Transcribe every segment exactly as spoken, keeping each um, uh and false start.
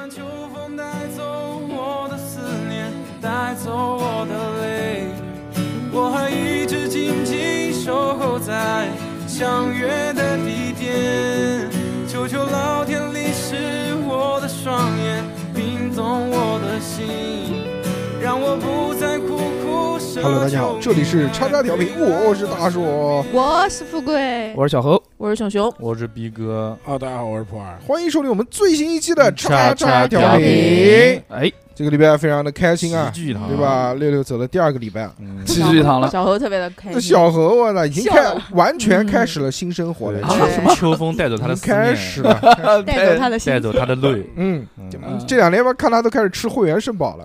让秋风带走我的思念，带走我的泪，我还一直紧紧守候在相约的地点，求求老天淋湿我的双眼，冰冻我的心，让我不再苦苦奢求。 Hello， 大家好，这里是叉叉调频，我是大硕， 我是富贵， 我是小何， 我是熊熊， 我是逼哥。 啊，大家好，我是普洱， 欢迎收听我们最新一期的叉叉调调频。 哎， 这个礼拜非常的开心啊， 齐聚一堂对吧？六六走了第二个礼拜， 嗯， 齐聚一堂了。 小何特别的开这心。 小何我操，已经开笑了完全开始了新生活了， 对啊什么秋风带走他的思念开始了。 带走他的心带走他的泪。 嗯， 嗯这两天吧，看他都开始吃会员肾宝了，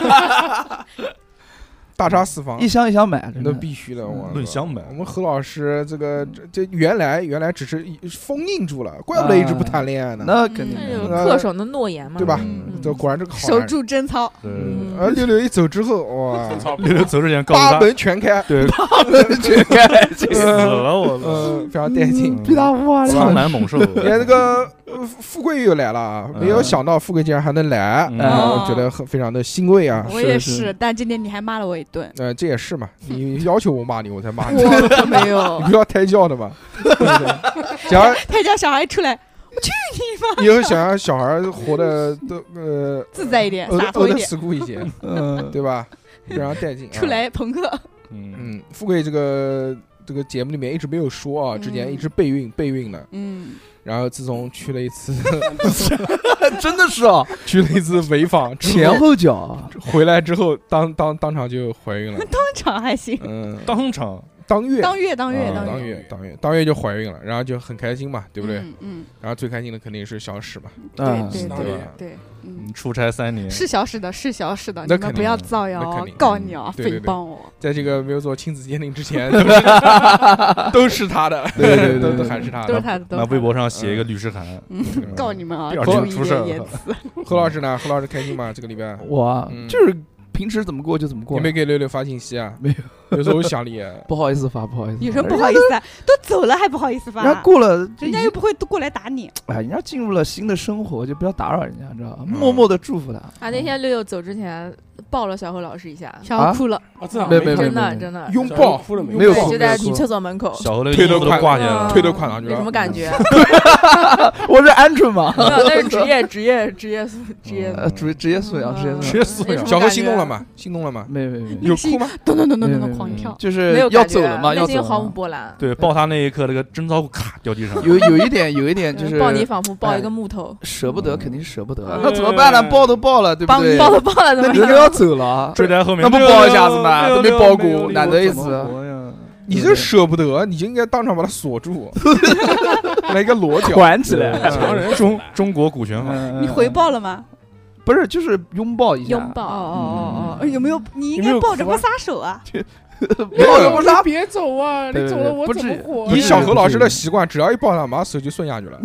大差四方一。箱一箱买，真那的必须的，我论箱买我们何老师这个这这原来原来只是封印住了，怪不得一直不谈恋爱呢， 那肯定那有的。 恪守的诺言嘛， 对吧？ 嗯这果然这个好守男人。 住贞操。 对， 嗯而六六一走之后，哇， 六六走之前告诉八他， 门全开， 对， 全开， 死了我操， 嗯，非常带劲。 比他哇苍蛮猛兽。 你看这个呃富贵又来了啊，没有想到富贵竟然还能来， 嗯然后觉得很非常的欣慰啊。 我也是是，但今天你还骂了我一顿， 呃，这也是嘛，你要求我骂你，我才骂你， 我可没你有不。是要胎教的吗？对不对？想要他家小孩出来，我去你妈！ 以后想让小孩活的都呃自在一点， 欧欧的洒脱一点， 死酷一些， 嗯， 对吧？非常带劲啊。 出来朋克。 嗯， 嗯，富贵这个这个节目里面一直没有说啊，之前嗯一直备孕备孕的， 嗯， 然后自从去了一次真的是啊， 去了一次潍坊之后前后脚， 回来之后当当当场就怀孕了， 当场还行， 嗯， 当场当月当月当月啊当月， 月当月当月就怀孕了，然后就很开心嘛，对不对？ 嗯嗯， 然后最开心的肯定是小史嘛， 嗯对对当月对对，嗯。 嗯出差三年， 是小史的，是小史的， 那肯定你们不要造那谣肯定， 告你啊， 对对对诽谤我。 在这个没有做亲子鉴定之前，都是都是他的， 对对对对都都还是他的。 都是他的，都那是他的微博上写一个律师函， 嗯，告你们啊， 第二注意一天出事儿点言了辞。 何老师呢？何老师开心吗？这个礼拜我啊嗯就是平时怎么过就怎么过你，没给六六发信息啊？ 没有， 有时候想你， 不好意思发，不好意思发。 有什么不好意思啊？都走了还不好意思发？ 人家过了， 人家又不会都过来打你。 哎，人家进入了新的生活，就不要打扰人家，知道吧？默默的祝福他。 啊，那天六六走之前抱了小何老师一下，小啊何哭了， 啊，这样没没没真的真的， 拥抱哭了没？ 对没有哭就在你厕所门口， 小何那个推都快衣服都挂起来嗯了， 推都跨上去了。 有什么感觉？ 我是鹌鹑嘛， 没有，那是职业职业职业素职业。 呃，职职业素养，职业素直养。 接撕了。 没什么小何感觉心动了吗？心动了吗？ 没没没， 有哭吗？ 咚咚咚咚咚没有没有咚狂跳， 就是没有要感觉走了嘛，要内心毫无走了嘛。 波澜。 对，抱他那一刻，那个贞操咔掉地上， 有有一点，有一点就是抱你仿佛抱一个木头， 舍不得，肯定是舍不得。 嗯那怎么办呢？抱都抱了，对不帮对？ 抱都抱了，怎么办？ 那人都要走了， 追在后面， 那不抱一下子吗六六都没抱过六六难得一次怎么活呀你这舍不得，你就应该当场把它锁住，来一个裸脚。 团起来。 嗯强人中中国股权法， 嗯你回报了吗？ 不是，就是拥抱一下， 拥抱。哦哦哦哦，有没有？你应有没有哭啊该抱着不撒手啊！ 没有我说别走啊！ 对你走了我不至于怎么活？ 以小何老师的习惯，只要一抱他，马上手就顺下去了，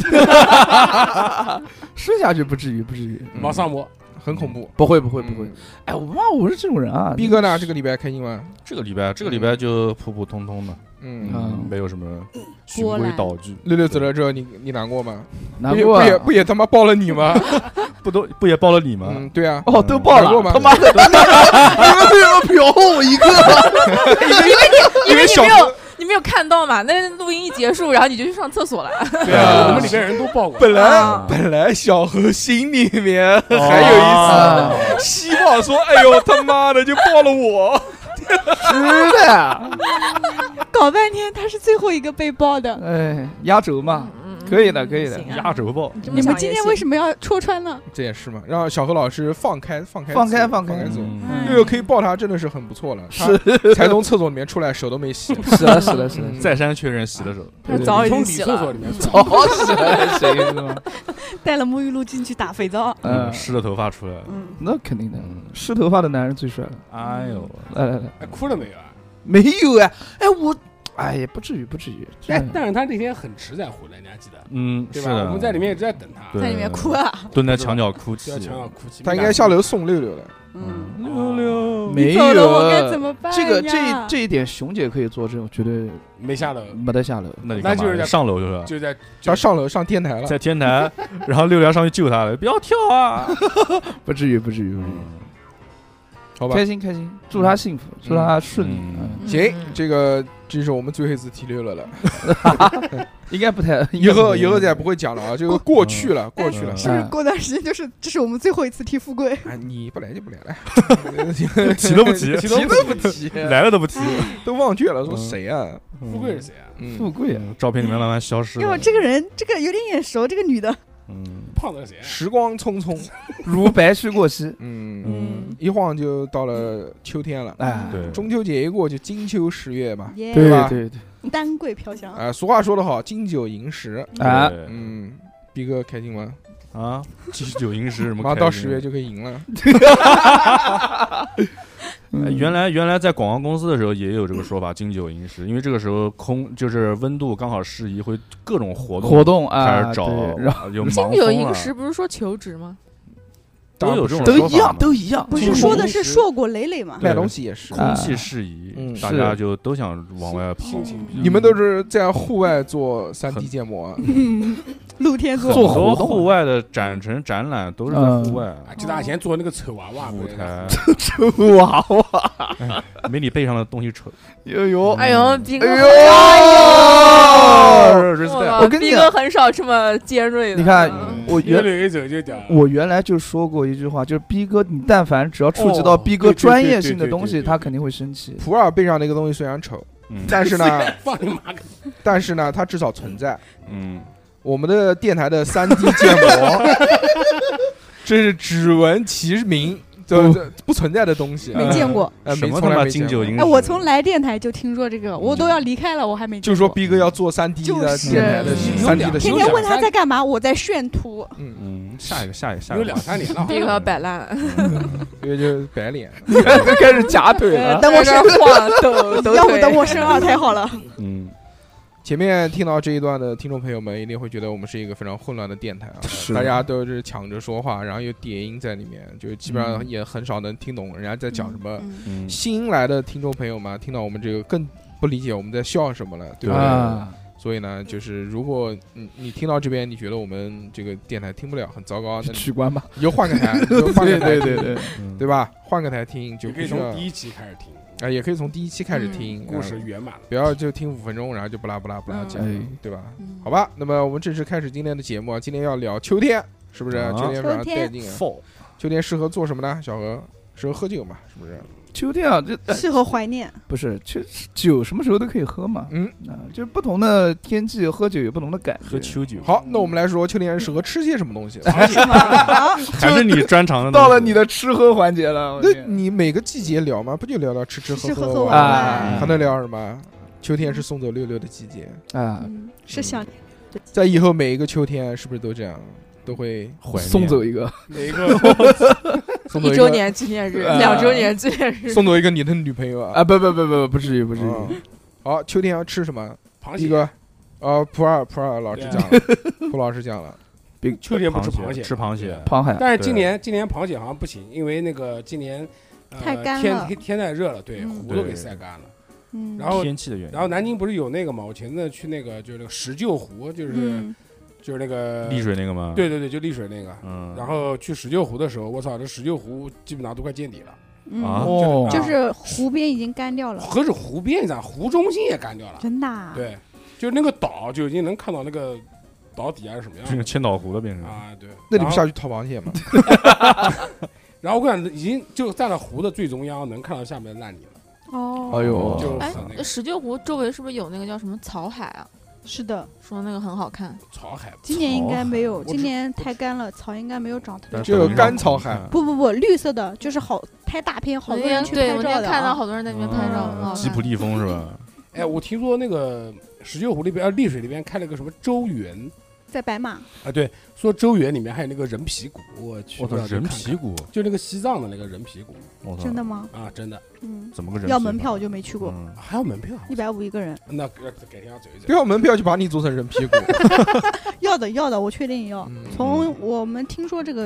顺下去不至于，不至于， 马上摸， 很恐怖。 不会，不会，不会嗯。 哎，我妈，我是这种人啊。 逼哥呢？这个礼拜开心吗？ 这个礼拜这个礼拜就普普通通的， 嗯， 嗯没有什么循规蹈矩， 六六走了之后，你你难过吗？不也难过啊不也不也他妈抱了你吗？ 不都不也抱了你吗？ 嗯，对啊。 哦，都爆了， 难过吗他妈的，你们为什么瞟我一个？ 因为小你没有你没有看到嘛？那录音一结束，然后你就去上厕所了。 对啊，我们里边人都抱过。 本来啊本来小何心里面还有啊一丝希望，说：“哎呦他妈的，就抱了我。 是的， 搞半天他是最后一个被抱的。 哎，压轴嘛，可以的，可以的。 行啊压轴抱， 你们今天为什么要戳穿呢？” 这也是嘛，让小何老师放开放开放开自放开放开走。 嗯嗯六六可以抱他，真的是很不错了。 是他才从厕所里面出来，手都没洗。 是的，是的，是的， 嗯再三确认洗的手， 他早已从经洗了， 女厕所里面出来， 早洗了，谁是吗？ 带了沐浴露进去打肥皂。 嗯， 湿的头发出来了， 嗯， 那肯定的， 嗯， 湿头发的男人最帅了。 哎呦， 来来来， 哎，哭了没有啊？ 没有哎，哎我，哎呀，不至于，不至于。 哎，但是他那天很迟才回来，你还记得？ 嗯， 对吧？ 是的， 我们在里面一直在等他， 对在里面哭啊。 在墙角哭泣就在，墙上哭泣。 他应该下楼送六六的。 嗯， 六六没走了有我该怎么办呀？ 这个这这一点，熊姐可以做证，绝对没下楼， 没得下楼。 那你干嘛那就是在上楼就是吧？ 就在他上楼上天台了， 在天台，然后六六要上去救他了，不要跳啊！ 不至于，不至于，不至于。 好吧？ 开心开心，祝他幸福，祝他顺利。 嗯嗯， 行，这个这是我们最后一次提六六了， 应该不太， 以后以后再不会讲了啊，这个过去了，过去了。 嗯是不是过段时间就是这是我们最后一次提富贵？ 哎，你不来就不来了， 提都不提， 提都不提， 来了都不提。 都忘却了，说谁啊？ 富贵是谁啊？ 嗯， 富贵啊， 嗯照片里面慢慢消失了。 因为这个人这个有点眼熟，这个女的。 嗯胖子是谁啊？ 时光匆匆， 如白驹过隙。 嗯， 嗯， 一晃就到了秋天了。 哎， 对， 中秋节一过就金秋十月吧， 耶对吧对对， 丹桂飘香。 啊，俗话说得好，金九银十。 啊， 对嗯，逼哥开心吗？ 啊，金九银十什么？ 马上到十月就可以赢了。 哎原来原来在广告公司的时候也有这个说法，金九银十，因为这个时候空就是温度刚好适宜，会各种活动活动开啊， 始找对，然后有盲金九风了， 银十不是说求职吗？ 都有这种都一样， 说法嘛都一样。 不就是是说的是硕果累累吗？ 卖东西也是， 空气适宜， 嗯大家就都想往外跑。 心情比较你们都是在户外做三 D 建模啊？ 嗯，露天很做。 多做活动户外的展陈展览都是在户外啊，记得以前做那个丑娃娃舞台， 娃娃， 没你背上的东西丑。 呦呦， 哎呦，逼哥， 哎哎呦， respect 我跟你讲逼哥很少这么尖锐的。 你看嗯我原越来越走就屌。 我原来就说过一句话，就是逼哥，你但凡只要触及到哦逼哥对对专业性的对对对东西， 对对他肯定会生气。 普洱背上那个东西虽然丑， 嗯但是呢， 放你妈个！ 但是呢，它至少存在。 嗯， 我们的电台的三 D 建模，这是只闻其名，这这不存在的东西， 没见过。 呃，没什么他妈从来没见过。 金九银十？ 哎，我从来电台就听说这个，我都要离开了，我还没见过。 就说逼哥要做三 D 的就是电台的嗯三 D 的修改， 天天问他在干嘛，我在炫图。 嗯， 嗯，下一个下一个下一有个两三年了， 逼哥摆烂， 因为就是白脸。 开始夹腿了。 等我生， 晃抖抖要不腿等我生二胎好了。 嗯， 前面听到这一段的听众朋友们一定会觉得我们是一个非常混乱的电台啊， 是大家都是抢着说话，然后有叠音在里面，就基本上也很少能听懂人家在讲什么。 嗯嗯新来的听众朋友们听到我们这个更不理解我们在笑什么了，对不对？ 啊， 所以呢，就是如果你你听到这边，你觉得我们这个电台听不了，很糟糕，那你取关吧。 你就换个台，你就换个台听， 对对对， 嗯对吧？换个台听就就可以不需要从第一期开始听， 啊，也可以从第一期开始听， 故事啊圆满了。 不要就听五分钟，然后就不拉不拉不拉嗯讲， 哎对吧？ 嗯好吧，那么我们正式开始今天的节目啊，今天要聊秋天，是不是？ 啊秋天非常秋天带劲啊！ ，fall 秋天适合做什么呢？小何适合喝酒嘛？是不是？ 秋天啊，这适合怀念。 不是，其实酒什么时候都可以喝嘛。 嗯， 啊，就是不同的天气喝酒有不同的感觉。 喝秋酒。 好，那我们来说秋天适合吃些什么东西？ 是吗？好， 还是你专长的东西。 到了你的吃喝环节了。我那天你每个季节聊吗？不就聊聊吃吃吃喝喝喝玩啊玩。 还能聊什么？秋天是送走六六的季节， 啊， 嗯，是想在以后每一个秋天是不是都这样？都会怀念送走一个， 哪一个？ 送走一个， 一周年纪念日， 啊两周年纪念日， 送走一个你的女朋友啊？ 啊，不不不不，不至于不至于。 嗯好，秋天要吃什么？ 螃蟹。 一个，呃，普洱普洱老师讲了，蒲老师讲了， 秋天不吃螃蟹， 吃螃蟹。 螃蟹但是今年今年螃蟹好像不行，因为那个今年呃太干了天天太热了，对， 嗯湖都给晒干了。 嗯， 然后天气的原因。 然后南京不是有那个嘛？我前阵去那个就是那个石臼湖，就是嗯就是那个丽水那个吗？， 对对对，就丽水那个。 嗯， 然后去石臼湖的时候，我操，这石臼湖基本上都快见底了， 嗯啊哦， 就是湖边已经干掉了， 何止湖边上，湖中心也干掉了。 真的啊。 对，就是那个岛就已经能看到那个岛底下是什么样的这个千岛湖的变成。 啊？对， 那你不然后下去掏螃蟹吗？ 然后我感觉已经就在了湖的最中央，能看到下面的烂泥了， 哦， 哎呦哎就很那，个石臼湖周围是不是有那个叫什么草海啊？ 是的， 说那个很好看。 草海。 今年应该没有， 我只今年太干了，草应该没有长特别只有甘草海不不不，绿色的，就是好拍大片，好多人去对我那天拍照的啊。 看到好多人在那边拍照， 嗯很好看吉普力风是吧？ 哎，我听说那个石臼湖那边，呃，丽水那边开了个什么周园在白马， 啊？对，说周园里面还有那个人皮骨，我去， 我操， 不知道去看看人皮，骨， 就那个西藏的那个人皮骨我操， 真的吗？ 啊，真的嗯， 怎么个人？ 要门票我就没去过， 嗯还要门票？ 一百五一个人。 那呃改天要走一不走。 要门票就把你做成人屁股。 要的要的，我确定要。 嗯从我们听说这个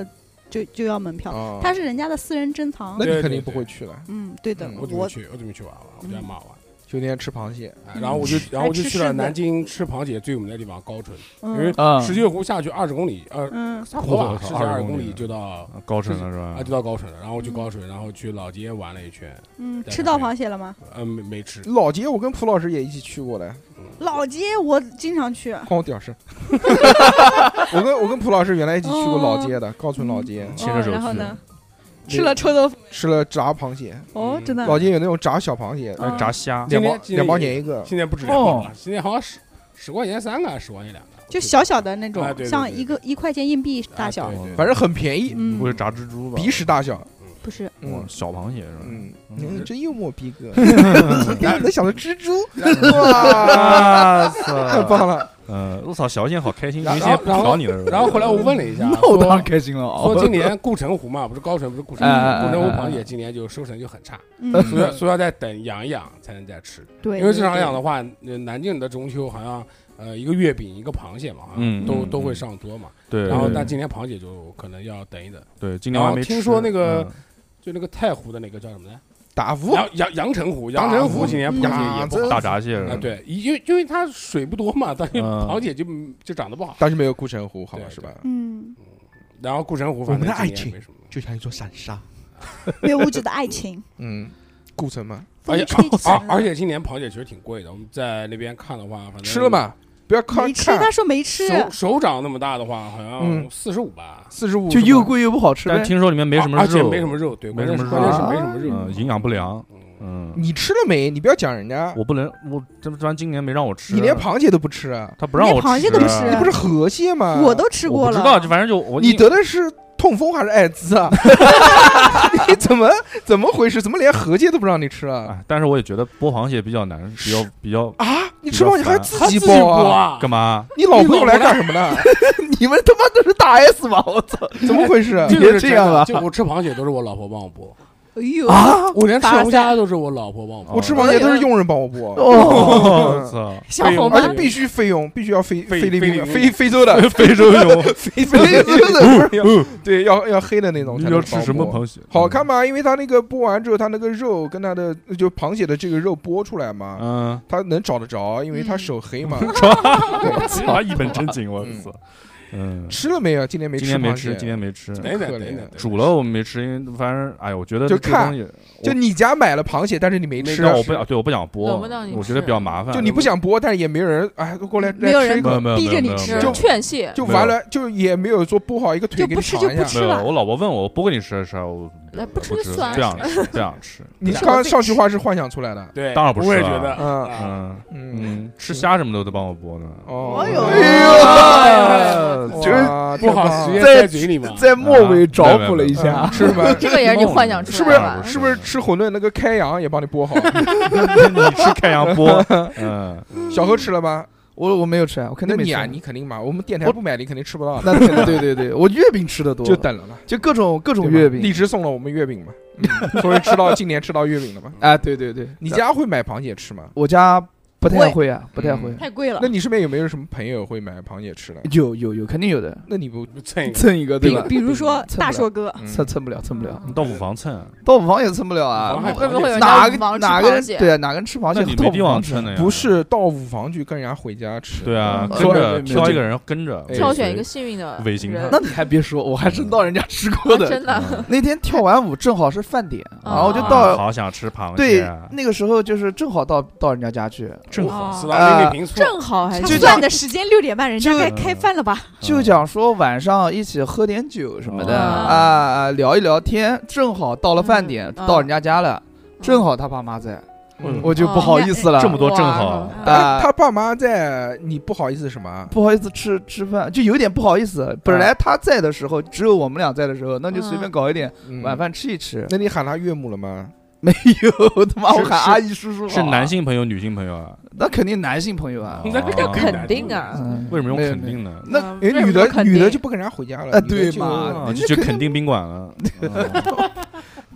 就就要门票， 哦它是人家的私人珍藏那。你对肯定对对不会去了。 嗯，对的嗯， 我我准备去，我准备去玩玩，我觉得蛮好玩。 就那天吃螃蟹， 哎然后我就，然后我就去了还吃柿子南京吃螃蟹最有名的地方高淳，因为嗯啊， 石柩湖下去二十公里，呃， 嗯差不多吧， 我操十几二十 20公里公里就到高淳了是啊， 吧？ 就到高淳了。然后我去高淳，然后去老街玩了一圈， 嗯，吃到螃蟹了吗？ 呃，没没吃。 老街我跟蒲老师也一起去过的， 老街我经常去， 换我屌丝。我跟我跟蒲老师原来一起去过老街的高淳老街， 牵着手去。 哦然后呢，吃了臭豆腐。 吃了炸螃蟹， 哦，真的。 老街有那种炸小螃蟹， 还有炸虾， 今年两毛两毛钱一个。 现在不止两毛了，现在好像十十块钱三个，十块钱两个， 就小小的那种哎，对对对像一个一块钱硬币大小哎。对对反正很便宜， 嗯不，会炸蜘蛛吧？ 鼻屎大小。 不是， 哇嗯， 小螃蟹是吧？ 嗯， 嗯嗯真幽默，逼哥，你能想到蜘蛛，哇，太棒了！ 嗯，我操，小燕好开心，因然后为现在不然后考你了是吧？ 然后后来我问了一下， 那我当然说开心了说啊！ 今年护城湖嘛，不是高淳，不是护城哎哎哎湖，护城湖哎哎螃蟹今年就收成就很差， 嗯， 所以所以要再等养一养才能再吃。 对， 因为正常对养的话，呃南京的中秋好像呃一个月饼一个螃蟹嘛，好像嗯都嗯都会嗯上桌嘛。 对， 然后对但今年螃蟹就可能要等一等。 对，今年我还没吃。 然后听说那个嗯就那个太湖的那个叫什么呢？ 打服阳阳阳澄湖，阳澄湖今年螃蟹也不好。 大闸蟹是吧啊，对，因为因为它水不多嘛，但是嗯螃蟹就就长得不好。 但是没有护城湖好对是吧？ 嗯， 然后护城湖我反正们的爱情今年没什么。 就像一座闪沙， 没有物质的爱情， 嗯，顾城嘛， 而且风吹散了而而且今年螃蟹其实挺贵的，我们在那边看的话，反正吃了？嘛？不要看没吃， 看他说没吃， 手手掌那么大的话，好像嗯四十五吧。 四十五， 就又贵又不好吃呗但。听说里面没什么而且肉， 没什么肉，对， 没什么关键是肉关键是没什么肉， 嗯，营养不良。 嗯嗯， 你吃了没？你不要讲人家， 我不能，我这这今年没让我吃。 你连螃蟹都不吃啊？ 他不让我吃， 连螃蟹都不吃你不是河蟹吗？ 我都吃过了。 我不知道，就反正就我你得的是痛风还是艾滋啊？你怎么怎么回事？怎么连河蟹都不让你吃啊？ 哎，但是我也觉得剥螃蟹比较难，比较比较啊！你吃螃蟹还自己他自己剥啊？ 剥啊， 干嘛？ 你老婆用来干什么的？ 你们他妈都是大 S 吧？我操！ 怎么回事？ 这个是这样吧真的就我吃螃蟹都是我老婆帮我剥， 哎呦， 我连吃龙虾都是我老婆帮我剥。 我吃螃蟹都是佣人帮我剥。 我操！ 小伙而且伴， 必须费用，必须要菲菲菲律宾、 菲律宾非非洲的非洲有非非洲的，不是要对，要要黑的那种才能你要吃什么帮我剥？ 螃蟹？ 好看吗？因为它那个剥完之后，它那个肉跟它的就螃蟹的这个肉剥出来嘛， 嗯， 它能找得着，因为它手黑嘛。 我操，一本正经，我操！嗯， 吃了没有？今年没吃螃蟹， 今天没吃，今天没吃。 等等可怜等等， 煮了我们没吃，因为反正哎呀，我觉得就看这个东西， 就你家买了螃蟹，但是你没吃那，我不想，对，我不想剥， 轮不到你我觉得比较麻烦。 就你不想剥，但是也没有人哎过来没有人来吃一口， 没有没有逼着你没有吃没有就劝谢， 就完了，就也没有说剥好一个腿给你就不吃尝一下。 没有， 就不吃了我老婆问我，我不给你吃吃，我哎不吃不就算不想吃，不想吃。 你刚刚上句话是幻想出来的， 对， 当然不是了我也觉得， 嗯啊嗯嗯， 嗯，吃虾什么的都帮我剥呢。 哦， 哎呦哎呦就是哇不好太棒了直接在在嘴里嘛。 在末尾找补了一下嗯，吃什么？ 这个也是你幻想出是不是来的吧？ 是不是吃馄饨那个开阳也帮你剥好？ 你吃开阳剥，嗯， 小何吃了吗？ 我我没有吃啊，我肯定没吃那你啊，你肯定嘛，我们电台我不买你肯定吃不到的， 那肯定对对对，我月饼吃的多， 就等了嘛。 就各种各种对吧月饼荔枝送了我们月饼嘛，嗯所以吃到今年吃到月饼了嘛。 啊，对对对， 你家会买螃蟹吃吗？ 我家不太会啊，不太嗯会。 太贵了那。你身边有没有什么朋友会买螃蟹吃的？ 有有有，肯定有的， 那你不蹭一个， 蹭一个对比吧？ 比如说蹭不了大硕哥， 嗯蹭蹭不了，蹭不了。 你到五房蹭， 到五房也蹭不了啊五房！ 会不会有人哪个家五房吃哪个人螃蟹？ 对啊？哪个人吃螃蟹？ 那你没地方蹭的呀？ 不是到五房去跟人家回家吃？ 对啊， 嗯跟着没有挑一个人跟着， 哎挑选一个幸运的人尾行他那你还别说，我还真到人家吃过的。 啊真的嗯那天跳完舞正好是饭点， 哦然后就啊到好想吃螃蟹对啊， 那个时候就是正好到到人家家去， 正好四大妹妹平错， 正好还就是这样算的时间六点半，人家就该开饭了吧？ 就讲说晚上一起喝点酒什么的哦啊啊，聊一聊天，正好到了饭点嗯到人家家了，正好他爸妈在， 嗯我就不好意思了， 这么多正好， 哎啊， 他爸妈在，你不好意思什么？ 不好意思吃吃饭，就有点不好意思。本来他在的时候，只有我们俩在的时候，那就随便搞一点嗯晚饭吃一吃。 那你喊他岳母了吗？ 没有，他妈是我喊阿姨叔叔好啊是男，性朋友、女性朋友啊？ 那肯定男性朋友啊。 那哦这肯定啊， 嗯为什么用没有肯定呢？ 那嗯因为女的为什么肯定女的就不跟人家回家了， 啊女的就对嘛啊， 人就去家肯定垦丁宾馆了。哦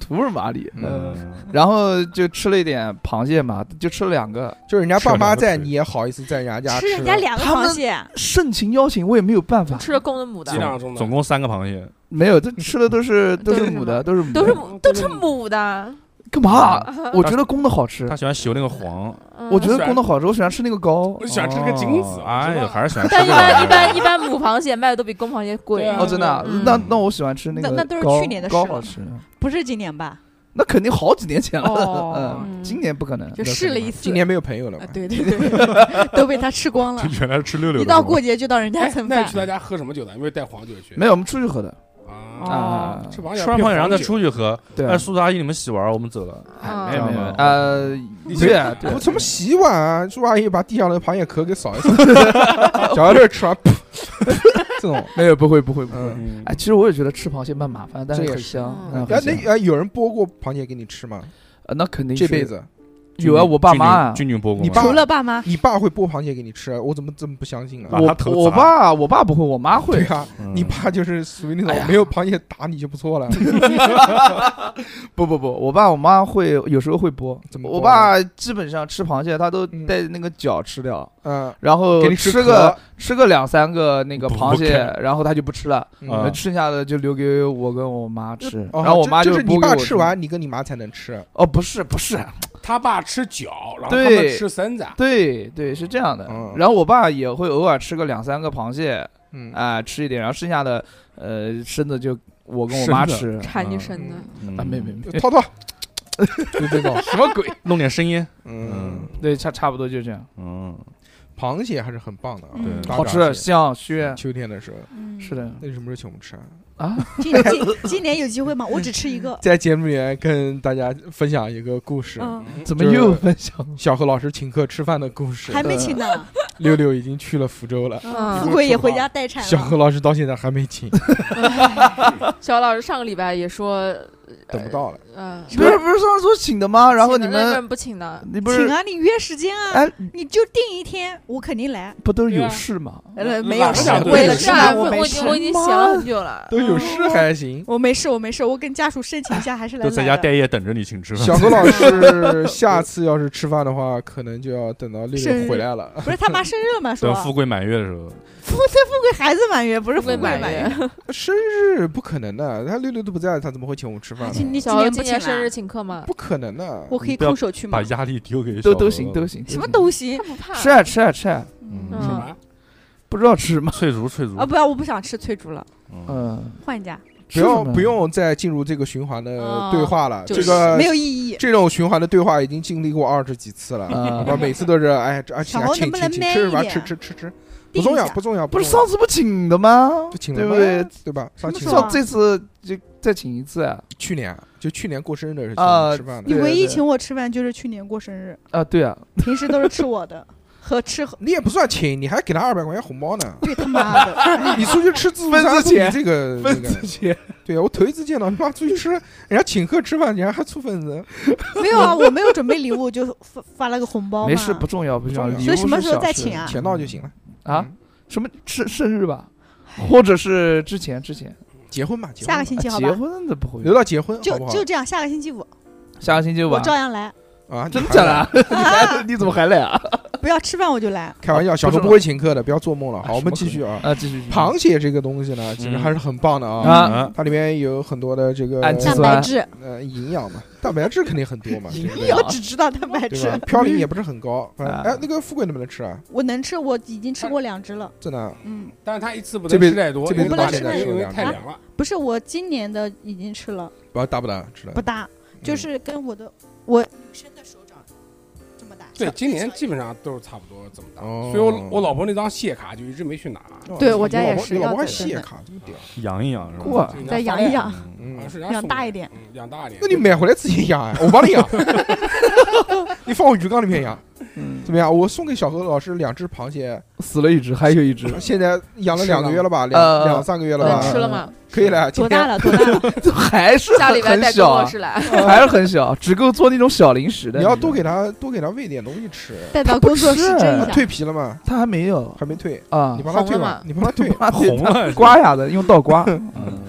图尔马里， 嗯， 然后就吃了一点螃蟹嘛，就吃了两个， 就是人家爸妈在， 吃你也好意思在人家家吃人家两个他们螃蟹， 盛情邀请，我也没有办法， 吃了公的母的剂，量中的总共三个螃蟹， 没有，这吃的都是都都是是母的，都是母的， 都是母都是母的。 干嘛？我觉得公的好吃他，喜欢修那个黄， 嗯我觉得公的好吃，我喜欢吃那个膏我。喜欢吃那个精子哦，哎呦，还是喜欢吃但一这个玩意儿。 般一般一般母螃蟹卖的都比公螃蟹贵对。啊哦，真的啊， 嗯那那我喜欢吃那个那那都是膏去年的事了膏好吃， 不是今年吧？ 那肯定好几年前了， 哦嗯，今年不可能， 就试了一次。 今年没有朋友了嘛啊，？对对对，都被他吃光了就。原来是吃六六的一到过节就到人家哎蹭饭那你去，他家喝什么酒的？因为带黄酒去。 没有，我们出去喝的啊， 啊， 吃螃蟹吃完螃蟹然后再出去喝。 对哎，，叔叔阿姨你们洗碗，我们走了。 嗯没有没有， 啊呃， 你对啊对啊我怎么洗碗啊？朱阿姨把地上的螃蟹壳给扫一扫，小孩这吃完，噗这种， 没有不会不会不会。 嗯。 嗯哎，其实我也觉得吃螃蟹蛮麻烦，但是这也是很香。 嗯嗯哎， 很香那哎，有人剥过螃蟹给你吃吗？ 呃那肯定是这辈子， 有啊，我爸妈啊， 君君波过吗你爸除了爸妈， 你爸会剥螃蟹给你吃？我怎么这么不相信啊？ 我把他头我砸爸我爸不会，我妈会对。啊， 嗯你爸就是属于那哎呀种没有螃蟹打你就不错了。 不不不，我爸我妈会有时候会剥。 怎么剥我爸基本上吃螃蟹，他都嗯带那个脚吃掉， 嗯， 然后给你吃吃个吃个两三个那个不螃蟹不， 然后他就不吃了， 嗯啊剩下的就留给我跟我妈吃。 哦然后我妈就就是剥给我你爸吃。完，你跟你妈才能吃。 哦，不是不是， 他爸吃脚，然后他对们吃身子。 对对是这样的嗯。 然后我爸也会偶尔吃个两三个螃蟹， 嗯， 啊，吃一点，然后剩下的呃身子就我跟我妈身吃。 产你生的， 嗯啊，没没没， 涛涛，就这种。 什么鬼？ 弄点生腌。 嗯， 对，差差不多就这样。 嗯， 螃蟹还是很棒的啊， 嗯大闸好吃， 蟹香鲜。 秋天的时候， 嗯是的那你什么时候请我们吃啊？ 啊， 今今今年有机会吗？我只吃一个。 在节目里面跟大家分享一个故事， 嗯， 怎么又分享？ 小何老师请客吃饭的故事。 还没请呢。 六六已经去了福州了， 嗯富贵也回家待产小何了。 老师到现在还没请， 小老师上个礼拜也说， 等不到了。 嗯， 不是不是上次说请的吗？然后你们请的那个人不请的， 你不是请啊，你约时间啊， 哎你就定一天，我肯定来。 不都是有对啊事吗？ 呃，没哪个有事讲，对有事为了吃饭啊我我没事已经。我已经写了很久了。 都有事还行。 我没事，我没事，我跟家属申请一下，还是来都在家来的待业等着你请吃饭。 小何老师下次要是吃饭的话，可能就要等到六生日六回来了。 不是他妈生日了吗？说等富贵满月的时候， 富富贵孩子满月，不是富贵富贵满满月。 月， 生日不可能的，他六六都不在，他怎么会请我们吃饭呢？ 今你今小何年不请今年生日了， 请客吗？ 不可能的。 我可以不要空手去吗把？压力丢给都都小何行都行， 什么都行他。不怕。 吃啊吃啊吃啊， 嗯嗯什么？ 不知道吃吗？ 脆竹脆竹啊，不要，我不想吃脆竹了， 嗯， 嗯， 换一家， 不用不用再进入这个循环的哦对话了， 就是这个没有意义。 这种循环的对话已经经历过二十几次了， 啊好吧？每次都是哎，这啊请啊小请猴能不能请请吃吧， man 一吃点吃吃吃， 定一下不重要不重要， 不是重要上次不请的吗？ 就请了吗对不对？ 对吧？上请什么时候啊上这次就再请一次啊！ 去年就去年过生日的时候请啊我们吃饭的你， 对唯一对请我吃饭就是去年过生日， 啊，对啊， 平时都是吃我的和吃和。 你也不算请，你还给他二百块钱红包呢。 对他妈的， 你出去吃自助分餐， 之前你这个这个， 钱对啊，我头一次见到你妈出去吃，人家请客吃饭，人家还出分子， 没有啊，我没有准备礼物就发发了个红包嘛。 没事，不重要不重要。 不重要礼物所以什么时候是小事再请啊钱到就行了啊嗯？ 什么生生日吧，或者是之前之前结婚吧，结下个婚吧结星期好吧？ 婚的不会， 留到结婚就好不好？ 就这样，下个星期五下个星期五我啊照样来， 啊， 真你还假的？你啊还你怎么还来啊？ 不要吃饭我就来。 开玩笑，小不是何不会请客的，不要做梦了。好， 啊我们什么继续啊。 啊，继续。继续螃蟹这个东西呢，其实嗯还是很棒的啊， 啊， 它里面有很多的这个蛋氨基酸白质， 呃营养嘛，蛋白质肯定很多嘛，对不对营养我只知道蛋白质对吧，？嘌呤也不是很高。反正啊哎，那个富贵能不能吃啊？ 我能吃，我已经吃过两只了。 真的啊， 嗯， 但是他一次不这辈能吃太多， 这辈因为太子不能吃太因为多两太凉了。 不是，我今年的已经吃了， 不知道大不大吃的不？大，就嗯是跟我的我女生的手掌这么大。 对，今年基本上都是差不多这么大， 哦所以我我老婆那张蟹卡就一直没去拿， 哦对你我家也是你老婆还要等等蟹卡这么屌？ 养一养是吧？ 过就人家再养发的一养， 嗯好像，是人家送的养大一点。 嗯，养大一点。 那你买回来自己养啊，我帮你养，你放我鱼缸里面养， 嗯， 怎么样？我送给小何老师两只螃蟹， 死了一只，还有一只， 现在养了两个月了吧，两呃两三个月了能吧， 吃了吗？ 可以了。今天多大了？多大了？ 还是下礼拜带很小啊， 工作室来。 还是很小，只够做那种小零食的。 你要知道多给他多给他喂点东西吃。 带到工作室蒸他一下。 蜕皮了吗？ 他还没有还没蜕， 啊你，帮他红了吗蜕吧，你帮他蜕。 妈红了刮呀的，用刀刮。 嗯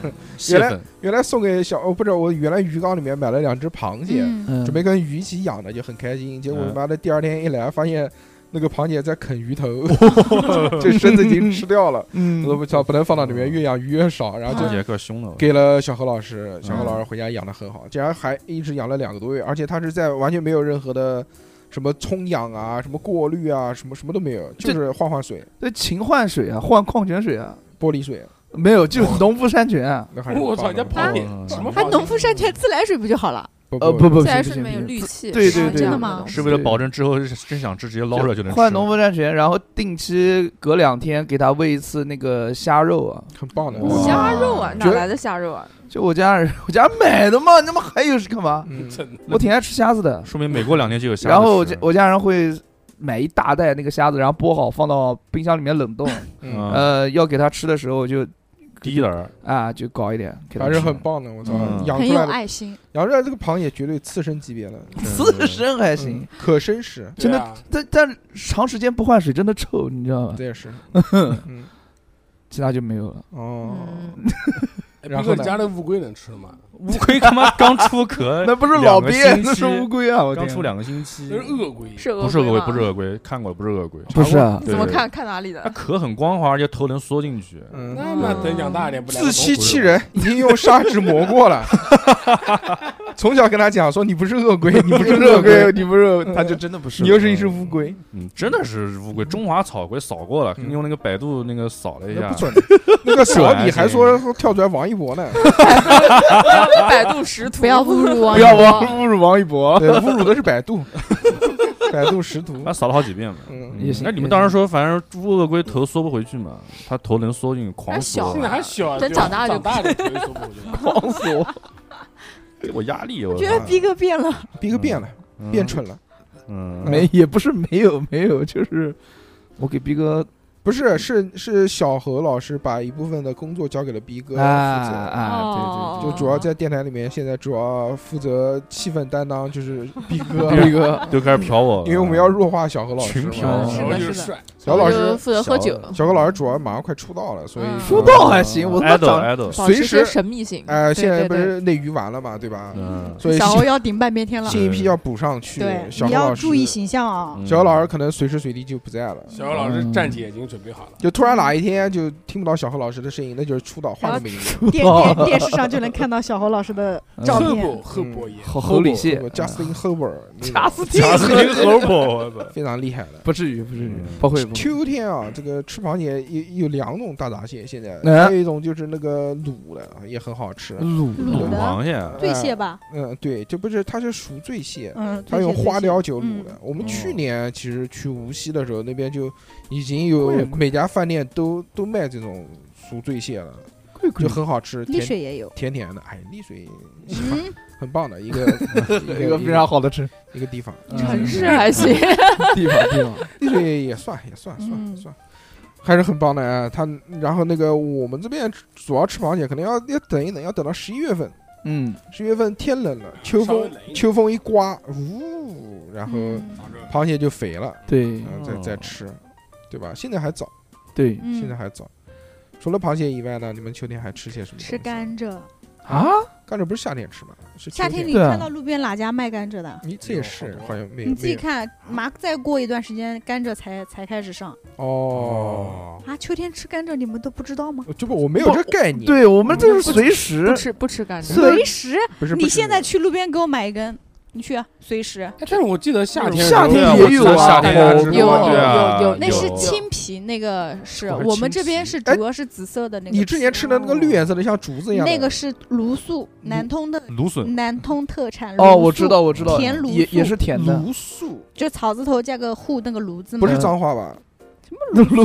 蟹粉， 原来送给小，哦，不是我原来鱼缸里面买了两只螃蟹， 嗯， 嗯准备跟鱼一起养的，就很开心。结果嗯妈的第二天一来，发现那个螃蟹在啃鱼头，这身子已经吃掉了。我都嗯， 不知道不能放到里面，越养鱼越少，然后就这节课凶了。 给了小何老师，小何老师回家养的很好，竟然还一直养了两个多月，而且他是在完全没有任何的什么冲氧啊、什么过滤啊、什么什么都没有，就是换换水、 这勤换水啊，换矿泉水啊， 玻璃水， 没有，就是农夫山泉啊。 那还是我操， 很棒的人家螃蟹嗯还什么螃蟹农夫山泉自来水不就好了？ 不呃，不不， 自来行水里面有不行氯气， 对对对是这样真的吗东西是为了保证之后真想吃直接捞出来就能吃。 换农夫山泉，然后定期隔两天给他喂一次那个虾肉啊。 很棒的。 哇虾肉啊，哪觉得来的虾肉啊？ 就我家人，我家买的嘛，你他妈还有是干嘛？ 嗯， 真的我挺爱吃虾子的。 说明每过两天就有虾子吃。 然后我家我家人会买一大袋那个虾子，然后剥好放到冰箱里面冷冻。 嗯， 呃，要给他吃的时候就低一点儿， 啊，就搞一点，给他还是吃很棒的。我操嗯， 很有养出来的爱心。 养出来这个螃蟹绝对刺身级别的， 刺身还行嗯，，可生食， 真的对啊但但长时间不换水真的臭，你知道吗？ 这也是。嗯， 其他就没有了。 哦， 嗯， 哎然后呢逼哥你家的乌龟能吃吗？ 乌龟他妈刚出壳， 那不是老两个鳖， 星期那是乌龟啊！我天刚出两个星期那，是鳄龟， 是不是鳄龟， 吗不是鳄龟，看过不是鳄龟， 不是啊， 对对怎么看看哪里它的？ 壳很光滑，而且头能缩进去。 嗯， 那么等养大一点不来个自欺东西欺人，已经用砂纸磨过了。从小跟他讲说你不是鳄龟，你不是鳄龟， 你不是，他就真的不是。 你又是一只乌龟， 嗯，真的是乌龟，中华草龟扫过了， 嗯用那个百度那个扫了一下那不，准的。那个小李还说说跳出来王一博呢， 百度识图， 不要侮辱王不要一博侮侮辱王一博。 对，侮辱的是百度，百度识图他。扫了好几遍嘛。 嗯， 也行那你们当时说，反正乌鳄龟头缩不回去嘛，它头能缩进去，狂它小缩现，在还小啊， 等对吧长大就长大点腿缩不回去了。 狂缩， 给我压力，我觉得逼哥变了， 逼哥变了， 嗯变蠢了。 嗯， 没也不是没有没有，就是我给逼哥不是，是是小何老师把一部分的工作交给了逼哥负啊责。 啊， 哦就主要在电台里面，现在主要负责气氛担当就是逼哥， 对对，逼哥就开始嫖我了， 因为我们要弱化小何老师嘛。 群嫖嗯是的然后就是帅， 小何老我就师， 负责喝酒， 小何老师主要马上快出道了，所以嗯说出道还行，我他妈 idol 长 idol， 保持一些随时神秘性。 哎， 对现在对对不是内娱完了嘛，对吧？ 嗯， 所以新小欧要顶半边天了。 新一批要补上去。 对， 小何老师你要注意形象啊。 嗯小何老师可能随时随地就不在了， 小何老师站姐已经准备好了。 就突然哪一天就听不到小何老师的声音，那就是出道换个名字。 电电电视上就能看到小侯老师的照片。 赫伯赫伯爷， 好合理蟹， Justin Herbert， 贾斯汀贾斯汀侯伯，我操， 非常厉害的。 不至于不至于嗯， 不会不会。 秋天啊，这个吃螃蟹有有两种大闸蟹，现在哎还有一种就是那个卤的，也很好吃。 卤卤卤的螃蟹， 醉蟹吧， 嗯，对，这不是它是熟醉蟹， 嗯， 它用花雕酒嗯卤的。我们哦去年其实去无锡的时候，那边就已经有贵每家饭店都都卖这种熟醉蟹了，就很好吃， 丽甜水也有。 甜甜的。哎，丽水嗯， 很棒的一个一个非常好的吃一个地方， 城市还行， 地方地方。 丽水也算也算算嗯算。还是很棒的啊！它然后那个我们这边主要吃螃蟹，可能要要等一等，要等到十一月份。 嗯， 十月份天冷了，秋风稍微冷一点秋风一刮，呜，然后嗯螃蟹就肥了， 对嗯，再再吃，对吧？现在还早， 对嗯现在还早。除了螃蟹以外呢，你们秋天还吃些什么？ 吃甘蔗， 啊， 甘蔗不是夏天吃吗？是秋夏天你对啊看到路边哪家卖甘蔗的？ 你这也是好像没有， 你自己没有看，马再过一段时间，甘蔗才才开始上哦。 啊！秋天吃甘蔗，你们都不知道吗？ 这不我没有这概念， 对我们这是随不时吃不吃甘蔗， 随时， 不是不是你现在去路边给我买一根，你去啊，随时。 哎但是我记得夏天夏天对啊也有啊我知道夏天好还是有对啊有有那是有青皮，那个是哦还是我们这青皮边是哎主要是紫色的那个皮。 你之前吃的那个绿颜色的像竹子一样的， 那个是芦素，南通的芦笋， 南通特产。 哦， 芦我知道我知道， 甜芦素也也是甜的， 芦素， 就草字头加个户那个芦字嘛。 不是脏话吧？ 芦芦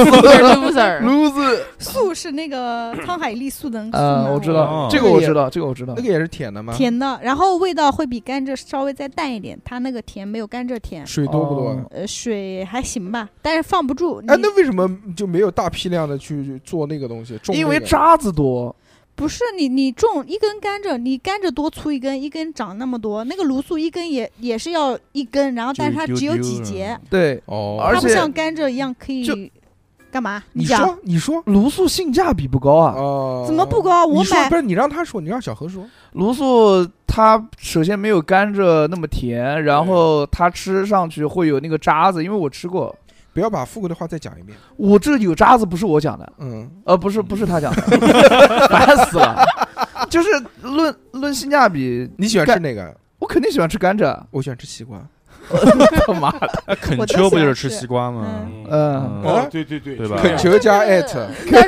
loser， 芦子， 素是那个沧海一粒粟的那个呃， 素嘛我知道哦这个我知道，这个我知道那个，也是甜的吗？ 甜的，然后味道会比甘蔗稍微再淡一点，它那个甜没有甘蔗甜。 水多不多哦？ 呃，水还行吧，但是放不住。 哎， 你那为什么就没有大批量的去做那个东西？种因为那个渣子多， 不是你你种一根甘蔗，你甘蔗多粗一根，一根长那么多，那个芦素一根也也是要一根，然后但是它只有几节， 对， 哦， 而且它不像甘蔗一样可就以干嘛？ 你讲说你说卤素性价比不高啊。 哦， 怎么不高？我买你说不是你让他说，你让小何说。 卤素它首先没有甘蔗那么甜，然后它吃上去会有那个渣子，因为我吃过。 不要把富贵的话再讲一遍。 我这有渣子不是我讲的， 嗯， 呃，不是不是他讲的，烦死了。就是论论性价比， 你喜欢吃哪个？ 我肯定喜欢吃甘蔗。 我喜欢吃西瓜。 他妈的， 哎，恳丘不就是吃西瓜吗？ 嗯嗯， 哦，对对对， 对吧恳求加艾特， 肯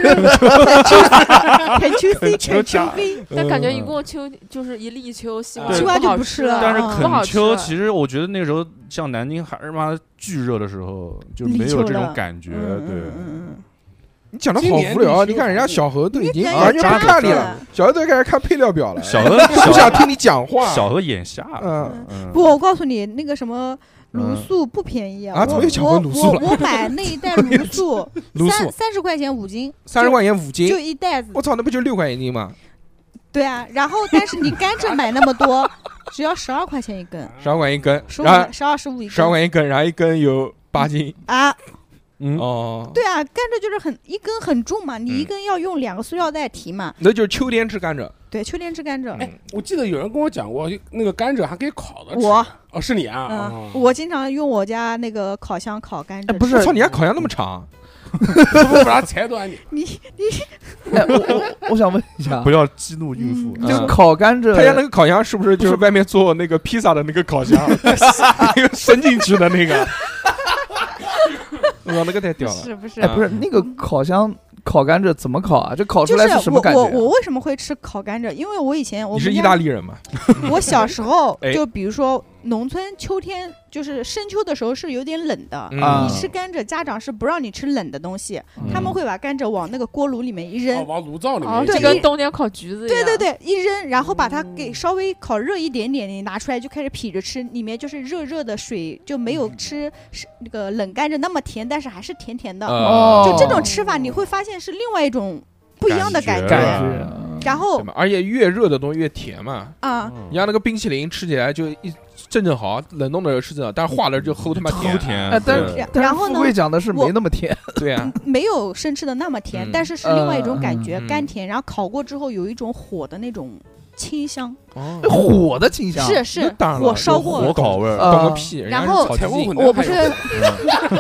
秋 C 肯秋 V， 但感觉一过秋就是一立秋，西瓜对西瓜就不好不吃了。 但是嗯不好吃恳丘其实我觉得那个时候像南京还是妈巨热的时候，就没有这种感觉。 嗯对， 嗯嗯你讲的好无聊啊！你看人家小何都已经嗯， 完全不看你了了，。小何都开始看配料表了， 小何不想听你讲话。 小何眼瞎。 嗯嗯， 不，我告诉你，那个什么卤素不便宜我啊怎么又讲回我卤素了我我买那一袋卤素， 卤三素三十块钱五斤， 三十块钱五就斤， 一袋子。 我操，那不就六块钱一斤吗？ 对啊，然后但是你甘蔗买那么多，只要十二块钱一根， 十二块一根， 十五然后十二十五一十二根块一根，然后一根有八斤。 啊。 嗯， 哦， 对啊，甘蔗就是很一根很重嘛，你嗯一根要用两个塑料袋提嘛。 那就是秋天吃甘蔗。 对，秋天吃甘蔗。 嗯我记得有人跟我讲过，那个甘蔗还可以烤的吃。 我哦，是你啊？ 嗯哦， 我经常用我家那个烤箱烤甘蔗吃。 哎不是我操，你家烤箱那么长？ 不不把它裁断你。 你哎，我我我想问一下不，要激怒孕妇。 嗯就烤甘蔗， 他家那个烤箱是不是就是外面做那个披萨的那个烤箱，那个伸进去的那个？我操，那个太屌了！ 是不是哎，？不是那个烤箱烤甘蔗怎么烤啊？这烤出来就是什么感觉啊？ 我我我为什么会吃烤甘蔗？因为我以前我们家你是意大利人吗？ 我小时候哎就比如说农村秋天就是深秋的时候是有点冷的， 嗯啊你吃甘蔗，家长是不让你吃冷的东西， 嗯他们会把甘蔗往那个锅炉里面一扔哦，，往炉灶里哦， 面一对就跟冬天烤橘子一样。 对对对，一扔，然后把它给稍微烤热一点点，你拿出来就开始劈着吃，里面就是热热的水，就没有吃是那个冷甘蔗那么甜，但是还是甜甜的。 哦就这种吃法，你会发现是另外一种不一样的感感感觉。 觉然后对嘛？而且越热的东西越甜嘛。 啊， 嗯你像那个冰淇淋吃起来就一正正好，冷冻的时候吃正好，但是化了就齁他妈甜。 齁甜。 哎，但是对但是然后呢富贵讲的是我没那么甜， 对啊， 没有生吃的那么甜， 嗯但是是另外一种感觉， 嗯嗯甘甜。然后烤过之后有一种火的那种清香， 哦火的倾向是是那当然了火烧过火烤味儿。 啊懂个屁！人家然后是草鸡采购混我不是， 嗯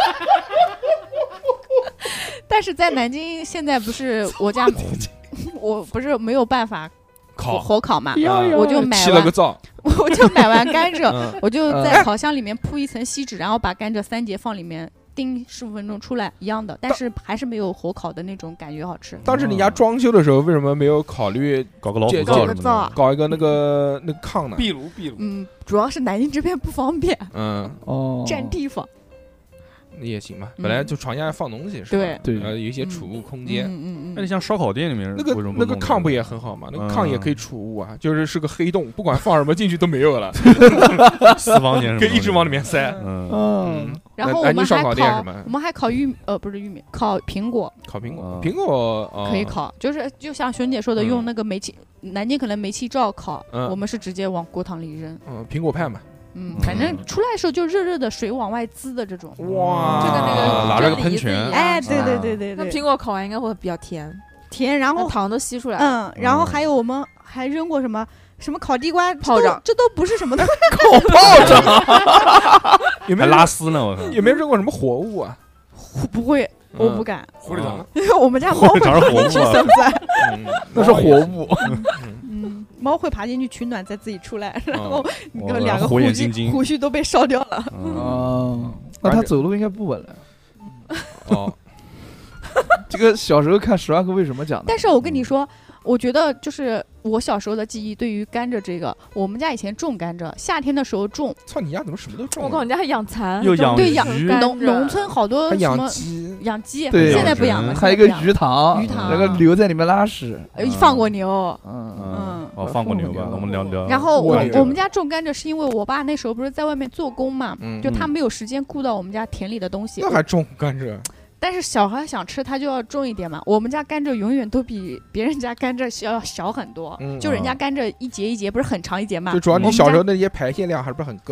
但是在南京现在不是我家，我不是没有办法火烤， 火烤嘛， 啊我就买完起了个灶。 我就买完甘蔗， 嗯我就嗯在烤箱里面铺一层锡纸，然后把甘蔗三节放里面叮十五分钟出来一样的，但是还是没有火烤的那种感觉好吃。 当时你家装修的时候，为什么没有考虑搞个老虎这灶什么这个灶的。 搞一个那个那个炕呢？ 壁炉壁炉。 嗯，主要是南京这边不方便， 嗯， 哦， 占地方。 也行吧。 嗯本来就床下要放东西是吧？ 对对呃，有一些储物空间。 嗯嗯那你像烧烤店里面那个为什么那个弄炕不也很好吗？那个嗯炕也可以储物啊，就是是个黑洞，不管放什么进去都没有了， 私房钱什么的？ 可以一直往里面塞。 嗯， 嗯， 然后我南京烧们还烤烤店是吗， 我们还烤玉呃不是玉米，烤苹果烤苹果嗯， 苹果哦可以。烤，就是就像璇姐说的， 嗯用那个煤气，南京可能煤气灶烤， 嗯我们是直接往锅汤里扔。 嗯，苹果派嘛。 嗯， 嗯反正出来的时候就热热的水往外滋的这种。 哇， 就跟那个拿着个蒸梨子喷泉一样哎， 是吧对对对对对， 那苹果烤完应该会比较甜， 甜，然后那糖都吸出来了。 嗯，然后还有我们还扔过什么什么烤地瓜炮仗， 这都这都不是什么的， 烤炮仗， 还有没有拉丝呢？我靠！ 有没有扔过什么火物啊？ 不会，我嗯不敢， 狐狸肠， 我们家猫会爬进去火物啊存在， 嗯那是火物， 嗯，猫会爬进去取暖再自己出来，然后哦有两个火胡须眼金睛胡须都被烧掉了。 嗯哦，那他走路应该不稳了。 哦， 这个小时候看《十万个为什么》讲的， 但是我跟你说，我觉得就是我小时候的记忆，对于甘蔗这个，我们家以前种甘蔗，夏天的时候种， 操，你家怎么什么都种我靠， 啊？ 你家还养蚕， 又养对养鱼农农村好多还养什么鸡， 养鸡， 对现在不养了， 嗯还有一个现在不养鱼塘， 鱼塘那个留在里面拉屎， 呃放过牛。 嗯， 嗯哦，放过牛吧，我们聊聊。 然后我我也我们家种甘蔗是因为我爸那时候不是在外面做工嘛， 嗯就他没有时间顾到我们家田里的东西那。还种甘蔗？ 但是小孩想吃，他就要种一点嘛。我们家甘蔗永远都比别人家甘蔗要小很多， 嗯就人家甘蔗一节一节不是很长一节嘛就，主要我们你小时候家那些排泄量还是不是很够？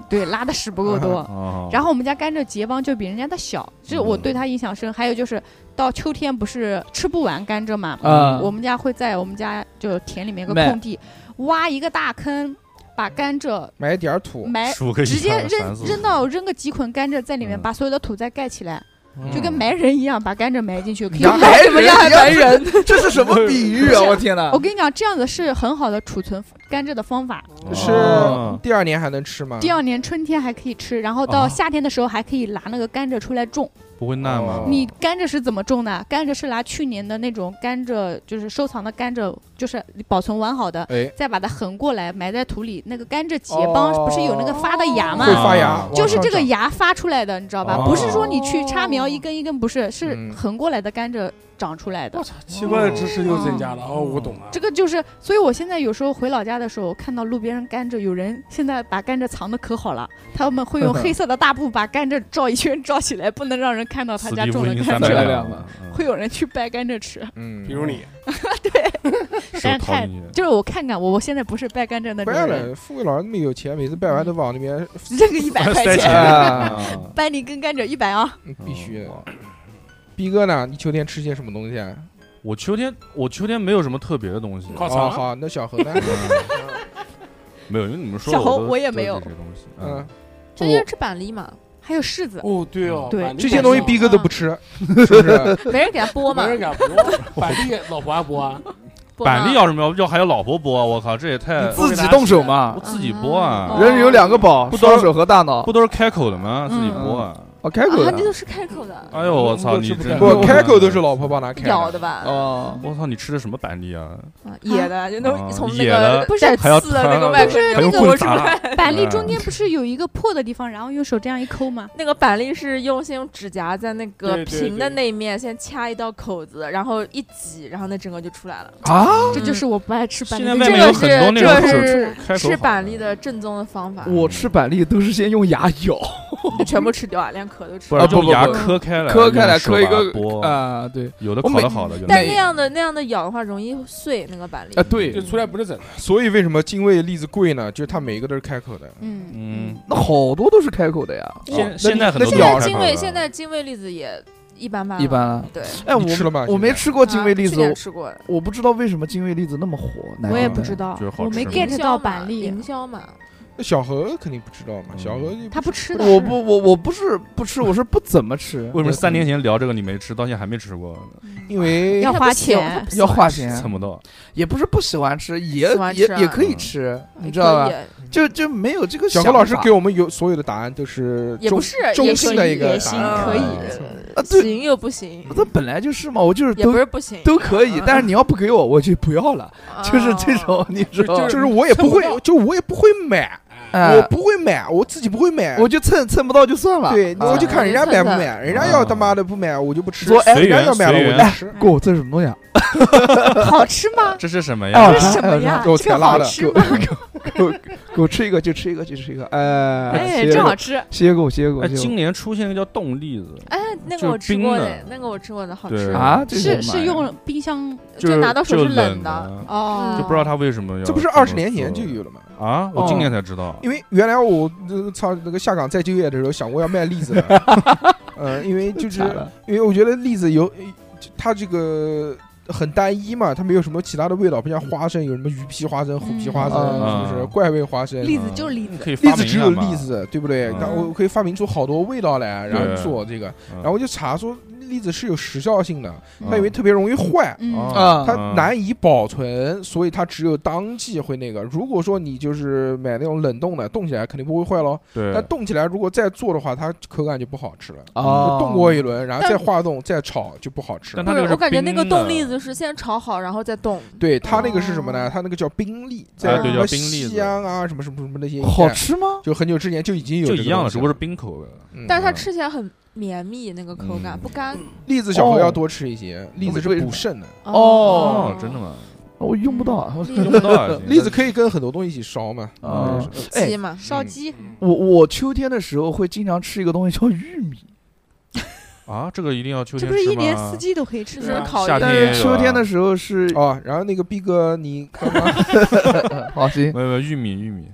对，拉的屎不够多。 哦， 然后我们家甘蔗结帮就比人家的小，这我对它印象深。还有就是到秋天不是吃不完甘蔗嘛， 嗯我们家会在我们家就田里面有个卖空地，挖一个大坑，把甘蔗买点儿土， 埋， 数个一直接二三四五扔扔到扔个几捆甘蔗在里面， 嗯把所有的土再盖起来， 嗯就跟埋人一样，把甘蔗埋进去。可以然后埋什么样还埋人？ 这是什么比喻啊！我天哪我！跟你讲，这样子是很好的储存甘蔗的方法。 是哦第二年还能吃吗？ 第二年春天还可以吃，然后到啊夏天的时候还可以拿那个甘蔗出来种。 不会烂吗哦？ 你甘蔗是怎么种的？甘蔗是拿去年的那种甘蔗，就是收藏的甘蔗，就是保存完好的， 哎， 再把它横过来埋在土里。那个甘蔗结帮哦不是有那个发的芽吗？ 会发芽啊， 就是这个往上芽发出来的，你知道吧？ 哦不是说你去插苗一根一根，不是，是嗯横过来的甘蔗长出来的我。操，奇怪的知识又增加了。哦，我懂了。 这个就是，所以我现在有时候回老家的时候，看到路边上甘蔗，有人现在把甘蔗藏的可好了，他们会用黑色的大布把甘蔗罩一圈罩起来，不能让人看到他此地家种的无银三百甘蔗。 两了嗯会有人去掰甘蔗吃， 嗯， 比如你， 手但是太掏进去就是我看看，我我现在不是掰甘蔗那种掰人， 了，富贵老人那么有钱，每次掰完都往里面， 扔个一百块塞钱钱， 啊掰你根甘蔗一百啊！ 嗯必须的嗯。 逼哥呢？你秋天吃些什么东西啊？ 我秋天我秋天没有什么特别的东西， 哦， 烤肠好，那小何呢？ 没有，因为你们说小猴的都我也没有都是这些东西。 嗯， 这就是吃板栗嘛， 还有柿子， 哦，对哦， 对板栗这些东西板栗逼哥都不吃，是不是？ 没人给他剥嘛没，人敢剥，板栗老婆还剥啊？ 剥板栗嘛要什么要要还有老婆剥啊？我靠，这也太你自己动手嘛我，自己剥啊哦， 人有两个宝， 不都双手和大脑不。都是开口的吗？自己嗯剥啊！ 哦，开口啊， 的你。都是开口的， 哎呦，我操， 我吃不开你真不，开口都是老婆帮他开的。 咬的吧？ 哦， 我操，你吃的什么板栗啊？ 啊野的，就那啊种从那野的个不是带还要刺的那个弹外壳还用那个我吃不棍砸来。 板栗中间不是有一个破的地方，然后用手这样一抠吗？ 那个板栗是用先用指甲在那个对对平的对那一面先掐一道口子，然后一挤，然后那整个就出来了。 啊， 这就是我不爱吃板栗现的在外面有这个是很多那种口这是开口好吃板栗的正宗的方法， 我吃板栗都是先用牙咬， 就全部吃掉啊，连壳都吃不掉。 是用牙啊不不不磕开来， 磕开来用手磕一个把它剥， 啊，对， 有的我每烤的好的，有的但那那样的那样的咬的话容易碎那个板栗啊。对就，出来不是整的。 所以为什么精卫栗子贵呢？就是它每一个都是开口的。 嗯， 嗯， 那好多都是开口的呀。 现那现在很多都那咬着现在精卫是开口的现在精卫栗子也一般般了， 一般啊对， 哎，我你吃了吗我没现在吃过精卫栗啊去子，我年吃过的， 我不知道为什么精卫栗子那么火。南我也京的不知道就是，好我没吃 get 到营销嘛板栗营，销嘛， 那小何肯定不知道嘛， 嗯小何就他不吃的。 我不，我我不是不吃，我是不怎么吃。 为什么三年前聊这个你没吃，到现在还没吃过？ 因为要花他不喜欢钱他不喜要欢吃花钱蹭不到， 也不是不喜欢吃，也喜欢吃啊也也可以吃，你知道吧可？以就就没有这个小想法何老师给我们有所有的答案都是中也不是中也可以性的一个也行答案可以啊，对， 行又不行， 这本来就是嘛，我就是也都不是不行， 都可以，但是你要不给我，我就不要了， 啊就是这种，你知道吗？ 就是我也不会，就我也不会买， 哎我不会买，我自己不会买。 我就蹭蹭不到就算了。 对， 啊我就看人家买不蹭买，人家要他妈的不买，我就不吃。 说哎人家要买随缘了我就吃。 哥，这是什么东西啊？ 好吃吗？ 这是什么啊呀？ 这是什么呀？ 给我这个踩拉的好吃吗？ 给我给我吃一个就吃一个就吃一个，哎， 哎， 谢谢真好吃。 谢谢狗，谢谢狗， 哎， 谢谢狗今年出现一个叫冻栗子， 哎，那就是个我吃过冰的的，那个我吃过的，好对吃啊，这是什么玩意儿是用冰箱就是拿到手就是冷冷的哦， 就不知道他为什么要这不是么二十年前做就有了吗？ 啊？我今年才知道， 因为原来我呃操那个下岗再就业的时候想过要卖栗子的，嗯，因为就是假的因为我觉得栗子有它这个很单一嘛，它没有什么其他的味道，不像花生有什么鱼皮花生、虎皮花生， 嗯是不是怪味花生？ 栗子就是栗子， 你可以栗子只有发明一下嘛栗子，对不对？ 嗯那我可以发明出好多味道来，然后对做这个。 嗯然后我就查说栗子是有时效性的， 嗯它因为特别容易坏。 嗯， 啊它难以保存，所以它只有当季会那个。如果说你就是买那种冷冻的，冻起来肯定不会坏咯。 对但冻起来如果再做的话，它口感就不好吃了。 哦就冻过一轮，然后但再化冻再炒就不好吃了。 但它这个是不是我感觉那个冰的冻栗子是先炒好然后再冻， 对它那个是什么呢？ 哦它那个叫冰栗，在对什么叫冰栗子西安啊什么什么什么那些， 好吃吗？ 就很久之前就已经有就一样的， 这个东西只不过是冰口的。 嗯但是它吃起来很绵密，那个口感嗯不干。 栗子小何哦要多吃一些，栗子是补肾的。 哦真的吗？ 我用不到啊。 用不到啊， 栗子可以跟很多东西一起烧嘛。 哦嗯哎鸡嘛， 烧鸡， 我我秋天的时候会经常吃一个东西叫玉米， 啊，这个一定要秋这天吃不是一年吗四季都可以吃就的吗？ 是烤一夏天但是也有啊秋天的时候是哦，然后那个逼哥，你刚刚好行， 没有没有玉米玉米， 不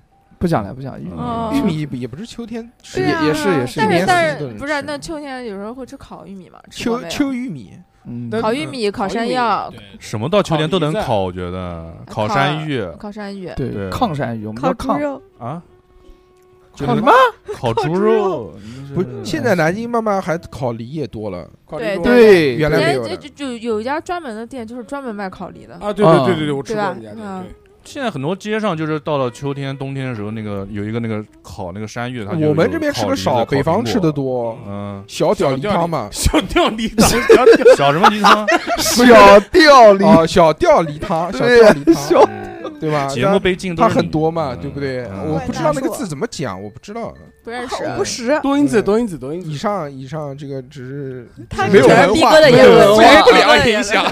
不讲了，不讲玉米。 哦玉米也不是秋天吃对啊也是也是但是一年但是四季都能吃不是那秋天有时候会吃烤玉米嘛？吃过秋没有秋玉米， 嗯， 但烤玉米、烤山药、 对什么到秋天都能烤梨子烤，我觉得烤山芋烤山芋。 对对抗山芋，我们烤叫抗猪肉， 啊， 就是烤什么？ 烤猪肉， 不是现在南京慢慢还烤梨也多了， 对烤梨多对， 原来没有的以前就就就有一家专门的店，就是专门卖烤梨的。 啊，对对对对对，我吃对吧过人家嗯的， 现在很多街上就是到了秋天、冬天的时候，那个有一个那个烤那个山芋，它就我们有这边吃的烤梨子少，北方吃的。 烤苹果多。 嗯， 小屌梨汤嘛， 小吊梨汤，小吊小什么梨汤？ 小吊梨， 哦，小吊梨汤，小对吊梨小汤，对吧？ 节目被禁都它是你很多嘛， 嗯对不对？ 嗯我不知道那个字怎么讲，我不知道。 不认识， 不识。 多音字，多音字，多音字。 以上以上这个只是他没有全是文化， 逼哥的没有言论文化非不对良影响。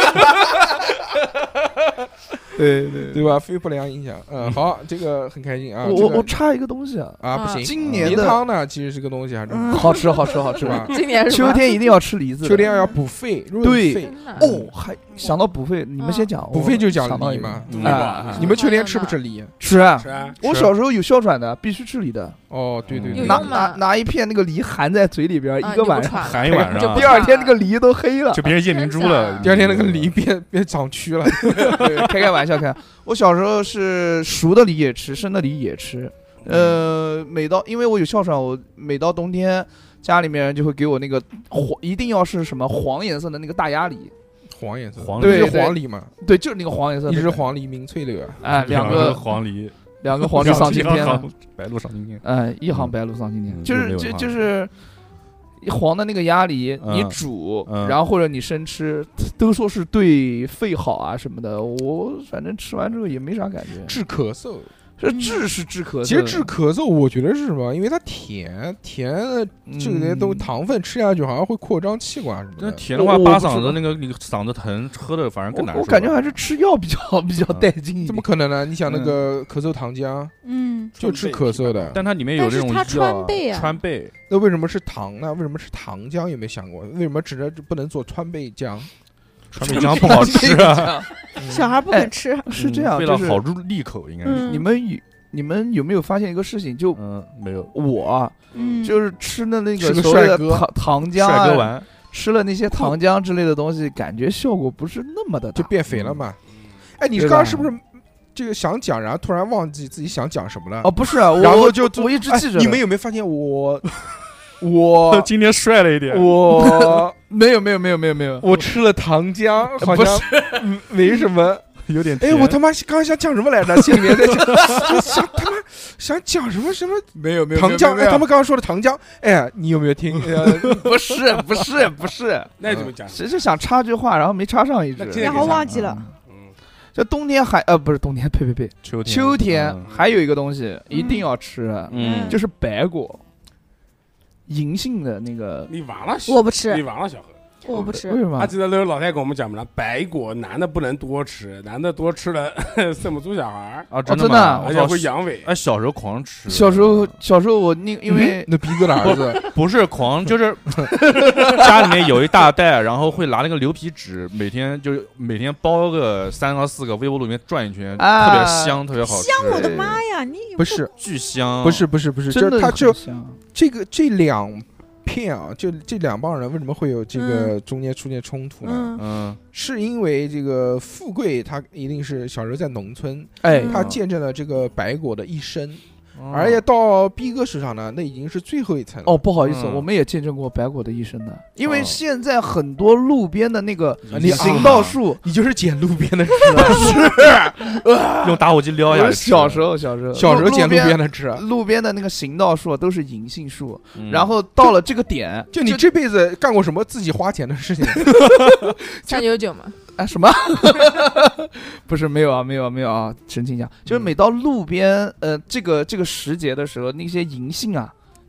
对对对吧？非不良影响。嗯，好，这个很开心啊。 我我这个我插一个东西啊， 啊不行， 今年的梨汤呢，其实这个东西还是好吃好吃好吃是吧？ 今年是吧秋天一定要吃梨子的， 秋天要补肺润对肺， 真的哦，还想到补肺，你们先讲。 补肺就讲想到一个梨嘛。 嗯啊， 你们秋天吃不吃梨？ 吃啊！ 是啊， 我小时候有哮喘的，必须吃梨的， 哦，对对有对， 拿用吗拿拿一片那个梨含在嘴里边， 啊一个晚上， 你不含一晚上， 就不第二天那个梨都黑了就。变成夜明珠了。 第二天那个梨变变长蛆了。 对开开玩笑开，我小时候是熟的梨也吃，生的梨也吃。呃，每到因为我有哮喘，我每到冬天，家里面人就会给我那个黄，一定要是什么黄颜色的那个大鸭梨。 黄颜色， 黄对梨是黄梨嘛， 对，就是那个黄颜色的。 一只黄梨明翠柳啊。 哎，两个个黄梨， 两个黄梨丧尽天了。 白鹭上青天。 哎，一行白鹭丧尽天， 嗯就是就没有文化就是黄的那个鸭梨， 嗯你煮， 嗯然后或者你生吃，都说是对肺好啊什么的。我反正吃完之后也没啥感觉。 治咳嗽， 这治是治咳嗽， 其实治咳嗽，我觉得是什么？因为它甜，甜的这个些东西嗯糖分吃下去好像会扩张气管什么那的。 甜的话， 我我不知道扒嗓子那个你嗓子疼，喝的反而更难受。 我我感觉还是吃药比较比较带劲一点。 怎么可能呢？你想那个咳嗽糖浆嗯， 就治咳嗽的， 但它里面有这种但是它川贝啊川贝， 那为什么是糖呢？为什么是糖浆？有没有想过？为什么只能不能做川贝浆？ 川贝浆不好吃啊， 小孩不肯吃。 是这样， 味道就是好入利口，应该是。 嗯你们有你们有没有发现一个事情？就嗯，没有。 我啊嗯， 就是吃的那吃个个所谓的帅哥糖糖浆啊， 帅哥丸， 吃了那些糖浆之类的东西，感觉效果不是那么的大， 就变肥了嘛？哎，你对吧刚刚是不是这个想讲，然后突然忘记自己想讲什么了？ 哦，不是啊，我然后就我一直哎记着。 你们有没有发现我我今天帅了一点。 我没有没有没有没有没有， 我吃了糖浆，好不像嗯没什么。哎， 有点甜。 我他妈刚刚想讲什么来着？心里面在想，想他妈想讲什么什么没有没糖浆？哎，他们刚刚说的糖浆，哎，你有没有听？呃不是不是不是， 那怎么讲？ 只是想插句话，然后没插上一直。 那这然后忘记了。 嗯， 这冬天还呃不是冬天，呸呸呸， 秋天， 秋天嗯还有一个东西一定要吃， 嗯， 就是白果，银杏的那个。 你忘了？ 我不吃你，忘了小何。 为我不吃。 什么他？记得那个老太跟我们讲嘛，白果男的不能多吃，男的多吃了生不出小孩儿， 啊，真真的吗？ 而且会阳痿。 哎，小时候狂吃， 小时候小时候我那因为那逼哥的儿子， 不是狂，就是家里面有一大袋，然后会拿那个牛皮纸，每天就是每天包个三到四个，微波炉里面转一圈， 啊特别香，特别好吃， 香，我的妈呀！你不是巨香， 不是不是不是， 真的就他就很香这个这两片啊，就这两帮人为什么会有这个中间出现冲突呢？ 嗯嗯， 是因为这个富贵他一定是小时候在农村， 哎， 他见证了这个白果的一生， 嗯而且到逼哥手上呢，那已经是最后一层了。 哦，不好意思， 嗯我们也见证过白果的一生的，因为哦现在很多路边的那个你行道树， 你就是捡路边的吃啊， 用打火机撩一下我就吃。 小时候小时候小时候捡路边边的吃。 路边的那个行道树都是银杏树， 嗯， 然后到了这个点， 就你这辈子干过什么自己花钱的事情？ 三九九嘛， 哎什么？不是没有啊，没有啊，没有啊，澄清一下，就是每到路边呃这个这个时节的时候，那些银杏啊，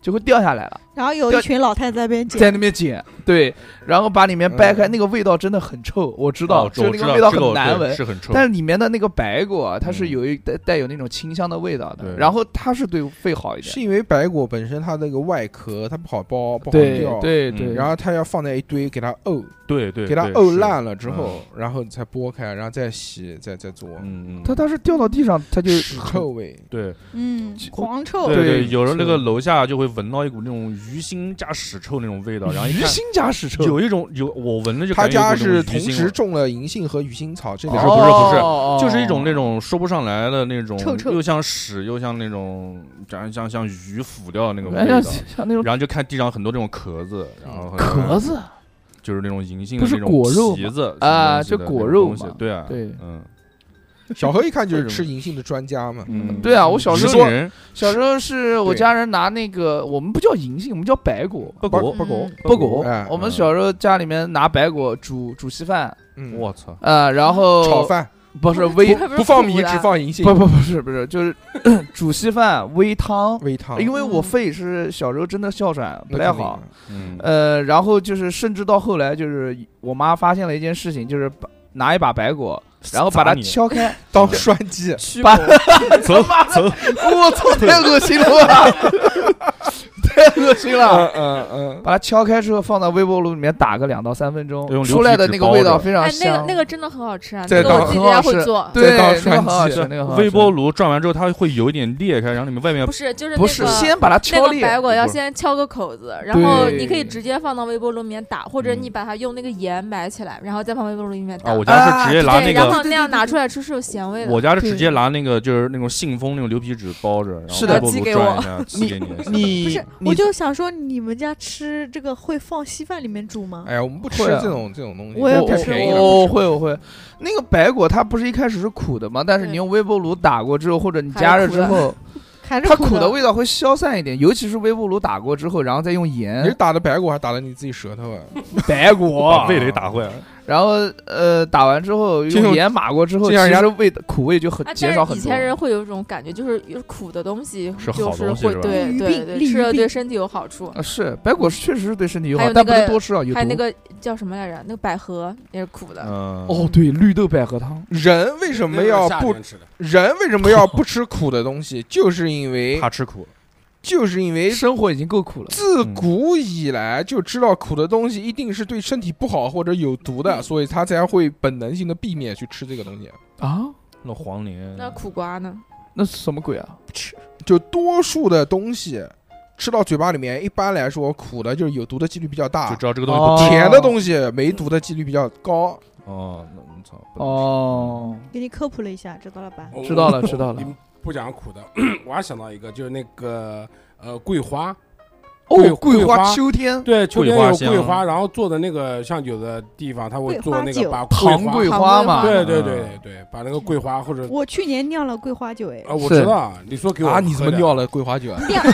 就会掉下来了， 然后有一群老太太在那边在捡， 那边捡，对，然后把里面掰开， 嗯那个味道真的很臭，我知道， 哦就我知道那个味道这个我对很难闻， 是很臭。 但是里面的那个白果啊，它是嗯有一带带有那种清香的味道的， 对然后它是对肺好一点， 是因为白果本身它那个外壳它不好剥，不好对掉， 嗯对对， 然后它要放在一堆给它沤， 对对， 给它对是沤烂了之后，然后才剥开，然后再洗，再再做， 嗯嗯， 它它是掉到地上，它就屎臭味。 对嗯，黄臭， 对对有时候那是个楼下就会闻到一股那种鱼腥加屎臭那种味道，然后一看鱼腥加屎臭， 有一种有我闻的就他感觉有家是一股那种鱼腥味同时种了银杏和鱼腥草，这不两是不是不是哦就是一种那种说不上来的那种， 臭臭又像屎又像那种像像像鱼腐掉的那个味像道。 像那种然后就看地上很多这种壳子，然后壳子， 就是那种银杏不是的那种果肉皮子啊就什么东西的那种果肉嘛东西对啊， 对嗯小何一看就是这种吃银杏的专家嘛。 嗯， 对啊，我小时候银杏人小时候是我对家人拿那个，我们不叫银杏，我们叫白果， 不果不不果， 不果哎。 我们小时候家里面拿白果煮煮稀饭， 嗯， 我操， 啊，然后炒饭不是煨， 它不放米， 苦的只放银杏， 不不不是不是，就是煮稀饭煨汤， 煨汤， 因为我嗯肺是小时候真的哮喘不太好， 嗯呃，然后就是甚至到后来就是我妈发现了一件事情，就是把拿一把白果，然后把它砸你敲开， 当栓剂， 把驱狗走走， 我操，太恶心了吧，太恶心了。 嗯嗯嗯， 把它敲开之后，放到微波炉里面打个两到三分钟用， 出来的那个味道非常哎，那香。 个那个真的很好吃啊， 再那个我当自己在家很好吃会做。 对， 再当那个栓剂很好吃，那个很好吃微波炉转完之后，它会有一点裂开，然后里面外面不是，就是不是那个先把它那敲裂， 个白果要不是先敲个口子，然后对你可以直接放到微波炉里面打，或者嗯你把它用那个盐埋起来，然后再放微波炉里面打。 啊，我家是直接拿对， 那个， 然后那样拿出来吃是有咸味的。 我家是直接拿那个就是那种信封那种牛皮纸包着，然后是的微波炉寄给我转一下，寄给你。 你不是， 你我就想说，你们家吃这个会放稀饭里面煮吗？ 哎呀，我们不吃会啊这种这种东西， 我也不吃太便宜了。 我会我会，那个白果它不是一开始是苦的吗？但是对你用微波炉打过之后，或者你还是加热苦的之后，它还是苦苦的味道会消散一点，尤其是微波炉打过之后，然后再用你是盐打的白果，还打的你自己舌头啊？ 白果把味蕾打坏了。 然后呃打完之后就用用盐码过之后，其就像人家实味苦味就很啊， 减少很多但是以前。人会有一种感觉，就是有苦的东西是好就是东西是吧会对利于对对， 病利于吃了对病身体有好处。 啊，是白果是确实是对身体有好， 还有但不那个能多吃啊，有毒。 还有那个叫什么来着？那个百合也是苦的。 嗯， 哦，对，绿豆百合汤， 人为什么要不？ 夏天吃的？ 人为什么要不吃苦的东西？就是因为怕吃苦。 就是因为生活已经够苦了。 自古以来就知道苦的东西一定是对身体不好或者有毒的，所以他才会本能性的避免去吃这个东西。 啊， 那黄连， 那苦瓜呢？ 那是什么鬼啊？ 就多数的东西吃到嘴巴里面，一般来说苦的就是有毒的几率比较就大知，道这个东西哦不甜的东西没毒的几率比较高。 哦，那我操，不能吃哦， 给你科普了一下，知道了吧？ 我知道了知道了你们不讲苦的，我还想到一个，就是那个呃桂花， 哦， 桂桂花秋天对，秋天桂花香有桂花，然后做的那个，像有的地方他会桂花酒做那个把糖桂桂花嘛， 对对对嗯对，把那个桂花或者我去年酿了桂花酒，哎啊，，我是知道，你说给我啊，你怎么喝的尿了桂花酒啊？ 酿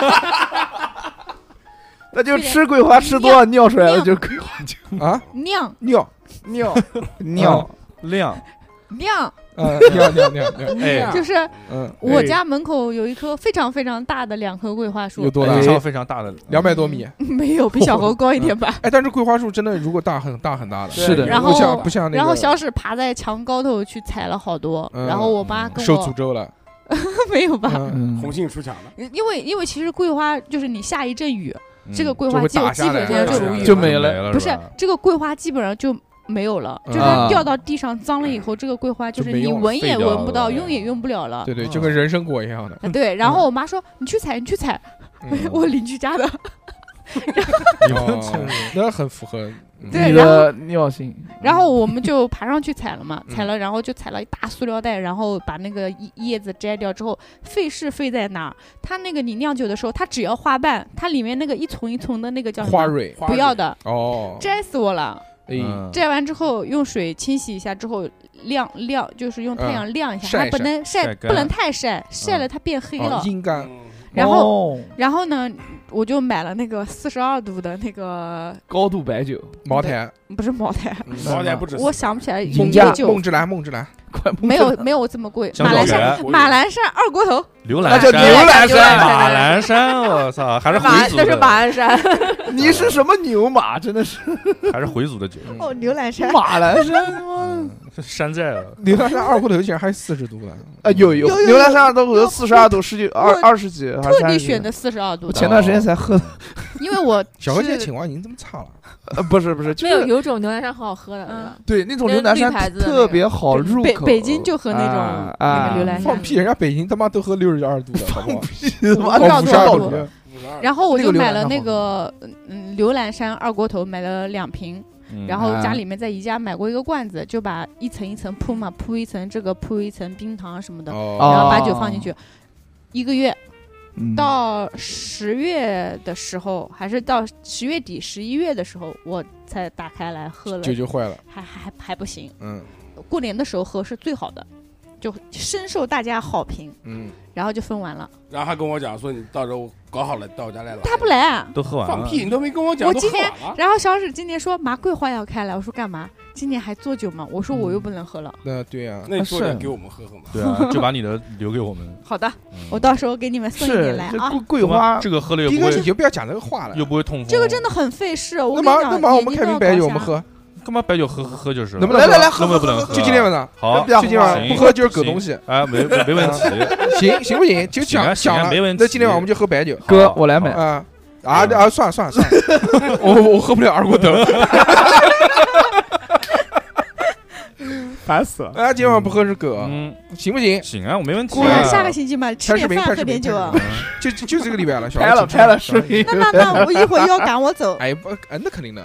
那就吃桂花吃多了尿出来的酿就是桂花酒啊， 酿尿， 尿尿。 亮， 酿， 嗯，尿尿尿尿， 哎， 就是嗯， 我家门口有一棵非常非常大的两棵桂花有树， 多大非？常非常大的两百多米。 没有比小猴高一点吧。 哎，但是桂花树真的如果大很大很大的， 是的然不像后不像那个， 然后小史爬在墙高头去采了好多， 嗯然后我妈跟受我诅咒了。 没有吧？ 嗯， 嗯红杏出墙的， 因为因为其实桂花就是你下一阵雨， 嗯这个桂就会花就打下来基本上就打下来就没了了， 不是吧这个桂花基本上就没有了， 嗯就是它掉到地上脏了以后，这个桂花就是就没用了你闻也废掉闻不到， 了用也用不了了。 对对，就跟人参果一样的。 啊对，然后我妈说你去采，你去采， 嗯我邻居家的。 哦那很符合。嗯对然你的尿性， 然后我们就爬上去采了嘛， 嗯采了，然后就采了一大塑料袋，然后把那个叶叶子摘掉之后，费是费在哪儿？它那个你酿酒的时候，它只要花瓣，它里面那个一丛一丛的那个叫什么花蕊花不要的， 哦， 摘死我了。 哎， 嗯摘完之后用水清洗一下之后晾晾，就是用太阳晾一下， 晒它不能晒， 晒干不能太晒，晒了它变黑了哦。阴干， 嗯然后哦然后呢，我就买了那个四十二度的那个高度白酒， 茅台不是茅台， 嗯茅台不止我想不起来有孟一个酒孟芝兰，孟芝兰， 快没有没有这么贵， 香马兰山草人马兰山二锅头， 刘兰山， 那叫牛栏山， 马兰山，我操，还是回族马那是马的， 鞍山， 你是什么牛马？真的是还是回族的酒， 哦，牛栏山马栏山吗？ 嗯山寨了。 牛栏山二锅头竟然还四十度呢。 啊，有有有有牛栏山二锅头四十二度，十几二我二十几，还是特三十几地选的四十二度的， 我前段时间才喝的， 因为我小何，今天是青蛙已经这么差了， 呃，不是不是，就没有是有种牛栏山很好喝的，对吧？ 对那种那牛栏山绿牌子的那个特别好入口。 北北京就喝那种啊那个牛栏山放屁！人家北京他妈都喝六十二度的，好不好？ 妈不知道五十二多少度度的， 然后我那就买了那个牛栏山好个嗯牛栏山二锅头，买了两瓶， 嗯然后家啊里面在宜家买过一个罐子，就把一层一层铺嘛，铺一层这个，铺一层冰糖什么的， 哦， 然后把酒放进去，一个月嗯到十月的时候，还是到十月底十一月的时候，我才打开来喝了， 酒就坏了， 还还还还不行。 嗯过年的时候喝是最好的，就深受大家好评， 嗯， 然后就分完了。 然后他跟我讲说，你到时候搞好了到我家来拿。 他不来啊， 都喝完了， 放屁，你都没跟我讲，都我今年喝完了。 然后小史今年说麻桂花要开了，我说干嘛？今年还做酒吗？我说我又不能喝了。 那对呀， 那你做点是给我们喝喝嘛。 对啊，就把你的留给我们。 好的， 嗯我到时候给你们送一点是来啊这桂。桂花这个喝了又第一个你不会就不要讲这个话了。 又不会痛风， 这个真的很费事，我那么跟你讲， 那么我们你开瓶白酒我们，喝， 干嘛白酒喝喝喝就是了， 能不能来来来， 能不能不能喝？ 就今天晚上， 好， 不要就今天晚上行不喝就是狗东西。 哎，没没没问题， 行行不行？就讲行啊行啊讲了， 没问题那今天晚上我们就喝白酒哥好我来买。 啊啊啊！算了算了算了，我我喝不了二锅头。 烦死了。 啊，今天晚上不喝是狗， 嗯， 行不行？ 行啊，我没问题过哎呀， 来啊。 下个星期嘛，吃开视频点饭，喝开视频点酒啊。 嗯就就就这个礼拜了，小拍了拍了视是。 频， 那那那我一会儿又要赶我走。 哎不，哎那肯定的，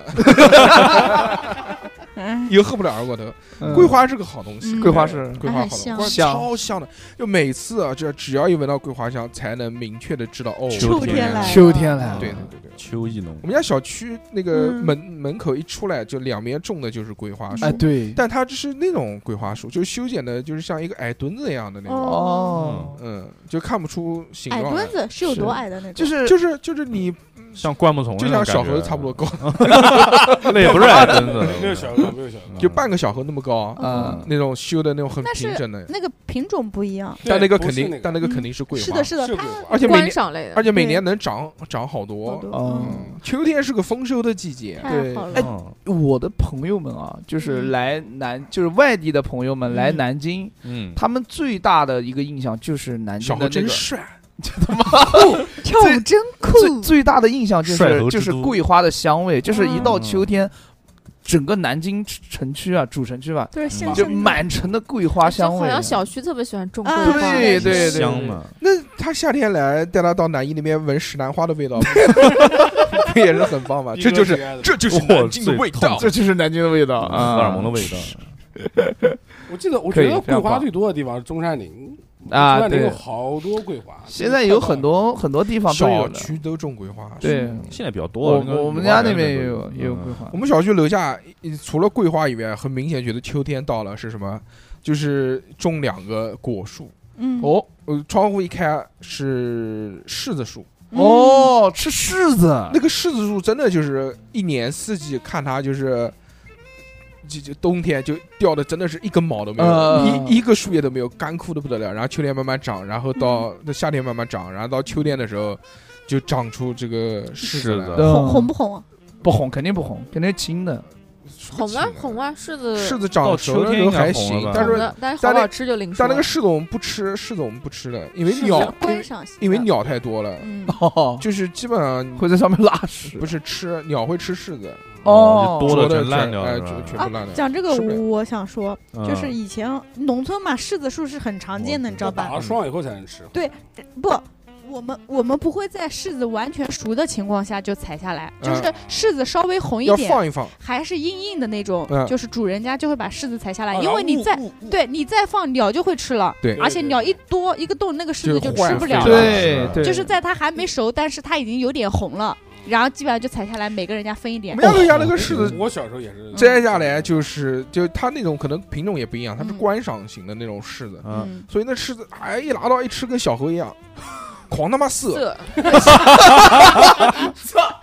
嗯， 以后喝不了二锅头。 嗯桂花是个好东西， 嗯桂花是桂花好东西， 很香桂花香超香的。就每次啊，就只要一闻到桂花香，才能明确的知道哦， 秋秋天来了， 秋天来了， 对对对对。 秋意浓我，们家小区那个嗯门门口一出来，就两边种的就是桂花树哎，对， 但它就是那种桂花树，就是修剪的，就是像一个矮墩子一样的那种， 哦， 嗯，就看不出形矮状来墩。子是有多矮的那种？ 就是就是就是你像灌木丛就那种感觉， 像小猴差不多高， 那也不是矮墩子， 没有小哥，没有小哥， 就半个小猴那么高， 嗯那种修的那种很但是平整的， 那个品种不一样。 但那个不是那，个肯定但那个肯定是桂花， 是的，是的，它是桂花观而且每年赏类的， 而且每对年能长长好多好。多哦， 嗯，秋天是个丰收的季节， 太对好了。 哎嗯我的朋友们啊，就是嗯来南，就是外地的朋友们来嗯南京， 嗯， 他们最大的一个印象就是南小猴京的那个真帅， 跳舞真最酷， 最大的印象就帅是就是猴之都桂花的香味，就是一到嗯秋天，整个南京城区啊，主城区吧， 对，现就在满城的桂花就香味。 好像小区特别喜欢种桂啊花， 对对对香嘛， 那他夏天来，带他到南艺那边闻石兰花的味道，不也是很棒吗？这就是这就是南京的味道。 这就是南京的味道荷啊， 尔蒙的味道。 我记得，我可以觉得桂花非常棒最多的地方是中山陵啊对中山陵有好多桂花。 现在有很多很多地方都有的。 小区都种桂花， 对， 现在比较多我了，那个我们家那边也园有里也有桂花我。们小区楼下呃除了桂花以外，很明显觉得秋天到了是什么？就是种两个果树。 嗯哦，呃，窗户一开是柿子树， 哦，吃柿子那个柿子树真的就是一年四季看它就是。就就冬天就掉的真的是一根毛都没有， 嗯一一个树叶都没有，干枯的不得了。然后秋天慢慢长，然后到那夏天慢慢长，然后到秋天的时候就长出这个柿子来柿子了。 红红不红啊？ 不红，肯定不红，肯定是青的。 红啊红啊，柿子柿子长到熟的时候秋天应该还红了吧， 行但是红的，但是好但那不好吃就另说了。 但那个柿子我们不吃，柿子我们不吃的，因为是鸟， 观赏性的， 因为鸟太多了， 嗯， 哦， 就是基本上会在上面拉屎。 不是吃鸟会吃柿子， 哦就多了熟的全烂掉哎， 了是吧全全部烂掉。 讲这个吃不了我想说， 嗯就是以前农村嘛，柿子树是很常见的，你知道吧？ 打了霜以后才能吃。 不，我们我们不会在柿子完全熟的情况下就采下来， 嗯就是柿子稍微红一要点， 放一放， 还是硬硬的那种， 嗯就是主人家就会把柿子采下来， 啊因为你再然后雾雾对你再放鸟就会吃了， 对而且鸟一多一个洞，那个柿子就就坏吃不了废了， 对对， 就是在它还没熟，但是它已经有点红了，然后基本上就采下来，每个人家分一点我们。家楼下那个柿子我小时候也是摘下来就是，就它那种可能品种也不一样，它是嗯观赏型的那种柿子， 嗯， 嗯， 所以那柿子哎一拿到一吃跟小猴一样，狂他妈涩， 色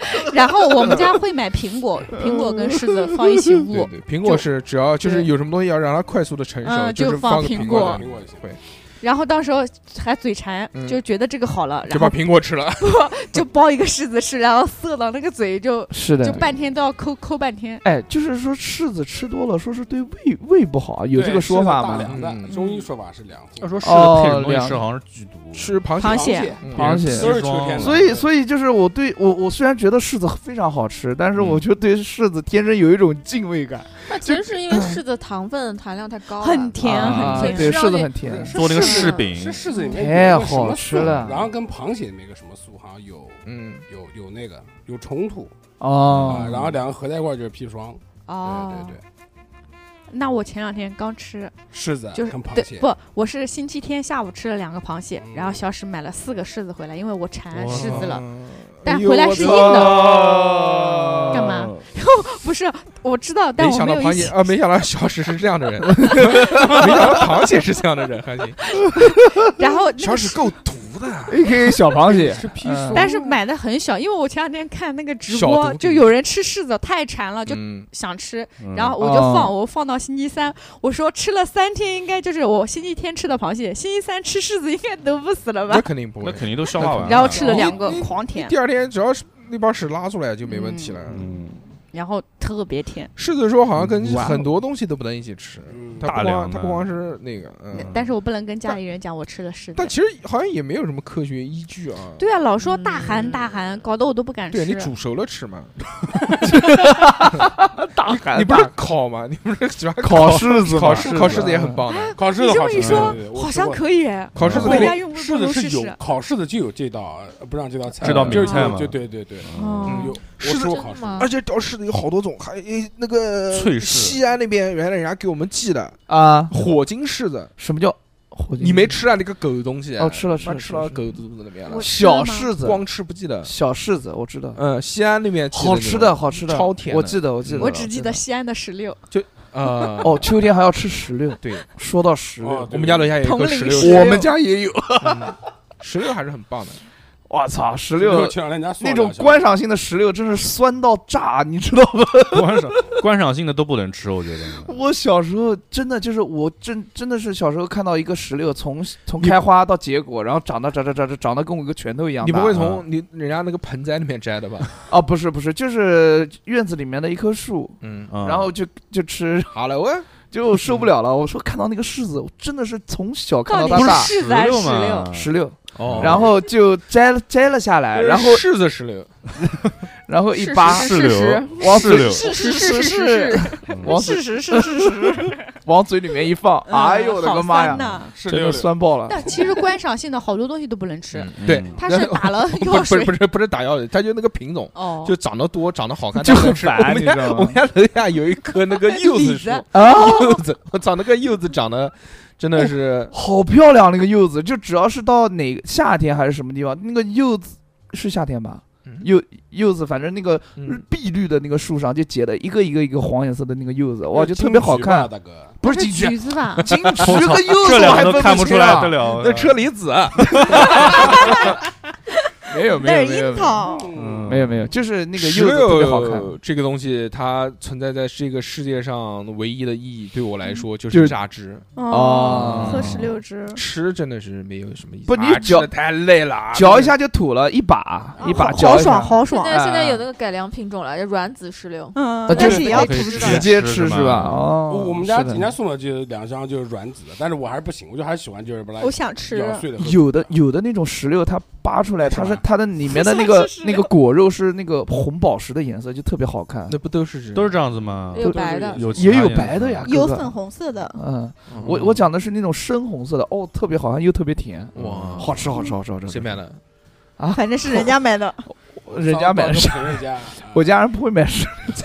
然后我们家会买苹果，苹果跟柿子放一起对捂， 对，苹果是只要就是对有什么东西要让它快速的成熟， 嗯就是就放个苹果苹的苹果就行会然后到时候还嘴馋， 嗯就觉得这个好了， 就把然后苹果吃了。 就剥一个柿子吃，然后塞到那个嘴就是的就，半天都要抠抠半天。 哎，就是说柿子吃多了，说是对胃胃不好，有这个说法吗？ 大凉的嗯中医说法是凉要说乎， 柿子配什么东西吃好像是剧毒， 吃螃螃蟹蟹嗯螃蟹都是秋天的， 所以，所以就是我对我我虽然觉得柿子非常好吃，但是我就对柿子天生有一种敬畏感。 那其实是因为柿子糖分含量太高了， 很甜啊很甜对，柿子吃上去很甜， 是做那个柿子柿饼是柿子里面太有一个什么好吃了素然后跟螃蟹里面一个什么素好像有嗯， 有有那个有冲突哦啊，，然后两个合在一块儿就是砒霜， 哦， 对对对， 那我前两天刚吃， 柿子就是跟螃蟹， 对不，我是星期天下午吃了两个螃蟹， 嗯然后小史买了四个柿子回来，因为我馋哇柿子了。 嗯但哎呦我操回来是硬的干嘛？不是，我知道，但没我没有一起。 想到螃蟹啊，没想到小史是这样的人，没想到螃蟹是这样的人，还行。 然后那个小史够毒的， A K A 小螃蟹是砒嗯霜， 但是买的很小，因为我前两天看那个直小播， 毒品就有人吃柿子太馋了，就嗯想吃， 嗯然后我就放， 哦我放到星期三，我说吃了三天，应该就是我星期天吃的螃蟹，星期三吃柿子应该都不死了那吧？ 肯定不会， 那肯定都消化完了。 然后吃了两个你狂甜， 第二天只要是那包屎拉出来就没问题了。 嗯， 然后特别甜。 柿子说好像跟哇哦很多东西都不能一起吃， 嗯它不光大量的它不光是那个，嗯， 但是我不能跟家里人讲我吃了柿子。 但其实好像也没有什么科学依据啊。 对啊，老说大寒大寒，搞得我都不敢吃。 对你煮熟了吃嘛， 大海你不是烤吗？你不是喜欢烤柿子吗烤柿烤柿子也很棒的， 烤柿你这子好吃， 么一说对对对我好像吃过可以哎。 烤柿子回可以家用不柿子是有如试试。 烤柿子就有这道，呃不让这道菜， 这道就是名菜嘛就对对对， 哦嗯有我柿子吃过烤柿子， 吗而且屌柿子有好多种，还诶那个脆柿西安那边原来人家给我们寄的啊？ 火金柿子， 什么叫火鸡？ 你没吃啊？那个狗东西哦吃了吃了妈吃到吃了狗肚子里面了我，吃了吗小柿子， 光吃不记得。 小柿子，我知道， 嗯，西安那边寄好吃的， 那种好吃的， 超甜的我记得，我记得， 我只记得西安的石榴， 啊， 哦，秋天还要吃石榴。 对， 说到石榴哦， 我们家楼下有一铜个石榴陵石榴树， 我们家也有。 嗯石榴还是很棒的。 我操，石六榴前两天人家送那种了两箱观赏性的石榴真是酸到炸，你知道吗？ 观赏观赏性的都不能吃，我觉得。 我小时候真的就是我真真的是小时候看到一个石榴从从开花到结果，然后长到长长长长长得跟我一个拳头一样大。 你不会从你人家那个盆栽里面摘的吧？ 啊？不是不是，就是院子里面的一棵树， 嗯， 嗯然后就就吃， 好了，我就受不了了。我说看到那个柿子，我真的是从小看到底是到大， 柿子还是石榴嘛石榴？ 石榴， 哦然后就摘了摘了下来，然后柿子石榴， 然后一扒是柿是榴， 往嘴柿榴， 是是是是是往嘴是是是是， 往嘴里面一放，哎呦我的个妈呀， 呐！ 是六六真的酸爆了。 但其实观赏性的好多东西都不能吃， 嗯对它是打了不药水是不是不是不是打药的，它就那个品种， 哦， 就长得多，长得好看， 就但是很烦我们家你知道吗我们家楼下有一棵那个柚子树， 李子啊， 柚子，我长那个柚子长得真的是好漂亮那个柚子，就只要是到哪个夏天还是什么地方，那个柚子是夏天吧？ 嗯柚柚子，反正那个嗯碧绿的那个树上就结了一个一个一个黄颜色的那个柚子，哇，就特别好看。 大哥， 是不是金桔， 橘子吧？ 金桔跟柚子这两我还分个都看不出清啊来得了。 那车厘子， 没有没那是有没有樱桃， 嗯没有没有，就是那个石柚子特别好看。 榴这个东西，它存在在这个世界上唯一的意义，对我来说就就是是榨汁。 哦喝石榴汁， 吃真的是没有什么意思。 不你嚼啊吃得太累了， 嚼一下就吐了，一把一把好嚼一下好爽，好现爽。 在现在有那个改良品种了，叫软籽石榴。 嗯， 啊但是也要吐就是汁的。 直接吃是吗是吧？哦， 我我们家是的人家送的就两箱就是软籽的，但是我还是不行，我就还是喜欢就是把它我想吃， 咬碎的喝。 有的有的那种石榴，它扒出来，它是是吧它的里面的那想个吃石榴那个果肉是那个红宝石的颜色，就特别好看。 那不都是都是这样子吗？ 也有白的， 有其也有他颜色白的呀，哥哥有粉红色的， 嗯，我我讲的是那种深红色的，哦，特别好看又特别甜， 哇， 好吃好吃好吃好吃。 谁买的？ 反正是人家买的。 人家买的是， 朋友家， 我家人不会买石。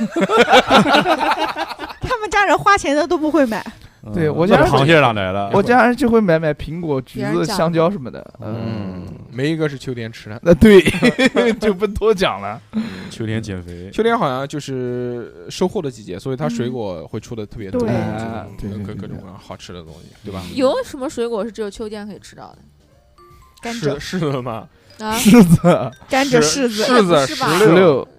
他们家人花钱的都不会买， 嗯对我家那螃蟹哪来的？ 我家人就会买买苹果、橘子、 别人讲香蕉什么的。 嗯嗯，， 没一个是秋天吃的。 那对，就不多讲了。 秋天减肥， 秋天好像就是收获的季节，所以它水果会出的特别多， 对哎对对对各各种各样好吃的东西，对吧？ 有什么水果是只有秋天可以吃到的？ 甘蔗、 是是的吗？ 啊， 柿子、 甘蔗、柿子， 柿子是吧石榴、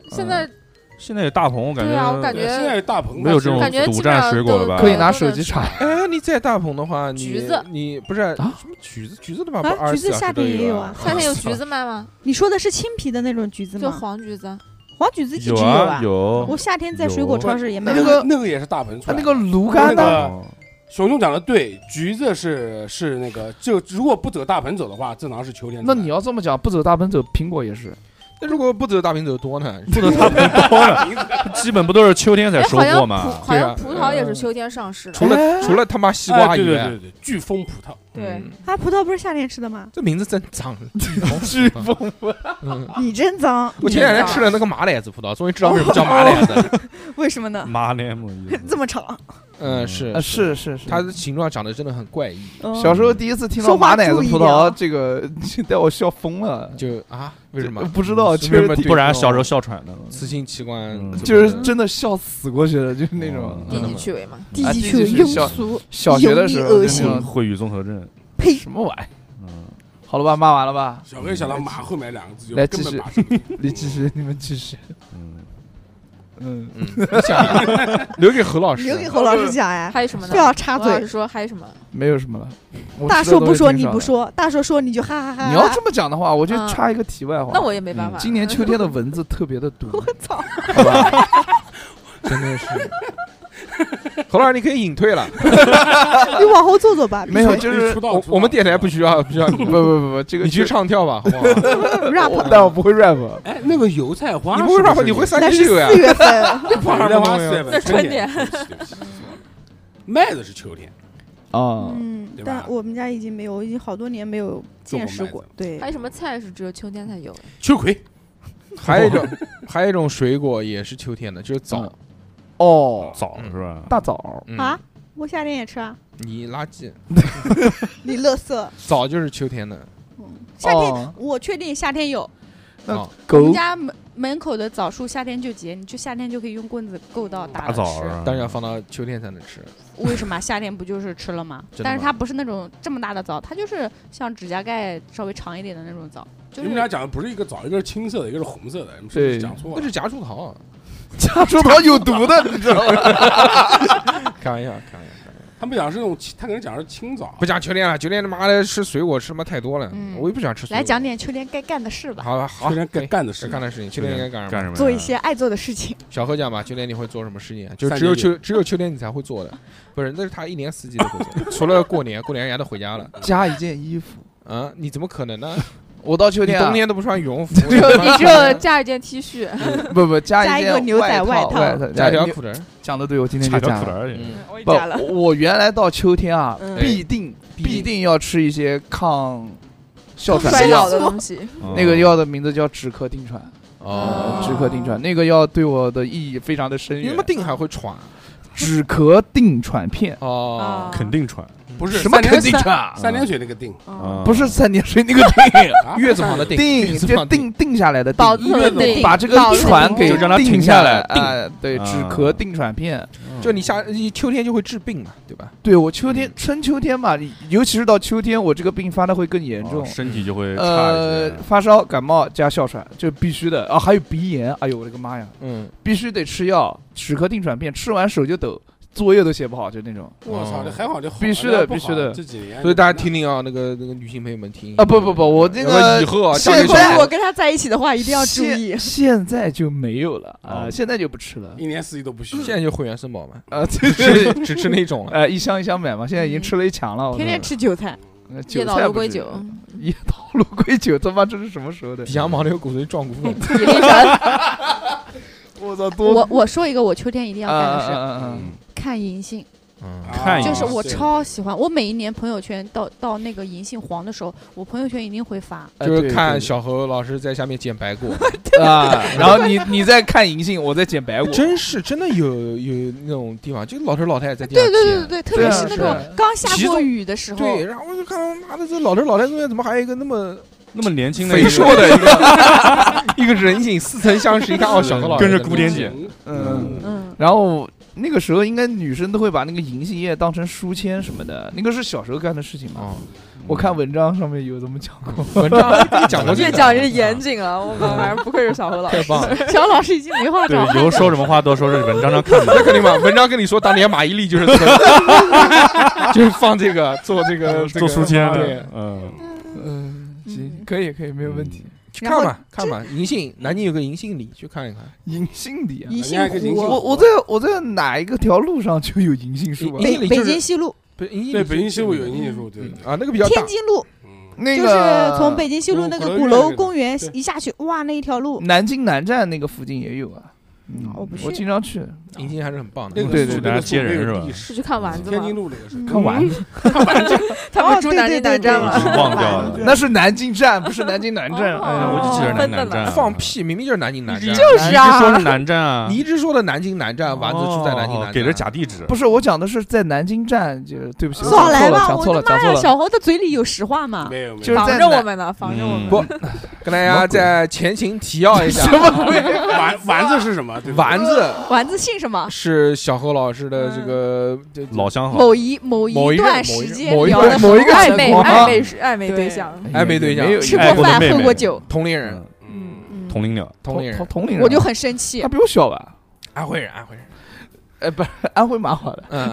现在现在有大棚，我感对啊，我觉感对现在觉有大棚没有这种感觉独占基本上都水果了吧？ 可以拿手机查。 哎，你在大棚的话，你橘子你不是啊什么橘子？橘子的话，不啊二十四小时橘子夏都有啊天也有啊。 夏天有橘子卖吗？ 你说的是青皮的那种橘子就吗？ 黄橘子， 黄橘子一直有啊。 有我夏天在水果超市也买那过。 个那个也是大棚出来的。 它那个芦柑呢？ 那个哦熊熊讲的对，橘子是是那个，就如果不走大棚走的话，正常是秋天出来的。 那你要这么讲，不走大奔走，苹果也是。 那如果不走大坪走多呢？ 不能大棚多了，基本不都是秋天才哎， 收好像葡获吗？ 好像对啊葡萄也是秋天上市的。 除了哎除了他妈西哎瓜以外对对对，对，飓风葡萄， 对嗯啊，葡萄不是夏天吃的吗？ 这名字真脏， 飓风嗯， 你真脏。 我前两天吃了那个马奶子葡萄，终于知道为什么叫马奶子。 为什么呢？ 妈呢么意思这么长。 嗯，是啊，是是是。 它的形状长得真的很怪异， 哦小时候第一次听到说话马奶子注意葡点啊萄，这个带我笑疯了。 就啊，为什么？ 不知道， 是确实为什么不然小时候笑喘的。 雌性器官嗯怎么就是真的笑死过去了，就是那种哦低级趣味嘛。 低啊低级趣味级是小庸俗。 小学的时候油腻恶心就那种会语综合症， 呸！ 什么玩意？ 嗯， 好了吧，骂完了吧？ 小黑想到马后面两个字就来继续根本把持不住。 你继续，你们继续。 嗯， 嗯， 嗯，你讲留给何老师， 留给侯老师讲呀， 还有什么呢？ 不要插嘴我老师。说还有什么？ 没有什么了。我大吃的硕不说你都是挺少的。 不说，大硕说你就哈哈哈哈。 你要这么讲的话，我就嗯插一个题外话。 那我也没办法。 今年秋天的蚊子特别的多， 我操！ 好吧？ 真的是。何老师，你可以隐退了。 你往后坐坐吧。 没有， 闭嘴就是出道出道我我们电台不需要，不需要你不不不不，这个你去唱跳吧，好不好？ rap 但我不会 rap。 哎，那个油菜花你不会是是 rap，你会三那是七六呀四？月份。 油菜花四月份， 那春天对不起对不起麦子是秋天， 啊， 嗯， 对吧但我们家已经没有，我已经好多年没有见识过。对还，有什么菜是只有秋天才有的？ 秋葵。 还有一种，还有一种水果也是秋天的，就是枣。 哦， 枣是吧？ 大枣， 嗯啊，我夏天也吃啊。 你垃圾， 你乐色。 枣就是秋天的。 夏天哦我确定夏天有。 那哦我狗们家门门口的枣树夏天就结，你就夏天就可以用棍子够到打大着吃。 枣啊， 但是要放到秋天才能吃。 为什么夏天不就是吃了吗？ 真的吗但是它不是那种这么大的枣，它就是像指甲盖稍微长一点的那种枣，就是你们俩讲的不是一个枣，一个是青色的，一个是红色的，你们是不对是讲错了那是？夹竹桃， 夹竹桃有毒的，你知道吗？ 开玩笑，开玩笑，开玩笑。 他们讲是那种青，他可能讲的是青枣不。讲秋天了，秋天他妈的吃水果吃他妈太多了， 嗯我也不喜欢吃水果。 来讲点秋天该干的事吧， 好吧，好， 秋天该可以干的事该干的事情，秋天应该干什么？ 干什么呀？ 做一些爱做的事情。 小何讲吧，秋天你会做什么事情啊？就三只有件秋只有秋天你才会做的，不是？那是他一年四季都会做，除了过年，过年人家都回家了。 加一件衣服， 啊，你怎么可能呢？ 我到秋你天啊冬天都不穿羽绒服， 只有你只有加一件 T 恤， 不不加加一件个牛仔外外套外套你加条裤子儿。 讲的对，我今天差就加了。 条裤而已。 嗯， 我也不加了。， 我原来到秋天啊， 嗯必定必定要吃一些抗哮喘衰的药老，的东西， 嗯那个药的名字叫止咳定喘， 哦， 止咳定喘，那个药对我的意义非常的深远你他妈。定还会喘？ 止咳定喘片， 哦， 肯定喘， 不是什么肯定三喘？ 三点水那个定， 嗯不是三点水那个定， 啊月字旁的定， 定月字旁就定定下来的宝定， 字头的定， 把这个宝字头喘给就让它定停下来来。哎，对， 啊止咳定喘片。 就你夏你秋天就会治病嘛，对吧？ 对我秋天春秋天嘛，尤其是到秋天，我这个病发的会更严重。 哦身体就会差一呃些，。 发烧、感冒加哮喘，这必须的啊！还有鼻炎，哎呦我的个妈呀， 嗯， 必须得吃药，止咳定喘片，吃完手就抖，作业都写不好，就那种。 我操，这还好，这好必须的不好必须的这几年， 所以大家听听啊，那个那个女性朋友们听啊不不不，我这要不然个以后啊， 现家里在如果跟他在一起的话，一定要注意现。现在就没有了啊， 哦现在就不吃了一年四季都不许。 现在就会员生宝嘛， 啊， 只这吃只吃那种了。 呃一箱一箱买嘛，现在已经吃了一墙了，我天天吃韭菜， 呃夜岛韭菜不是芦龟酒， 夜岛芦龟酒，他妈这是什么时候的？ 比羊牦牛骨髓壮骨粉， 体力神。 我操，多我我说一个我秋天一定要干的事， 嗯嗯， 看银杏。 嗯， 看就是我对超喜欢，我每一年朋友圈到到那个银杏黄的时候，我朋友圈一定会发。 就是看小何老师在下面捡白果， 啊，然后你你在看银杏，我在捡白果， 真是真的有有那种地方，就老头老太太在地上对对对捡对对，特别对啊是那种是刚下过雨的时候， 对，然后我就看到妈的这老头老太太中间怎么还有一个那么那么年轻的肥硕的一个一个人影，似曾相识，一看哦，小何老师跟着古典姐， 嗯， 嗯， 然后那个时候应该女生都会把那个银杏叶当成书签什么的，那个是小时候干的事情嘛。 哦， 我看文章上面有这么讲过。 文章跟你讲过这个， 越讲越严谨了，我靠，还是不愧是小何老师。 太棒了。 小老师已经没话对找， 以后说什么话都说是文章上看那的。 肯定嘛，文章跟你说，当年马伊琍就是这个，就是放这个做这个做书签对的，嗯， 嗯，行，可以可以，没有问题。 去看吧看吧。银杏，南京有个银杏里，去看一看。 银杏里啊， 银杏人家还有个银杏湖， 我我在我在哪一个条路上就有银杏树啊？ 银杏北北里就是京西路、 不是银杏里对， 是北京西路有银杏树，对对对。 啊，那个比较大天。津路， 嗯， 那就是个从北京西路那个鼓楼公园一下去，哇，那一条路， 南京南站那个附近也有啊。嗯， 我不去我经常去。 银杏还是很棒的。 那个对对树那个大家接人是吧是去看丸子吗天津？路那个是看丸子， 他们住南京南站已经吗？ 忘掉了。 那是南京站，不是南京南站。 哦哎呀， 哎呀， 我就记得南分的呢南站。 放屁，明明就是南京南站。 就是啊你一直说是南站啊， 你一直说的南京南站，丸子住在南京南站， 哦给了假地址。 不是，我讲的是在南京站，就对不起，我少来吧！ 讲错了，讲错了， 我的妈呀， 讲错了。 小侯的嘴里有实话吗？ 没有没有， 就是防在南着我们呢，防着我们嗯。 不跟大家再前情提要一下， 丸丸子是什么？对不对丸子丸子姓什么？ 是小何老师的这个这老乡好， 某一某某一一段个某一个时间某一聊的个某一个暧昧情况暧昧是暧昧对象， 暧昧对象没有吃爱过饭过的妹妹喝过酒， 同龄人， 嗯， 嗯同龄鸟， 同龄人同，同龄人， 我就很生气他。比我小吧？ 安徽人，安徽人。 哎，不是，安徽蛮好的。 嗯。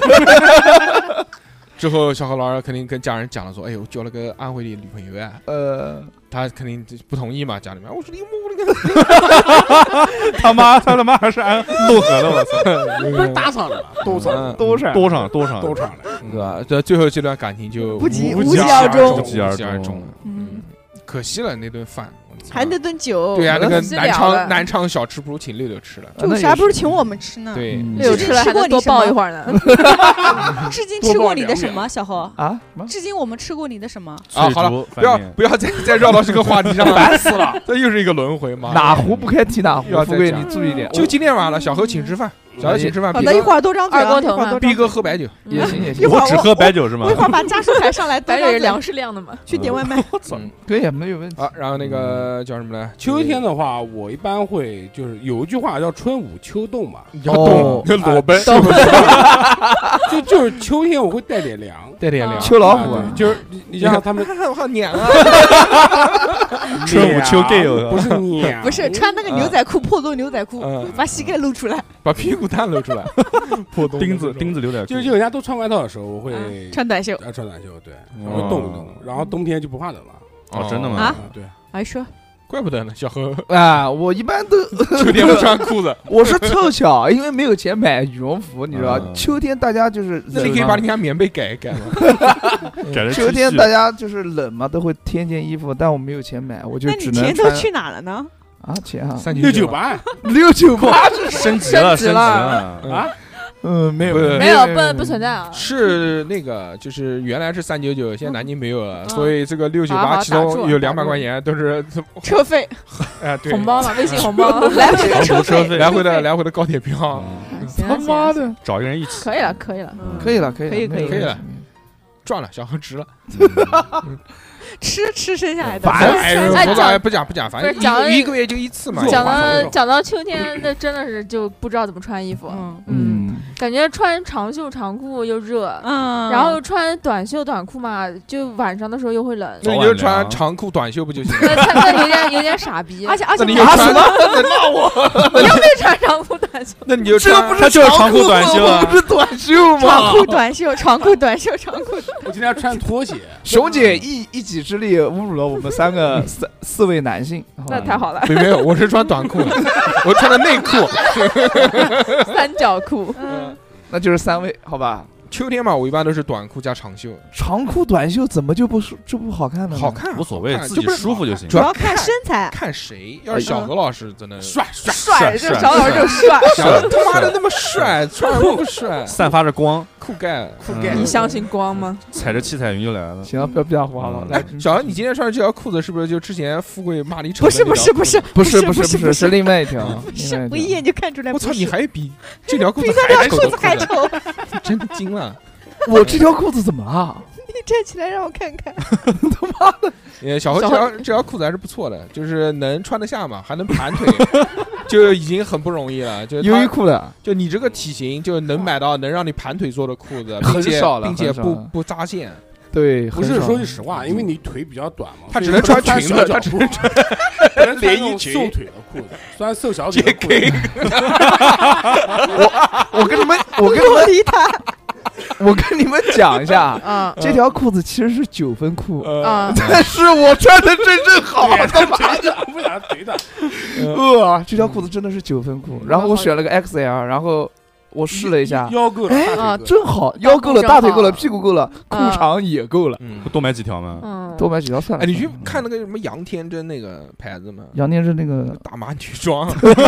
之后，小何老师肯定跟家人讲了，说：“哎呦，我交了个安徽的女朋友啊。” 呃， 他肯定就不同意嘛，家里面。我说你我那个他妈他他妈还是安漯河的，我操， 不是大厂的吧？多厂嗯多少？ 多场多场多厂的， 对吧？这最后这段感情就不疾无无疾而而终无无疾而终疾而终了。 嗯， 可惜了那顿饭，我操还那顿酒， 对呀，那个私南聊了昌南昌小吃不如请六六吃了。 就是还不如请我们吃呢。 对， 嗯六吃了还能多抱一会儿呢。 至今吃过你的什么，小侯？ 啊？什么？ 至今我们吃过你的什么？ 啊，好了，不要不要再再绕到这个话题上了，烦死了，这又是一个轮回嘛。 哪壶不开提哪壶又要，再富贵讲你注意点。 就今天晚上了，小何请吃饭，小何请吃饭， 好的，一逼哥会儿多张嘴啊， 二锅头嘛一会儿多张逼哥嘴喝白酒， 也行也行， 我只一会儿我喝白酒是吗我一？会儿把家属抬上来，多张嘴白酒是粮食量的嘛。 去点外卖。 嗯可以没有问题。 啊，然后那个叫什么来？ 秋天的话，我一般会就是有一句话叫春捂秋冻嘛， 要冻，跟裸奔， 是不是？就就是秋天我会带点凉， 带点凉。 秋老虎啊， 啊对就是你你像他们我好娘啊！ 春捂秋 gay 凉不是娘， 不是穿那个牛仔裤，破洞牛仔裤， 嗯， 把膝盖露出来， 把屁股蛋露出来，破洞钉子钉子留点， 就是就人家都穿外套的时候，我会穿短袖。 啊穿短袖，对， 哦我会冻一冻，然后冬天就不怕冷了哦，真的吗？ 啊对， 还说怪不得呢，小何啊，我一般都秋天不穿裤子， 我是凑巧，因为没有钱买羽绒服，你知道， 嗯秋天大家就是那你可以把你家棉被改一改嘛。 改成秋 T 恤天大家就是冷嘛，都会添件衣服，但我没有钱买，我就那你只能穿钱都去哪了呢？ 啊钱啊， 三六九八六九八， 升级了，升级升级了了。 啊， 嗯，没有不是没有，不不存在啊。 是那个，就是原来是三九九，现在南京没有了， 嗯所以这个六九好八其好打住中有两百打住块钱都是车费、 哎对红包嘛，微信红包。 来回的长车费， 途车费来回的来回的高铁票， 嗯他行了行了， 妈的， 找一个人一起。 可以了可以了。 可以了，可以了， 可以可以没有可以了问题赚了，小何值了。 吃吃剩下来的。 反正哎， 哎讲不讲不讲不讲，反正不是讲一一个月就一次嘛。 讲肉到讲到秋天，那真的是就不知道怎么穿衣服。 嗯嗯， 感觉穿长袖长裤又热， 嗯， 然后又穿短袖短裤嘛，就晚上的时候又会冷。 那你就穿长裤短袖不就行了？ 那他那有点有点傻逼， 而且而且那你就穿什么？ 你又没穿长裤短袖， 那你就穿这个不是他就是长裤短袖啊不是短袖吗？ 长裤短袖，长裤短袖，长裤。 我今天要穿拖鞋， 熊姐一一己之力侮辱了我们三个四四位男性， 那太好了， 没没有，我是穿短裤的，我穿的内裤。 三角裤。 嗯， 那就是三位，好吧？ 秋天嘛，我一般都是短裤加长袖， 长裤短袖怎么就不是就不好看了呢？ 好看无所谓， 好看自己就不是舒服就行主。要主要看身材。 看谁。要是小何老师真的帅帅帅， 帅这小老师就帅， 小何他妈的那么帅，穿什么不帅？ 散发着光， 酷盖。 酷盖你相信光吗？ 踩着七彩云就来了。 行了，不要不要胡话了。 来来，， 小何，你今天穿的这条裤子是不是就之前富贵骂你丑？ 不是不是不是不是不不不是是是另外一条， 是， 另外一条我一眼就看出来。 我操， 不是你还比这条裤子比那还丑的条裤子还子， 丑。 真的惊了。 我这条裤子怎么了？ 你站起来让我看看。 呃，小何这小条这条裤子还是不错的，就是能穿得下嘛，还能盘腿， 就已经很不容易了。就优衣库的就你这个体型，就能买到能让你盘腿坐的裤子，并且很少了并且很少了不不扎线。 对， 不是很少说句实话，因为你腿比较短嘛， 他只能穿裙子，他只能穿连连衣裙、瘦腿的裤子，虽然瘦小腿的裤子。 我我跟你们，我跟你们理他，我跟你们讲一下， 啊这条裤子其实是九分裤， 啊， 但是我穿的真正好， 他妈的，不想怼他。 呃，这条裤子真的是九分裤，然后我选了个 X L， 然后我试了一下， 腰够了， 啊正好，腰够了， 正好大腿够了，屁股够了，裤啊长也够了， 嗯不，多买几条吗？ 嗯， 多买几条算了。 哎，你去看那个什么杨天真那个牌子吗？ 杨天是那个大码女装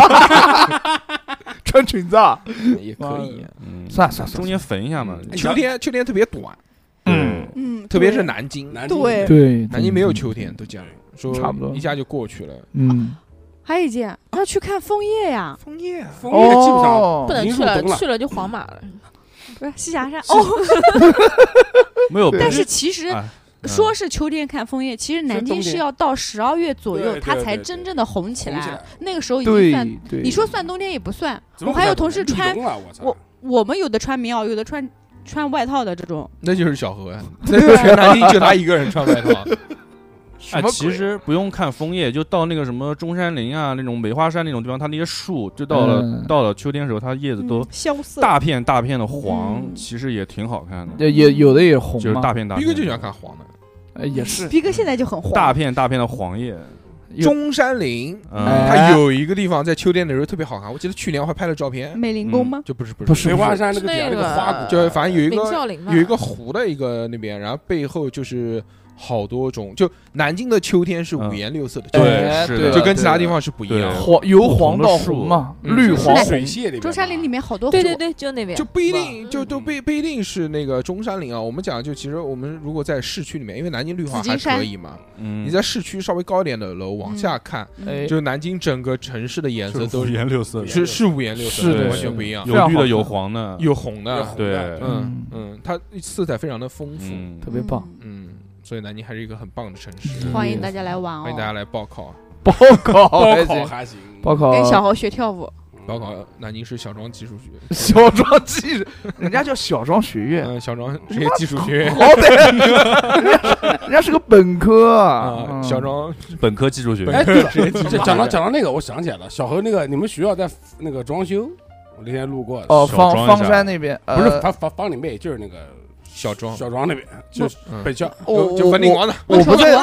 穿裙子啊， 也可以。 嗯， 算了算了， 中间缝一下嘛。 秋天秋天特别短， 嗯， 嗯， 特别是南京， 南对对， 南京没有秋天，都这样说， 差不多一下就过去了。 嗯， 还有一件要去看枫叶呀， 枫叶啊， 枫叶基本上哦不能去了， 已经入冬了去了就黄马了。 不是栖霞山哦。 没有， 但是其实哎说是秋天看枫叶，其实南京是要到十二月左右对对它才对对真正的红起来红起来， 那个时候已经对算。 对， 你说算冬天也不算， 怎么我还有同事穿立冬了，我操我我们有的穿棉袄，有的穿穿外套的这种。 那就是小何呀，那就全南京就他一个人穿外套。 哎， 什么其实不用看枫叶，就到那个什么中山陵啊，那种梅花山那种地方，它那些树，就到了、 嗯到了秋天的时候，它叶子都嗯萧瑟。 大片大片的黄， 嗯其实也挺好看的， 也也有的也红就是嘛， 大片大片的。 逼哥就喜欢看黄的。 呃也是逼哥现在就很黄。 大片大片的黄叶， 有中山陵， 嗯， 哎它有一个地方在秋天的时候特别好看，我记得去年我还拍了照片， 美龄宫吗？ 就不是不是不是梅花山那个底下那那个个花鼓， 就反正有一明个孝陵嘛有一个湖的一个那边，然后背后就是好多种，就南京的秋天是五颜六色的， 对哎是的就跟其他地方是不一样的， 黄由黄到红嘛， 不同的树绿黄红水，榭里面嘛， 中山陵里面好多湖。 对对对，就那边就不一定嗯就都不不一定是那个中山陵啊。我们讲就其实我们如果在市区里面，因为南京绿化还紫金山可以嘛， 嗯， 你在市区稍微高一点的楼往下看， 哎， 就南京整个城市的颜色都五是颜六色的， 是是五颜六色是的完是的全不一样， 有绿的， 非常好看有黄的， 有红的， 对嗯嗯嗯，它色彩非常的丰富， 嗯， 特别棒。 嗯，所以南京还是一个很棒的城市， 欢迎大家来玩哦。 欢迎大家来报考。 报考报还行考还行， 报考跟小豪学跳舞。 报考南京市小庄技术学院， 小庄技术，人家叫小庄学院， 嗯，小庄职业技术学院好歹人家人家是个本科啊， 嗯小庄本科技术学本院， 哎，对了， 职业技术学院这讲到讲到那个，我想起来了，小何那个你们学校在那个装修，我那天路过， 哦， 小方方庄一下山那边不是呃房房房里妹，就是那个小庄， 小庄那边，就是嗯北校， 我就文鼎广场， 我不在，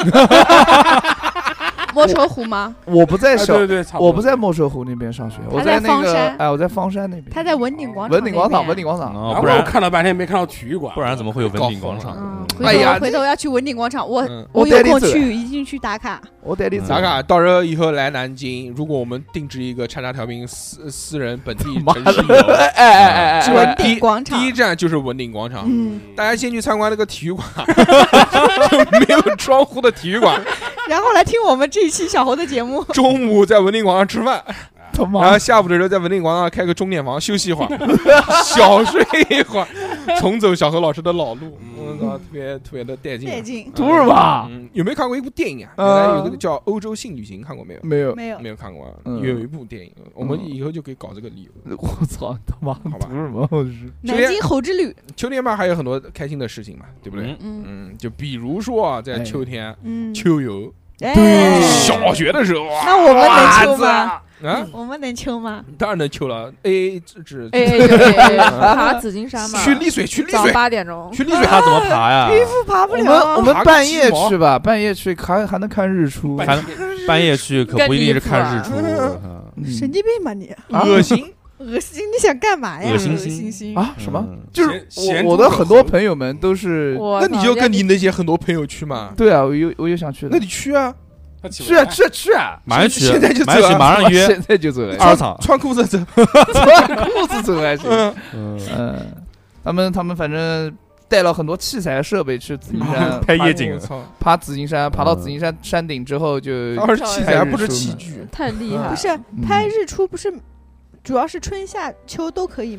莫愁湖吗？ 我不在小哎对对对，差多我不在莫舍湖那边上学，我他在那个方山哎，我在方山那边。 他在文鼎广场。 文鼎广场，文鼎。广场。 哦， 然后我不然看了半天没看到体育馆， 不然怎么会有文鼎广场？ 嗯， 嗯回头哎呀回头要去文鼎广场，我嗯我有空我带你走去一定去打卡。 我带你走咋。嘎？到时候以后来南京，如果我们定制一个叉叉调频私私人本地妈城市游， 哎哎哎哎哎！ 文第一鼎广场第一站就是文鼎广场。 嗯， 大家先去参观那个体育馆，就没有窗户的体育馆。 然后来听我们这一期小猴的节目。 中午在文鼎广场吃饭， 他然后妈！ 下午的时候在文鼎广场开个钟点房休息一会儿，小睡一会儿，重走小何老师的老路。我操，特别特别的带劲啊。 带劲， 图是吧？ 嗯，有没有看过一部电影啊？ 嗯原来有一个叫《欧洲性旅行》，看过没有？ 没有， 没有没有看过啊。 嗯有一部电影，我们以后就可以搞这个理由。 我操他妈！ 好吧图什么？我是南京猴之旅。 秋天嘛，还有很多开心的事情嘛，对不对？ 嗯嗯嗯，就比如说啊，在哎秋天嗯， 秋游， 哎小学的时候啊， 那我们能秋吗？ 啊， 我们能秋吗？ 当然能秋了。A A 制制哎哎对哎哎，爬紫金山嘛， 去丽水，去丽早上水， 八点钟。 去丽水。 他怎么爬呀？ 渔夫爬不我们了。 我们爬个半夜鸡毛去吧，半夜去还还能看日出。 还能半夜去可不一定是看日出， 跟嗯嗯神经病吧你！ 啊恶心， 恶心！你想干嘛呀？ 恶心恶心心心！ 啊？什么？ 嗯就是咸我我的很多朋友们都是， 我那你就跟你那些很多朋友去嘛。 对啊，我有我有想去的那，你去啊， 他起不去啊来去啊去啊！ 马上去， 现在就走啊马上去，马上约现在就走了， 二场。 穿裤子走。 穿裤子走还行。 嗯， 嗯， 嗯，他们他们反正带了很多器材设备去紫金山拍夜景我操， 爬紫金山，爬到紫金山山顶之后就当时器材还不是器具， 太厉害了， 不是拍日出，不是主要是春夏秋都可以吗？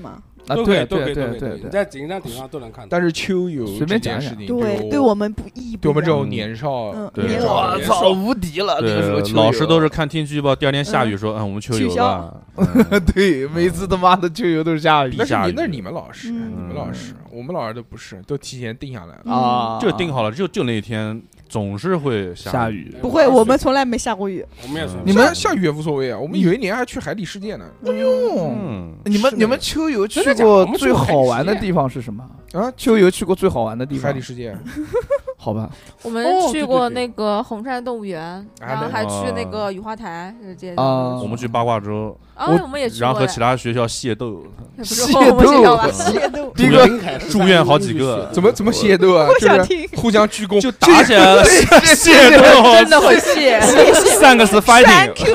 啊， 都可以， 对都可以，都可以， 对对对对， 你在景山顶上都能看到。 但是秋游随便讲讲这件事情， 对，对我们不意义不一样对我们这种年少， 嗯对年少我操，无敌了！那个时候对， 秋游老师都是看天气预报，第二天下雨说，嗯，我们秋游取消吧。嗯对，每次他妈的秋游都是下雨那是下雨你那是你们老师， 嗯你们老师，我们老师都不是，都提前定下来了。 啊， 就定好了，就就那一天总是会下雨。 雨。 不会，我们从来没下过雨。 我们也是， 你们下下雨也无所谓啊，我们有一年还去海底世界呢。 嗯， 你们是的你们秋游去真的假的过我们去过最好玩的海底世界地方是什么？ 啊， 秋游去过最好玩的地方海底，世界， 好吧？ 我们哦去过对对对那个红山动物园，然后那还去那哦个雨花台，是这些啊我们去八卦洲， 啊， 我我们也去过， 然后和其他学校械斗， 不是械我们学校吧？ 斗械斗， 第一个住院好几个怎么怎么械斗啊？ 不就是想听。 互相鞠躬， 就打起来了，械斗， 真的会谢， 三个是 Thank fighting，thank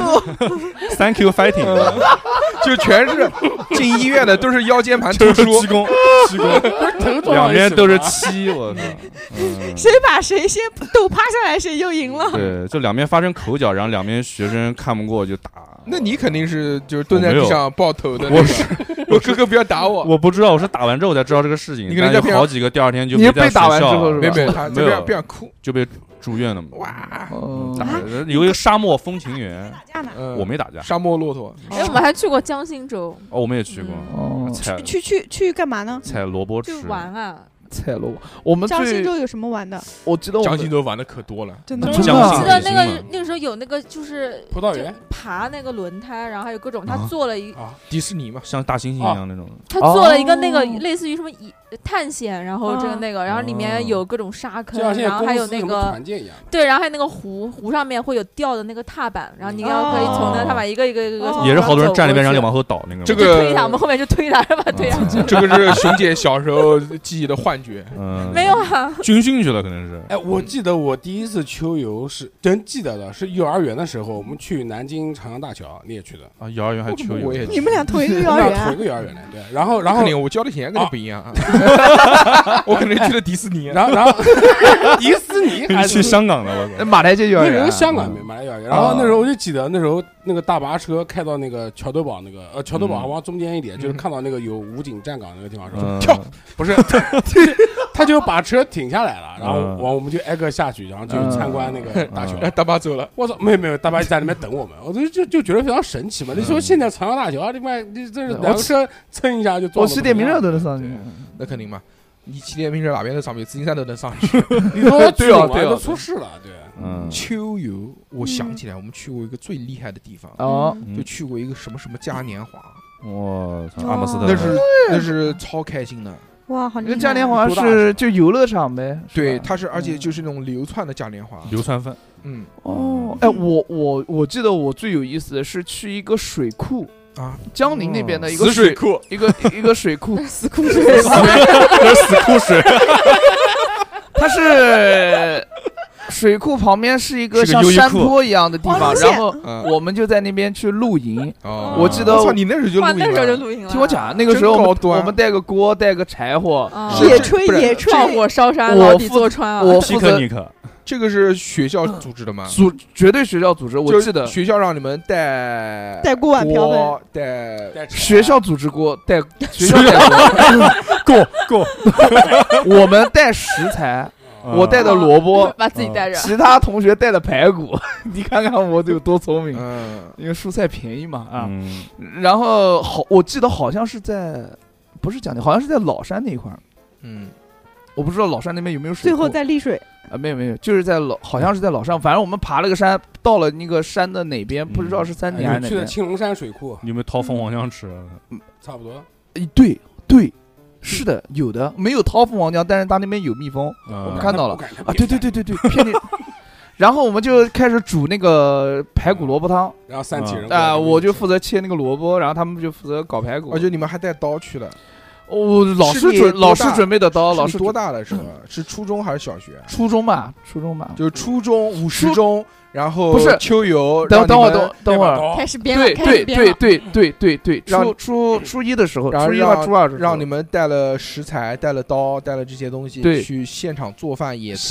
you， you fighting， 就全是进医院的都是腰间盘突就是出鞠，躬，鞠躬，两边都是七，我操，嗯。 谁把谁先斗趴下来，谁就赢了。 对，就两边发生口角，然后两边学生看不过就打。 那你肯定是就是蹲在我没有地上抱头的那我种。我哥哥不要打我。 我不知道，我是打完之后才知道这个事情。 你可能在边上但有好几个第二天就你是被没在学校打完之后是吧没有没有，他在边没有上边上哭。 就被住院了嘛。 哇， 嗯打的有一个沙漠风情园， 打架呢？ 嗯我没打架。 沙漠骆驼， 哎，我们还去过江心洲， 哦，我们也去过， 哦， 采去去去干嘛呢？ 采萝卜吃去。玩啊。 菜萝卜，我们江心最洲有什么玩的？ 我记得我们江心洲玩的可多了。 真的真的江啊记得那心比心嘛个那个时候有那个就是葡萄园就爬那个轮胎，然后还有各种，他啊做了一啊， 迪士尼嘛， 像大猩猩一样那种， 他做了一个那个哦类似于什么以探险，然后这个哦那个，然后里面有各种沙坑就像，现在然后还有公司什么那个团建一样的。 对，然后还有那个湖，湖上面会有吊的那个踏板，然后你要可以从那个踏板一个一个一个从哦也是好多人站那边，然后就往往后倒那个嘛。 这个就推他，我们后面就推他，把他推下去。 这个是熊姐小时候记忆的幻觉。 嗯， 没有啊， 军训去了，可能是。 哎，我记得我第一次秋游是真记得的，是幼儿园的时候，我们去南京长江大桥，你也去的， 啊，幼儿园还有秋游我也， 你们俩同一个幼我儿们俩同一园？ 个幼儿园的，对。然后，然后肯，定我交的钱跟你不一样啊。我可能去了迪士尼。 然后，然后迪士尼还去是香港的，我操。 马来街幼儿园那时候，香港没马来幼儿园，然后那时候我就记得那时候那个大巴车开到那个桥头堡那个呃桥头堡嗯往中间一点，就是看到那个有武警站岗那个地方的时候， 嗯跳不是，他就把车停下来了，然后嗯往我们就挨个下去，然后就参观那个大桥。 哎，大巴走了， 我操，没有没有，大巴在那边等我们，我就就就觉得非常神奇嘛。你说现在长江大桥，另外你这是两个车蹭一下就撞我到骑电瓶车都不一样能上去。 那肯定嘛。你骑电瓶车哪边都上不去，紫金山都能上去。 你说对啊对啊都出事了，对。 嗯， 秋游，我想起来，我们去过一个最厉害的地方， 哦， 就去过一个什么什么嘉年华， 我操，阿姆斯特丹， 那是那是超开心的。 哇，好厉害！ 那个嘉年华多大是就游乐场呗？ 对， 是吧它是而且就是那种流窜的嘉年华。 流窜饭， 嗯哦，哎，我我我记得我最有意思的是去一个水库， 啊， 江宁那边的一个死水库， 一个一个水库， 死库水吧？ 死库水， 它是水库旁边是一个像是个优衣库山坡一样的地方， 哦然后嗯， 我们就在那边去露营。 哦我记得我操，你那时候就哇， 录那时候就音了， 露营了。 听我讲，那个时候我们真高端我们带个锅，带个柴火， 啊， 是野炊不是野炊， 炮火烧山， 我牢底负坐穿啊！ 我负责皮克尼克， 这个是学校组织的吗？ 组绝对学校组织，我就记得学校让你们带带锅碗瓢盆， 锅带带柴学校组织锅带学校带锅， 够够， 我们带食材，我带的萝卜， 把自己带着。 其他同学带的排骨。你看看我有多聪明， 嗯， 因为蔬菜便宜嘛啊。 嗯， 然后好，我记得好像是在不是讲的，好像是在老山那一块儿。 嗯， 我不知道老山那边有没有水库。 最后再沥水。 啊，没有没有，就是在老，好像是在老山，反正我们爬了个山，到了那个山的哪边，不知道是山顶还是哪边。 哎去的青龙山水库， 你有没有掏凤凰浆吃？ 差不多。 哎，对对，是的，有的，没有掏凤凰浆，但是他那边有蜜蜂我我们看到了不敢啊，对对对对对，骗你。然后我们就开始煮那个排骨萝卜汤然后三体人啊，我就负责切那个萝卜，然后他们就负责搞排骨。 而且你们还带刀去了。 哦，老师是你多准老师大准备的刀， 是你多老师准大的时候？是初中还是小学？ 初中吧，初中吧。 就是初中、五十中，然后不是秋游。 等等会儿， 让你们等等会儿。 开始编了， 对开始对对编了。 对对对对， 让初初初一的时候， 然后初一和初二的时候， 让你们带了食材、带了刀、带了这些东西， 对去现场做饭野炊。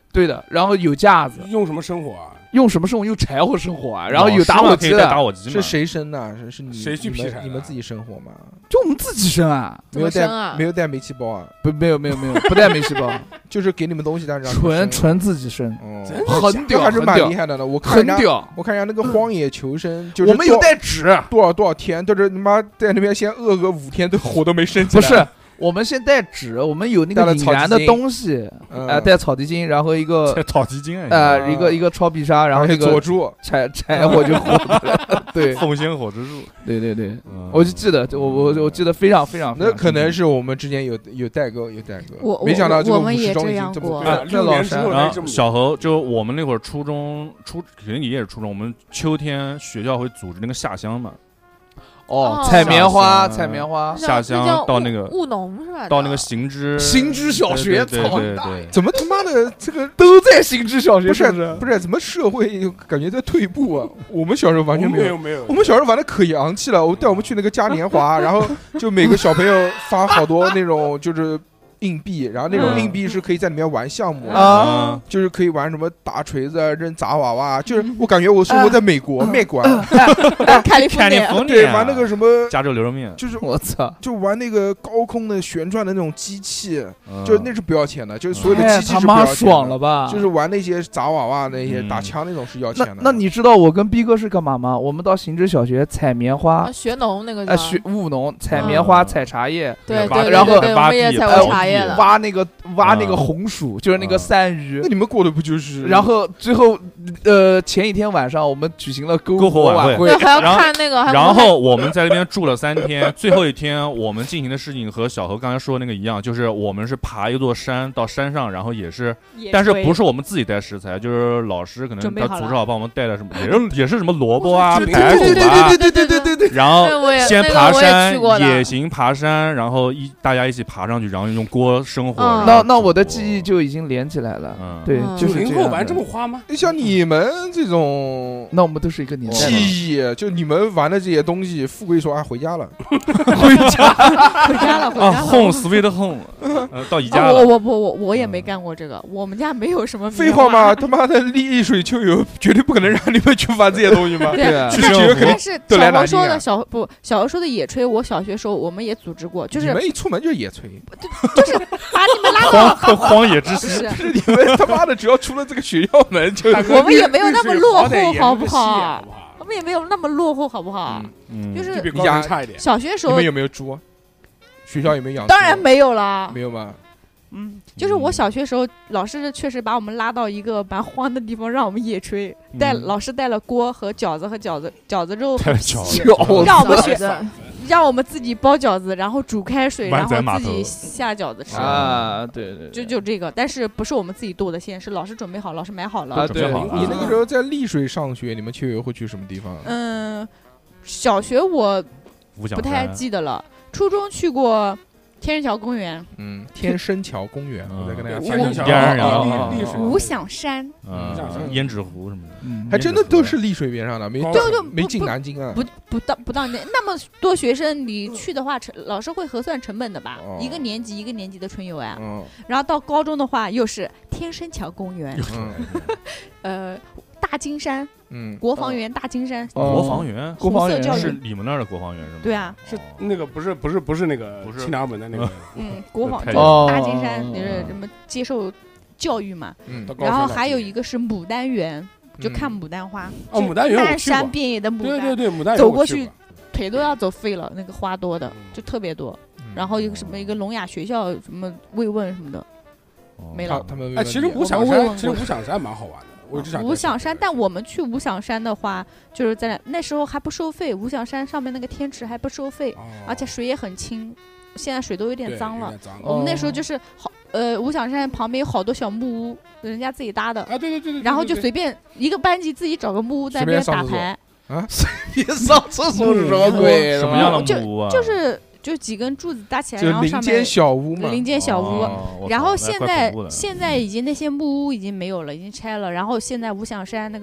对的，然后有架子， 用什么生火啊？ 用什么生活？用柴火生火啊，然后有打火机可以带打的， 火机嘛是谁生的？是是你谁去你劈柴的们你们自己生火吗？ 就我们自己生啊， 怎没有带么生啊没有带煤气包啊？ 不没有没有没有，不带煤气包， 就是给你们东西，但是让你们生纯纯自己生， 哦， 真的很屌， 这还是蛮很屌厉害的呢。我看人家很屌。 我看人家那个荒野求生，就是我们有多带纸， 多少多少天，都是他妈在那边先饿个五天，都火都没升起来。 不是，我们先带纸，我们有那带了个引燃的草地精东西， 嗯呃，带草地精，然后一个在草地精啊， 呃一个一个超必杀，然后而且那个佐助， 柴柴火就火起来了，对奉先火之术， 对对对， 嗯我就记得，我我我记得非常非常， 那可能是我们之间有有代沟，有代沟。 我没想到这个我们五十中已也这样过经这么对对啊，六年之后然后才这么小何就我们那会儿初中初肯定你也是初中，我们秋天学校会组织那个下乡嘛， 哦哦， 采棉花， 下乡采棉花， 那下乡那叫务到那个务农是吧？ 到那个行知行知小学， 对操对对对， 怎么他妈的这个都在行知小学， 不是不是？ 不是怎么社会感觉在退步啊？我们小时候完全没有没有。没有， 我们小时候玩的可洋气了，我带我们去那个嘉年华，然后就每个小朋友发好多那种就是硬币，然后那种嗯硬币是可以在里面玩项目的， 啊， 就是可以玩什么打锤子、啊、扔杂娃娃，就是我感觉我生活在美国卖馆， 开利看你丰逢对， 年玩那个什么， 加州牛肉面， 就是我操， 就玩那个高空的旋转的那种机器， 嗯就那是不要钱的，就是所有的太机器他妈是不要钱的爽了，吧？ 就是玩那些杂娃娃那些嗯打枪那种是要那钱的。 那你知道我跟逼哥是干嘛吗？我们到行知小学采棉花啊，学农那个呃， 叫学务农，采棉花， 嗯采茶叶， 对挖对然后对对，我们也采呃过茶叶的。 挖那个挖那个嗯红薯，就是那个嗯鳝鱼那。你们过的不就是？ 然后最后，呃，前一天晚上我们举行了篝篝火晚会晚会对，，还要然后看那个，还有然后我们在那边住了三天，最后一天我们进行的事情和小何刚才说的那个一样，就是我们是爬一座山到山上，然后也是，但是不是我们自己带食材，就是老师可能准备好了他组织好帮我们带了什么，也是也是什么萝卜啊、 对对排骨对对啊对，对对对对对对， 然后对我也先那个我也爬山去过，的野行爬山，然后一大家一起爬上去，然后用锅生火。 嗯然后那那我的煮记忆就已经连起来了。 嗯对， 嗯就是九零后玩这样的这么花吗？ 像你们这种那我们都是一个年代的。 记忆，就你们玩的这些东西，富贵说啊回家了， 回家， 回家了，回啊家了。 ，home sweet home，呃，到宜家啊我了。 我我我我也没干过这个，我们家没有什么废话嘛，他妈的丽水秋游绝对不可能让你们去玩这些东西嘛。 对对啊去秋游肯定但是都来小南京啊何说的小不小何说的野炊，我小学时候我们也组织过，就是你们一出门就是野炊， 把你们拉到荒荒野之息， 不是， 是你们他妈的只要出了这个学校门就大哥我们也没有那么落后绿水好歹也好不是个戏好好不好？ 我们也没有那么落后，好不好？ 嗯就就是比高中差一点。 小学时候你们有没有猪？学校有没有养猪？ 当然没有啦， 没有吗？ 嗯，就是我小学时候，老师确实把我们拉到一个蛮荒的地方，让我们野炊，带嗯老师带了锅和饺子和饺子饺子肉， 带了饺子饺让我们学子让我们自己包饺子，然后煮开水， 湾然仔码头后自己下饺子吃。 啊，对对， 就就这个，但是不是我们自己剁的馅，是老师准备好，老师买好了。 啊，对准备好了你那个时候在丽水上学，你们秋游会去什么地方？ 嗯，小学我五响不太山记得了，初中去过天人桥公园、 嗯，天生桥公园， 嗯我再跟大家天讲一下生桥燕儿哦鸟丽丽水五响山， 嗯五响， 胭脂湖什么的， 嗯还真的都是丽水边上的，没对对没进南京啊。 不不到不到那那么多学生，你去的话，成老师会核算成本的吧？ 哦一个年级一个年级的春游呀， 嗯然后到高中的话，又是天生桥公园， 嗯呃，大金山嗯， 国防园大金山， 哦国防园国防园红色教育是你们那儿的国防园是吗？ 对啊， 是哦那个不是不是不是那个不是青南门的那个， 嗯，国防太就是远大金山， 哦你是什么接受教育嘛？ 嗯到高然后三了还有一个是牡丹园，就嗯看牡丹花。 哦牡丹园我漫去过山遍野的牡丹， 对对对，牡丹园走过去我去过腿都要走废了，那个花多的嗯就特别多。 嗯然后一个什么一个聋哑学校什么慰问什么的哦没了。 他他们哎，其实五我响我问过山其实五响山蛮好玩的，我只想五响山，但我们去五响山的话，就是在那时候还不收费，五响山上面那个天池还不收费， 哦而且水也很清，现在水都有点对脏了。 有点脏我们那时候就是好，呃，五响山旁边有好多小木屋，人家自己搭的， 啊，对对对对， 然后就对随便一个班级自己找个木屋在那边打牌， 别上厕所是什么鬼？ 什么样的就木屋啊？ 就是就几根柱子搭起来， 就林间然后上面小屋嘛， 林间小屋。 哦我操然后那现在怪恐怖的现在已经那些木屋已经没有了，已经拆了。然后现在五响山那个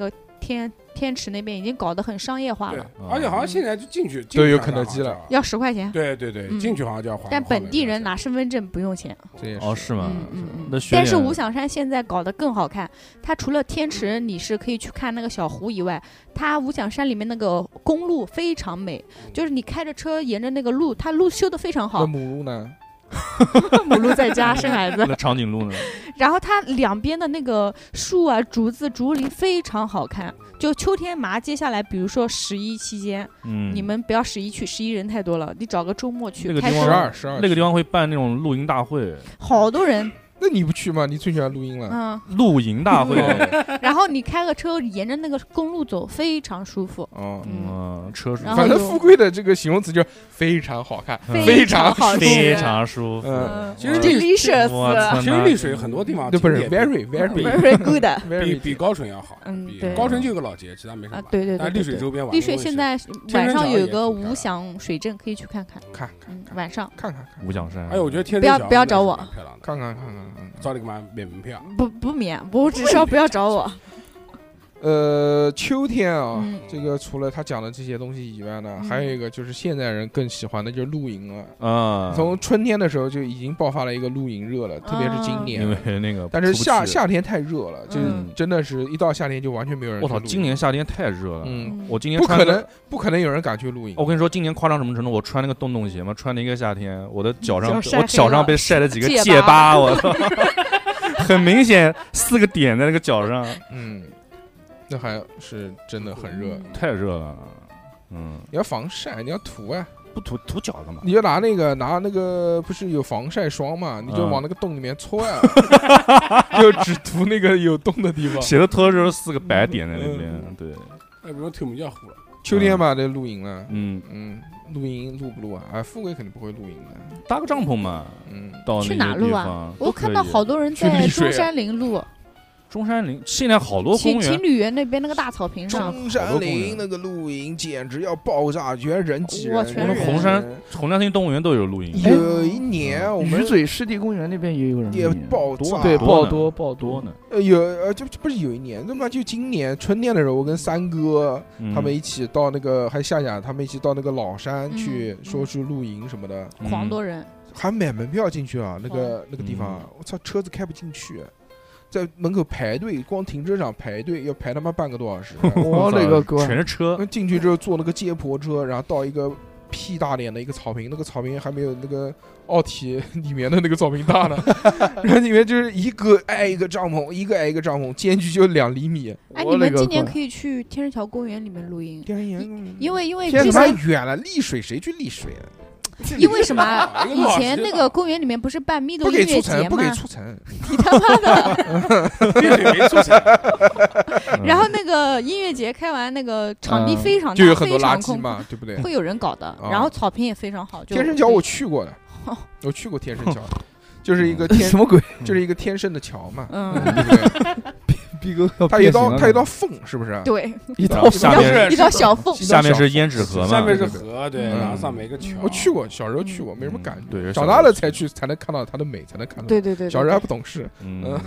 天天池那边已经搞得很商业化对了，， 而且好像现在就进去都有肯德基了。 要十块钱。 对对对， 嗯进去好像就要花。 但本地人拿身份证不用钱。 这也哦，是吗？ 嗯嗯嗯。 那但是五响山现在搞得更好看，它除了天池你是可以去看那个小湖以外，它五响山里面那个公路非常美，就是你开着车沿着那个路，它路修得非常好。 那母鹿呢？ 母鹿在家生孩子。 那长颈鹿呢？ 然后它两边的那个树啊、竹子、竹林非常好看。就秋天马上接下来，比如说十一期间， 嗯， 你们不要十一去，十一人太多了，你找个周末去。 那个地方十二十二那个地方会办那种露营大会， 好多人。 那你不去吗？你最喜欢露营了。 嗯， 露营大会。 然后你开个车沿着那个公路走，非常舒服。 哦， 嗯，车舒服。 反正富贵的这个形容词就非常好看， 非常好吃， 非常舒服。 嗯， 其实 ，delicious。 其实丽水很多地方对不是 very very very good， 比比高淳要好。 嗯，对， 高淳就有个老街，其他没什么。 对对对。 但丽水周边， 丽水现在晚上有个五响水镇，可以去看看。 看看， 晚上看看看五响山。 哎，我觉得天不要不要找我， 看看看看看， 找你干嘛？免门票？ 不不免，我只是要不要找我。 呃，秋天啊， 嗯、 这个除了他讲的这些东西以外呢，嗯、还有一个就是现在人更喜欢的就是露营了。 啊、 嗯，从春天的时候就已经爆发了一个露营热了，特别是今年， 因为那个， 但是夏夏天太热了，就是嗯、 真的是一到夏天就完全没有人。 我操，今年夏天太热了。 嗯， 我今年不可能不可能有人敢去露营。 我跟你说，今年夸张什么程度？我穿那个洞洞鞋嘛，穿了一个夏天，我的脚上脚我脚上被晒了几个戒戒疤，我操，很明显四个点在那个脚上。 嗯。那还是真的很热， 太热了。嗯， 你要防晒，你要涂啊， 不涂涂脚干嘛？ 你就拿那个拿那个不是有防晒霜嘛？你就往那个洞里面搓呀，就只涂那个有洞的地方。 鞋子脱的时候四个白点在那边，对。 哎，不用推门叫呼了。 秋天嘛，得露营了。 嗯嗯，露营露不露啊？哎，富贵肯定不会露营的， 搭个帐篷嘛。 嗯， 到去哪露啊？我看到好多人在中山陵露。 中山陵现在好多公园， 情侣园那边那个大草坪上， 中山陵那个露营简直要爆炸，全人挤人。 我全是红山红山厅动物园都有露营。 有一年我们鱼嘴湿地公园那边也有人也爆炸， 对，爆多爆多呢。 呃，有呃，就不是有一年，那么就今年春天的时候，我跟三哥他们一起到那个，还夏夏他们一起到那个老山去，说去露营什么的， 狂多人， 还买门票进去啊，那个那个地方，我操，车子开不进去。在门口排队，光停车场排队要排他妈半个多小时。 我勒个乖！ 全是车。 进去之后坐那个接驳车，然后到一个屁大点的一个草坪，那个草坪还没有那个奥体里面的那个草坪大呢。然后里面就是一个挨一个帐篷，一个挨一个帐篷，间距就两厘米。 哎，你们今年可以去天人桥公园里面露营。 天人桥， 因为因为天他妈远了，丽水谁去丽水啊？ 因为什么？以前那个公园里面不是办密度音乐节吗？ 不给出城， 你他妈的！ 没出城。 然后那个音乐节开完，那个场地非常大， 就有很多垃圾嘛，对不对？ 会有人搞的。然后草坪也非常好。 天神桥我去过的，我去过天神桥，就是一个天什么鬼？ 就是一个天生的桥嘛， 嗯， 对不对？ 逼哥， 它一道它一道缝，是不是？ 对， 一道下面一道小缝， 下面是胭脂河嘛， 下面是河，对，然后上面一个桥。 我去过，小时候去过，没什么感觉。 对， 长大了才去，才能看到它的美，才能看到。 对对对， 小时候还不懂事。 嗯。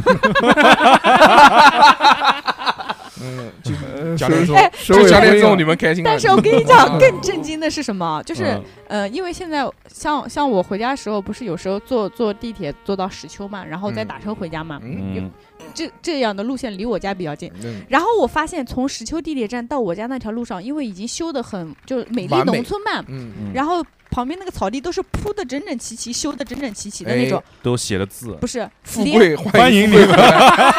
嗯，就教练说， 就教练送你们开心。 但是我跟你讲，更震惊的是什么？就是呃，因为现在像像我回家的时候，不是有时候坐坐地铁坐到石丘嘛，然后再打车回家嘛。 嗯。 这这样的路线离我家比较近， 嗯、 然后我发现从石丘地铁站到我家那条路上，因为已经修得很就是美丽农村嘛， 嗯嗯、然后旁边那个草地都是铺的整整齐齐，修的整整齐齐的那种， 哎、 都写了字， 不是富贵欢迎你们，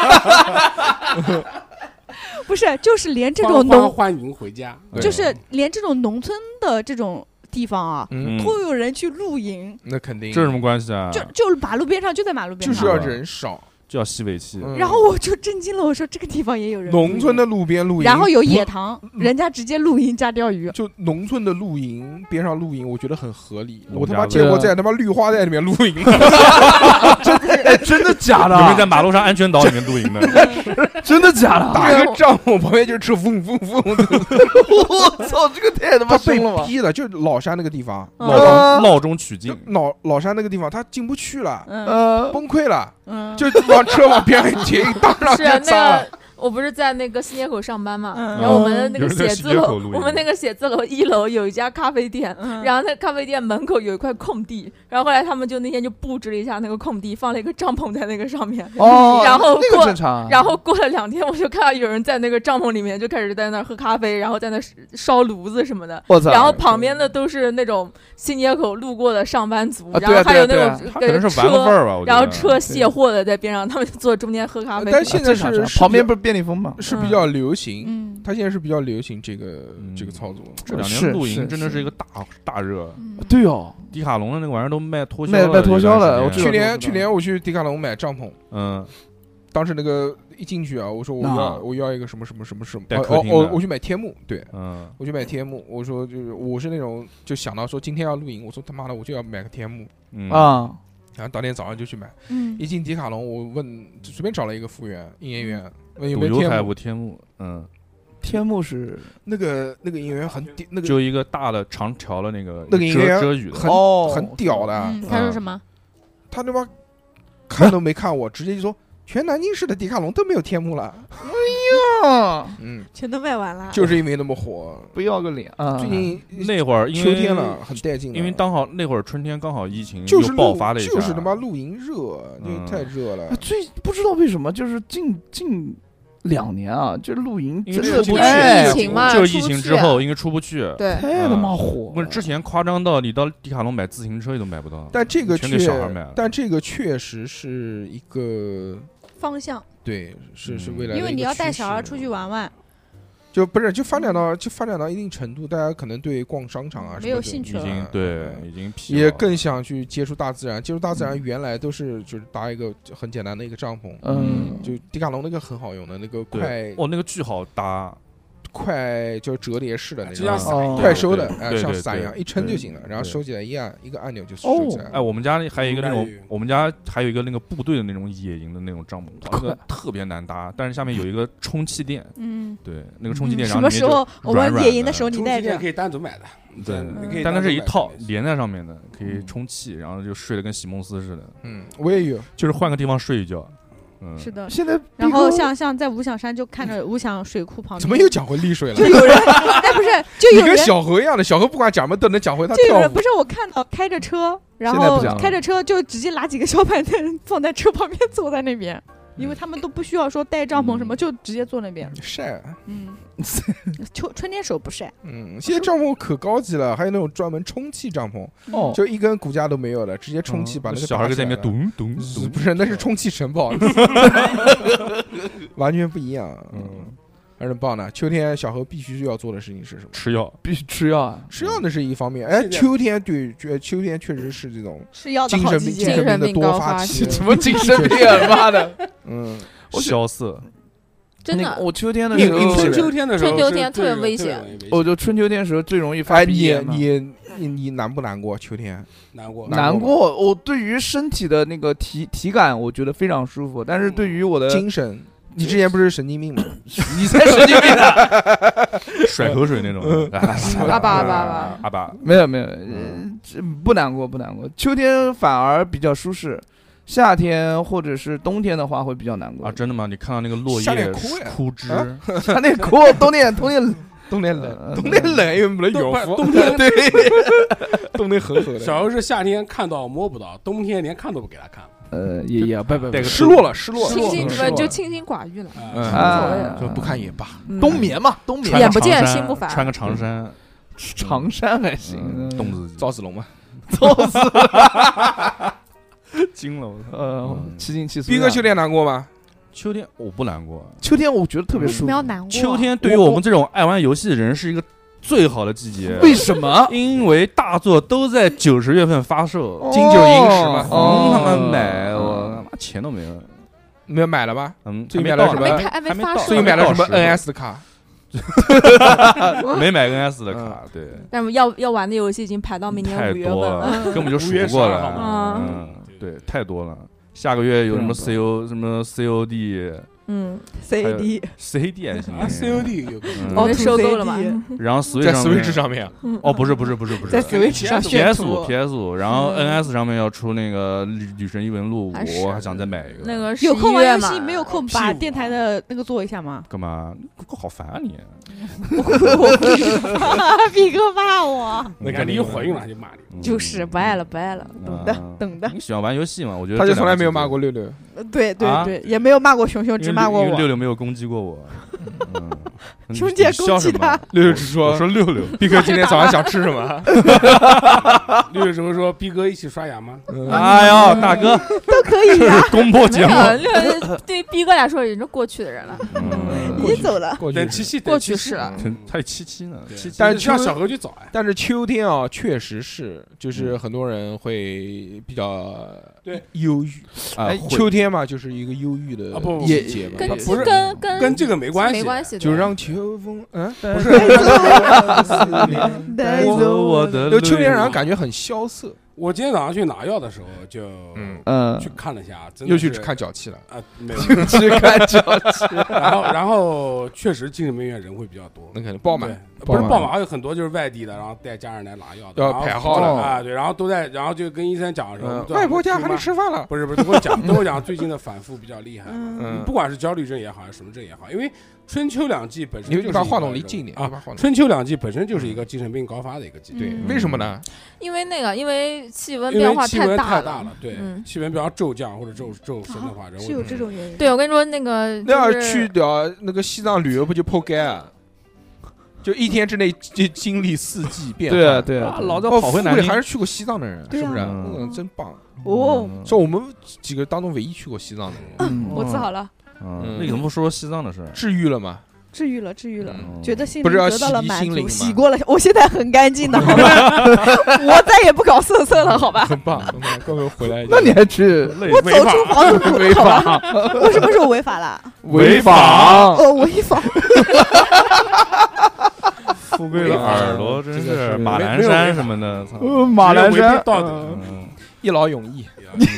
不是就是连这种农欢迎回家， 就是连这种农村的这种地方啊， 嗯、 都有人去露营， 那肯定， 这什么关系啊？ 就就马路边上，就在马路边上， 就是要人少。 就要吸尾气， 然后我就震惊了，我说这个地方也有人。 农村的路边露营， 然后有野塘，人家直接露营加钓鱼。 就农村的露营边上露营，我觉得很合理。我他妈见过在他妈绿化带里面露营， 真的真的假的？ 有没有在马路上安全岛里面露营的？ 真的假的？ 打个帐篷旁边就吃嗡嗡嗡。 我操，这个太他妈被逼的，就是老山那个地方， 闹中闹中取静。 老老山那个地方他进不去了， 呃， 崩溃了， 嗯， 就往车往边上一停，当上是那个我不是在那个新街口上班嘛， 嗯然后我们的那个有人在写字楼新街口录，音我们那个写字楼一楼有一家咖啡店， 嗯然后那咖啡店门口有一块空地，然后后来他们就那天就布置了一下那个空地，放了一个帐篷在那个上面， 哦， 然后那个过正常啊， 然后过了两天，我就看到有人在那个帐篷里面就开始在那儿喝咖啡，然后在那烧炉子什么的。 我操， 然后旁边的都是那种新街口路过的上班族， 啊然后还有那对啊种他可能呃是玩个味车， 儿吧，我觉得然后车卸货的在边上，他们就坐中间喝咖啡。 但现在正常是正常旁边不是便利蜂吗？ 是比较流行， 嗯， 他现在是比较流行这个嗯这个操作。 这两是年露营是真的是一个大大热， 嗯对哦， 迪卡侬的那个玩意儿都卖脱销卖了， 卖脱销了有段时间去我知道年去年我去迪卡侬买帐篷， 嗯， 当时那个一进去啊，我说我啊要我要一个什么什么什么什么， 带哦客厅的哦哦，我去买天幕，对。 嗯， 我去买天幕，我说就是我是那种就想到说今天要露营，我说他妈的我就要买个天幕， 嗯啊， 然后当天早上就去买。 嗯一进迪卡侬，我问就随便找了一个服务员、营业员，问有赌油台没有天幕。 不天幕，嗯， 天幕是那个那个营业员很屌，那个就一个大的长条的那个那个营业员遮遮雨的， 很哦很屌的， 嗯，他说什么？ 他他妈看都没看我，直接就说全南京市的迪卡侬都没有天幕了。 啊， 嗯， 全都卖完了， 就是因为那么火。 不要个脸啊！ 最近那会儿因为秋天了，很带劲了。 因为刚好那会儿春天刚好疫情就是又爆露发了一下， 就是他妈露营热，就嗯太热了啊。最不知道为什么，就是近近两年啊，这露营因为真的出不去太疫情嘛就是疫出不去情之后，因为出不去。 对， 太他妈火了。 我之前夸张到你到迪卡侬买自行车你都买不到， 但这个全给确小孩买了， 但这个确实是一个方向， 对，是是嗯未来的一个因为你要带趋势小孩出去玩玩， 就不是就发展到就发展到一定程度，大家可能对逛商场啊没有什么的兴趣了已经对已经疲也劳更想去接触大自然。接触大自然原来都是就是搭一个很简单的一个帐篷， 嗯， 就迪卡侬那个很好用的那个快对，哦，那个巨好搭， 快就折叠式的那就像种。 伞一样快收的， 对哎， 对对像伞一样对一撑就对行了，然后对收起来一按一个按钮就哦收起来了。 哎，我们家里还有一个那种明白， 我们家还有一个那个部队的那种野营的那种帐篷，那个特别难搭，但是下面有一个充气垫， 嗯， 对，那个充气垫， 什然后里面就么时候我们软软的野营的时候你带着充气垫可？以单独买的， 对你可以但它是一套单独买连在上面的，可以充气，然后就睡得跟席梦思似的， 嗯，我也有， 就是换个地方睡一觉。嗯， 是的。 现在然后像像在五响山就看着五响水库旁边， 怎么又讲回丽水了？ 就有人？哎，不是，就你跟有人小何一样的，小何不管讲什么都能讲回他跳舞就有人不。是我看到开着车，然后现在不讲了开着车就直接拿几个小板凳放在车旁边坐在那边，因为他们都不需要说带帐篷什么，就直接坐那边。 晒， 嗯，秋春天时候不晒， 嗯，现在帐篷可高级了，还有那种专门充气帐篷， 哦， 就一根骨架都没有的，直接充气把那个小孩在那边打起来了咚咚咚， 不是，那是充气城堡，完全不一样。嗯，还是很棒的。秋天小何必须要做的事情是什么？ 吃药， 必须吃药啊！ 吃药那是一方面，哎， 现在秋天对，觉秋天确实是这种吃药的精神病、 好季节。 精神病的多发期。 什么精神病啊？妈的！ 嗯， 我萧瑟， 真的那个我秋天的时候硬硬， 春秋天的时候是最， 春秋天特别危险最容易危险我就春秋天时候最容易发哎，你鼻炎嘛。 你你你难不难过？秋天难过难难过，我对于身体的那个体体感，我觉得非常舒服，但是对于我的精神，你之前不是神经病吗？ 你才神经病呢！ 甩口水那种， 阿爸阿爸阿爸， 阿爸， 没有没有，呃这不难过不难过，秋天反而比较舒适，夏天或者是冬天的话会比较难过啊，。真的吗？你看到那个落夏叶天哭呀枯枝， 啊夏天哭，冬天冬天冬天冷， 呃冬天冷，因为没得冬羽绒服。 冬天对，冬天狠狠的， 小时候是夏天看到摸不到，冬天连看都不给他看。 呃也也不不不带个失落了，失落了， 清心是吧不就清心寡欲了， 嗯啊就不看也罢。 嗯冬眠嘛，冬眠穿个眼不见长衫心不烦穿个长衫， 长衫还行嗯，冻自己， 赵子龙嘛， 造死惊了我操！ 呃嗯七进七出。 逼哥秋天难过吗？ 秋天我不难过， 秋天我觉得特别为什么舒服， 要难过？ 秋天对于我们这种爱玩游戏的人是一个最好的季节。 为什么？ 因为大作都在九十月份发售， 金九银十嘛疯他妈哦买，我他妈钱都没有。 没有买了吧？ 嗯， 最近还没到买了什么没开还没还没到发售最近买了什么还没到 N S 的卡？ 没买 N S 的卡，对， 但是要要玩的游戏已经排到明年太五月份多了，根本就数五月不过十二号来。 嘛嗯，对，太多了。下个月有什么 C O 什么 C O D， 嗯 ，C A D C D 还行啊，C O D 有个嗯哦，被收购了嘛？ 然后 Switch 在上面 Switch 上面， 哦，不是不是不是不是， 在 Switch 上 P 炫 S 图五 P S 五，然后嗯 N S 上面要出那个《女女神异闻录》， 还是我还想再买一个。 那个有空玩游戏， 嘛没有空把电台的那个做一下吗？ 干嘛？好烦啊你！ 我会我会，逼哥骂我， 那肯定一回应了就骂你。 就是不爱了不爱了，懂的嗯懂的。 你喜欢玩游戏吗？我觉得他就从来这两个其实没有骂过六六。 对对啊对，也没有骂过熊熊， 因为只骂过因为六我。 六没有攻击过我。嗯， 熊姐你笑什么攻击他， 六六只说， 我说六六， 毕哥今天早上想吃什么？ 六六时候说逼哥一起刷牙吗？ 哎呀，大哥， 都可以呀， 公播节目， 六六对逼哥来说已经是过去的人了。 嗯， 已经走了。 过去等七夕， 过等七夕去式了。 真还有七七呢，七七但是秋像小何去找哎， 但是秋天啊，确实是，就是很多人会比较对忧郁。哎， 啊会秋天嘛，就是一个忧郁的啊不不季节嘛， 跟不是跟跟跟这个没关系， 没关系的， 就让秋风，嗯， 不是。 带走我的就秋天让人泪感觉很萧瑟。 我今天早上去拿药的时候就嗯， 嗯去，看了一下，真的又去是看脚气了。 啊，没有。 去看脚气， 然后然后确实精神病院人会比较多， 那肯定爆满对， 爆满不是爆满，还有很多就是外地的，然后带家人来拿药的， 要然后排号的啊，对，然后都在，然后就跟医生讲的时候， 嗯， 对吧外婆家喊你最近吃饭了。 不是不是，都会讲都会讲最近的反复比较厉害， 嗯不管是焦虑症也好，还是什么症也好，因为春秋两季本身就是你你把话一个这种筒离近一点，你啊。 把话筒春秋两季本身就是一个精神病高发的一个季节， 对， 嗯为什么呢？ 因为那个因为气温因变化为气温大大了，对， 嗯气温比方骤降或者骤骤升的话，人是有会这种原因。 对，我跟你说那个那要就是去掉那个西藏旅游，不就破街啊？就一天之内就经历四季变化。 对啊对啊啊，老子哦， 跑回南京富贵还是去过西藏的人， 对啊是不是？ 嗯嗯，真棒， 哦， 是我们几个当中唯一去过西藏的人。 嗯我自豪了， 嗯，那你怎么不说西藏的事儿？ 治愈了吗？ 治愈了，治愈了， 嗯觉得心不是要灵得到了洗涤满足， 心灵吗洗过了，我现在很干净的，好吧？我再也不搞色色了，好吧？ 很棒，很棒，刚刚回来。 那你还去我走出黄土， 违好吧？ 法？ 我什么时候违法了？ 违法？ 哦，违法。 富贵的耳朵真这个是是马栏山什么的，操！ 呃马栏只有违山背道德嗯， 一劳永逸，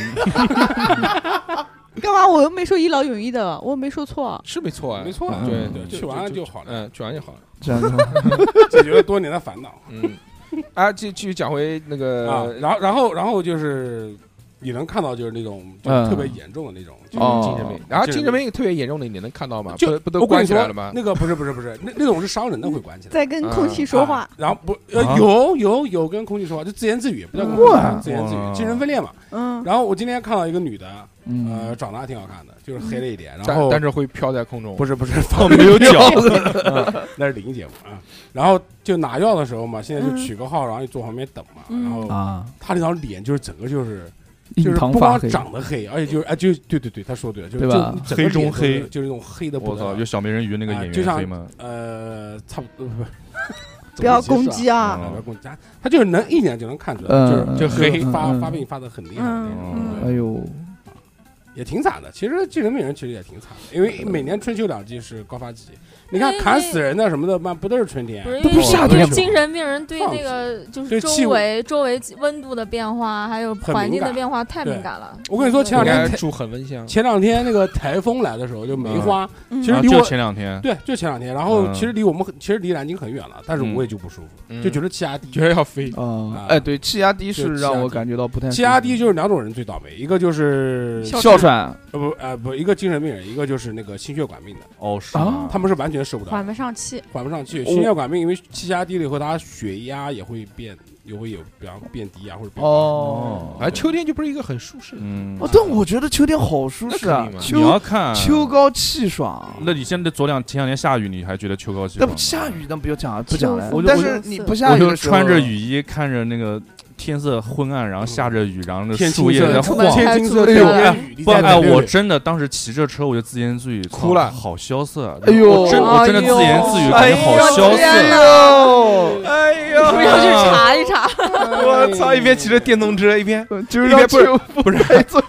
干嘛？我又没说一劳永逸的，我没说错。 是没错啊， 没错啊， 对对， 就去完了就好了， 嗯，去完就好了。 这样子解决了多年的烦恼嗯，啊，继继续讲回那啊。 个然后然后然后就是你能看到就是那种就是特别严重的那种，就是哦精神病，然后精神病特别严重的你能看到吗？ 就不不都我跟你说关起来了吗？ 那个不是不是不是，那那种是伤人的会关起来。 在跟空气说话啊，然后不呃啊有有有跟空气说话，就自言自语，不叫跟空气说话，自言自语， 哇精神分裂嘛。 嗯， 然后我今天看到一个女的， 嗯呃，长得还挺好看的，就是黑了一点，然但后但是会飘在空中， 不是不是放没有脚， 那是灵异节目啊。然后就拿药的时候嘛，现在就取个号，然后你坐旁边等嘛。 嗯然后啊， 他那张脸就是整个就是印就是不光堂发黑， 长得黑，而且就是哎就对对对，他说对了，就对吧就整个黑中脸都是黑就是那种黑的不我操！ 得了有小美人鱼那个演啊就像员黑吗？ 呃差不多不。 不要攻击啊！ 啊，不要攻击他，他就是能一眼就能看出来， 嗯就是就黑发嗯发病发的很厉害的那种， 嗯哎呦， 也挺惨的。其实精神病人其实也挺惨的，因为每年春秋两季是高发季。你看砍死人的什么的，嘛不都是春天？ 不是因这不为是夏天吗因为精神病人对那个就是周对气温围周围温度的变化，还有环境的变化太敏感了。 我跟你说，前应两天该住恒温箱。 前两天那个台风来的时候，就梅花， 嗯啊就其实离我前两天， 对，就前两天，然后嗯其实离我们很，其实离南京很远了，但是嗯我也就不舒服， 嗯就觉得气压低。 觉得要飞， 啊啊， 哎，对，气压低就是气压低让我感觉到不太舒服气压低就是两种人最倒霉，一个就是哮喘， 呃不呃不，一个精神病人，一个就是那个心血管病的， 哦是啊吗他们是完全受不了缓，不上气， 缓不上气。心血管病因为气压低了以后，他血压也会变，也会有，比方变低啊或者变高。 哦， 哎，秋天就不是一个很舒适的。 嗯哦，但我觉得秋天好舒适啊那肯定，嘛你秋要看秋高气爽。 那你现在昨两前两天下雨，你还觉得秋高气爽吗？ 那不下雨，那不要讲了，不讲了秋。 但风是你不下我就雨的时候穿着雨衣，看着那个天色昏暗，然后下着雨，然后那天树叶青色， 在晃。 天青色， 哎呦天雨，你不，哎， 在哪里我真的当时骑着车，我就自言自语， 哭了操好萧瑟啊。 哎呦我真我真的自言自语，感哎觉好萧天瑟。 哟， 哎不要去查一查， 我操！一边骑着电动车，一边就是一边不是让秋不是带走，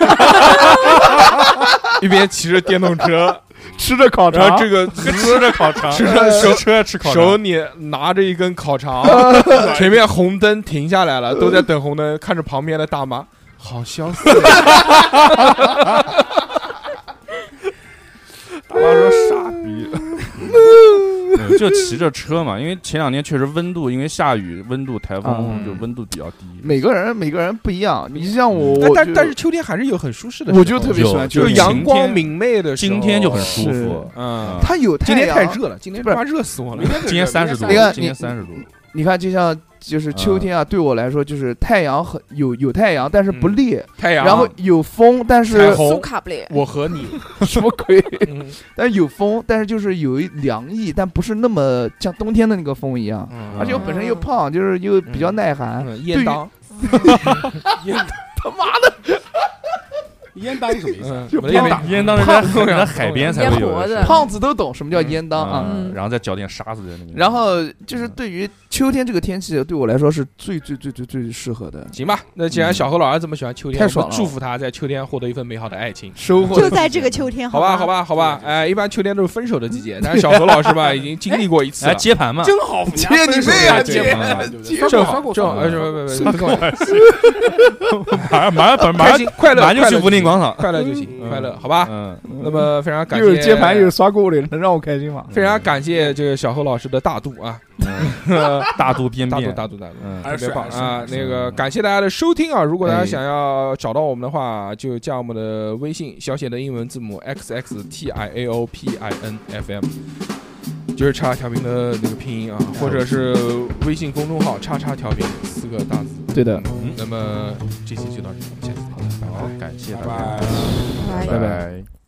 一边骑着电动车， 吃着烤肠然后，这个吃着烤肠， 吃着手车吃烤肠， 手里拿着一根烤肠，前面红灯停下来了，都在等红灯，看着旁边的大妈，好萧瑟。 嗯，就骑着车嘛，因为前两天确实温度，因为下雨，温度台风嗯就温度比较低。 每个人每个人不一样，你像我， 但但我就但是秋天还是有很舒适的时候， 我就特别喜欢就秋天阳光明媚的时候， 今天就很舒是服。 嗯， 它有今太阳， 天太热了，今天不是他妈热死我了。 今天三十度， 你看今天三十度。 你看，就像就是秋天啊，对我来说就是太阳很有有太阳，但是不烈， 太阳， 然后有风，但彩是虹苏卡布列， 我和你， 什么鬼？ 嗯但是有风，但是就是有一凉意，但不是那么像冬天的那个风一样。 嗯而且我本身又胖，就是又比较耐寒。 嗯烟当， 烟他妈的， 烟当什么意思？ 嗯， 就我的烟胖当烟当是在海在海边才会有的事烟盒子胖子都懂什么叫烟当啊。 嗯，然后再搅点沙子在那边。 然后就是对于秋天这个天气，对我来说是最最最最最适合的。 行吧，那既然小何老师这么喜欢秋天， 太爽了我们祝福他在秋天获得一份美好的爱情。 收获就在这个秋天， 好吧，好吧， 吧，好吧，哎，一般秋天都是分手的季节，但是小何老师吧，已经经历过一次来了。 接盘嘛， 正好接你妹啊接接盘，对不对？ 正刷好正好， 过刷过哎， 刷过不不不，不不马上马上马上开心快乐， 马上就去快乐武林广场。 快乐就行，快乐，好吧。 嗯， 那么非常感谢又是接盘又是刷锅里，能让我开心吗？ 非常感谢这个小何老师的大度啊， 大肚边大度边， 大度大度， 嗯， 特别棒还是啊！那个感谢大家的收听啊！如果大家哎想要找到我们的话，就加我们的微信，小写的英文字母 x x t i a o p i n f m， 就是叉叉调频的那个拼音啊，或者是微信公众号叉叉调频四个大字。 对的， 嗯，那么这期就到这里，我们下期再见，拜拜。 好，感谢大拜家， 拜。 拜拜拜拜。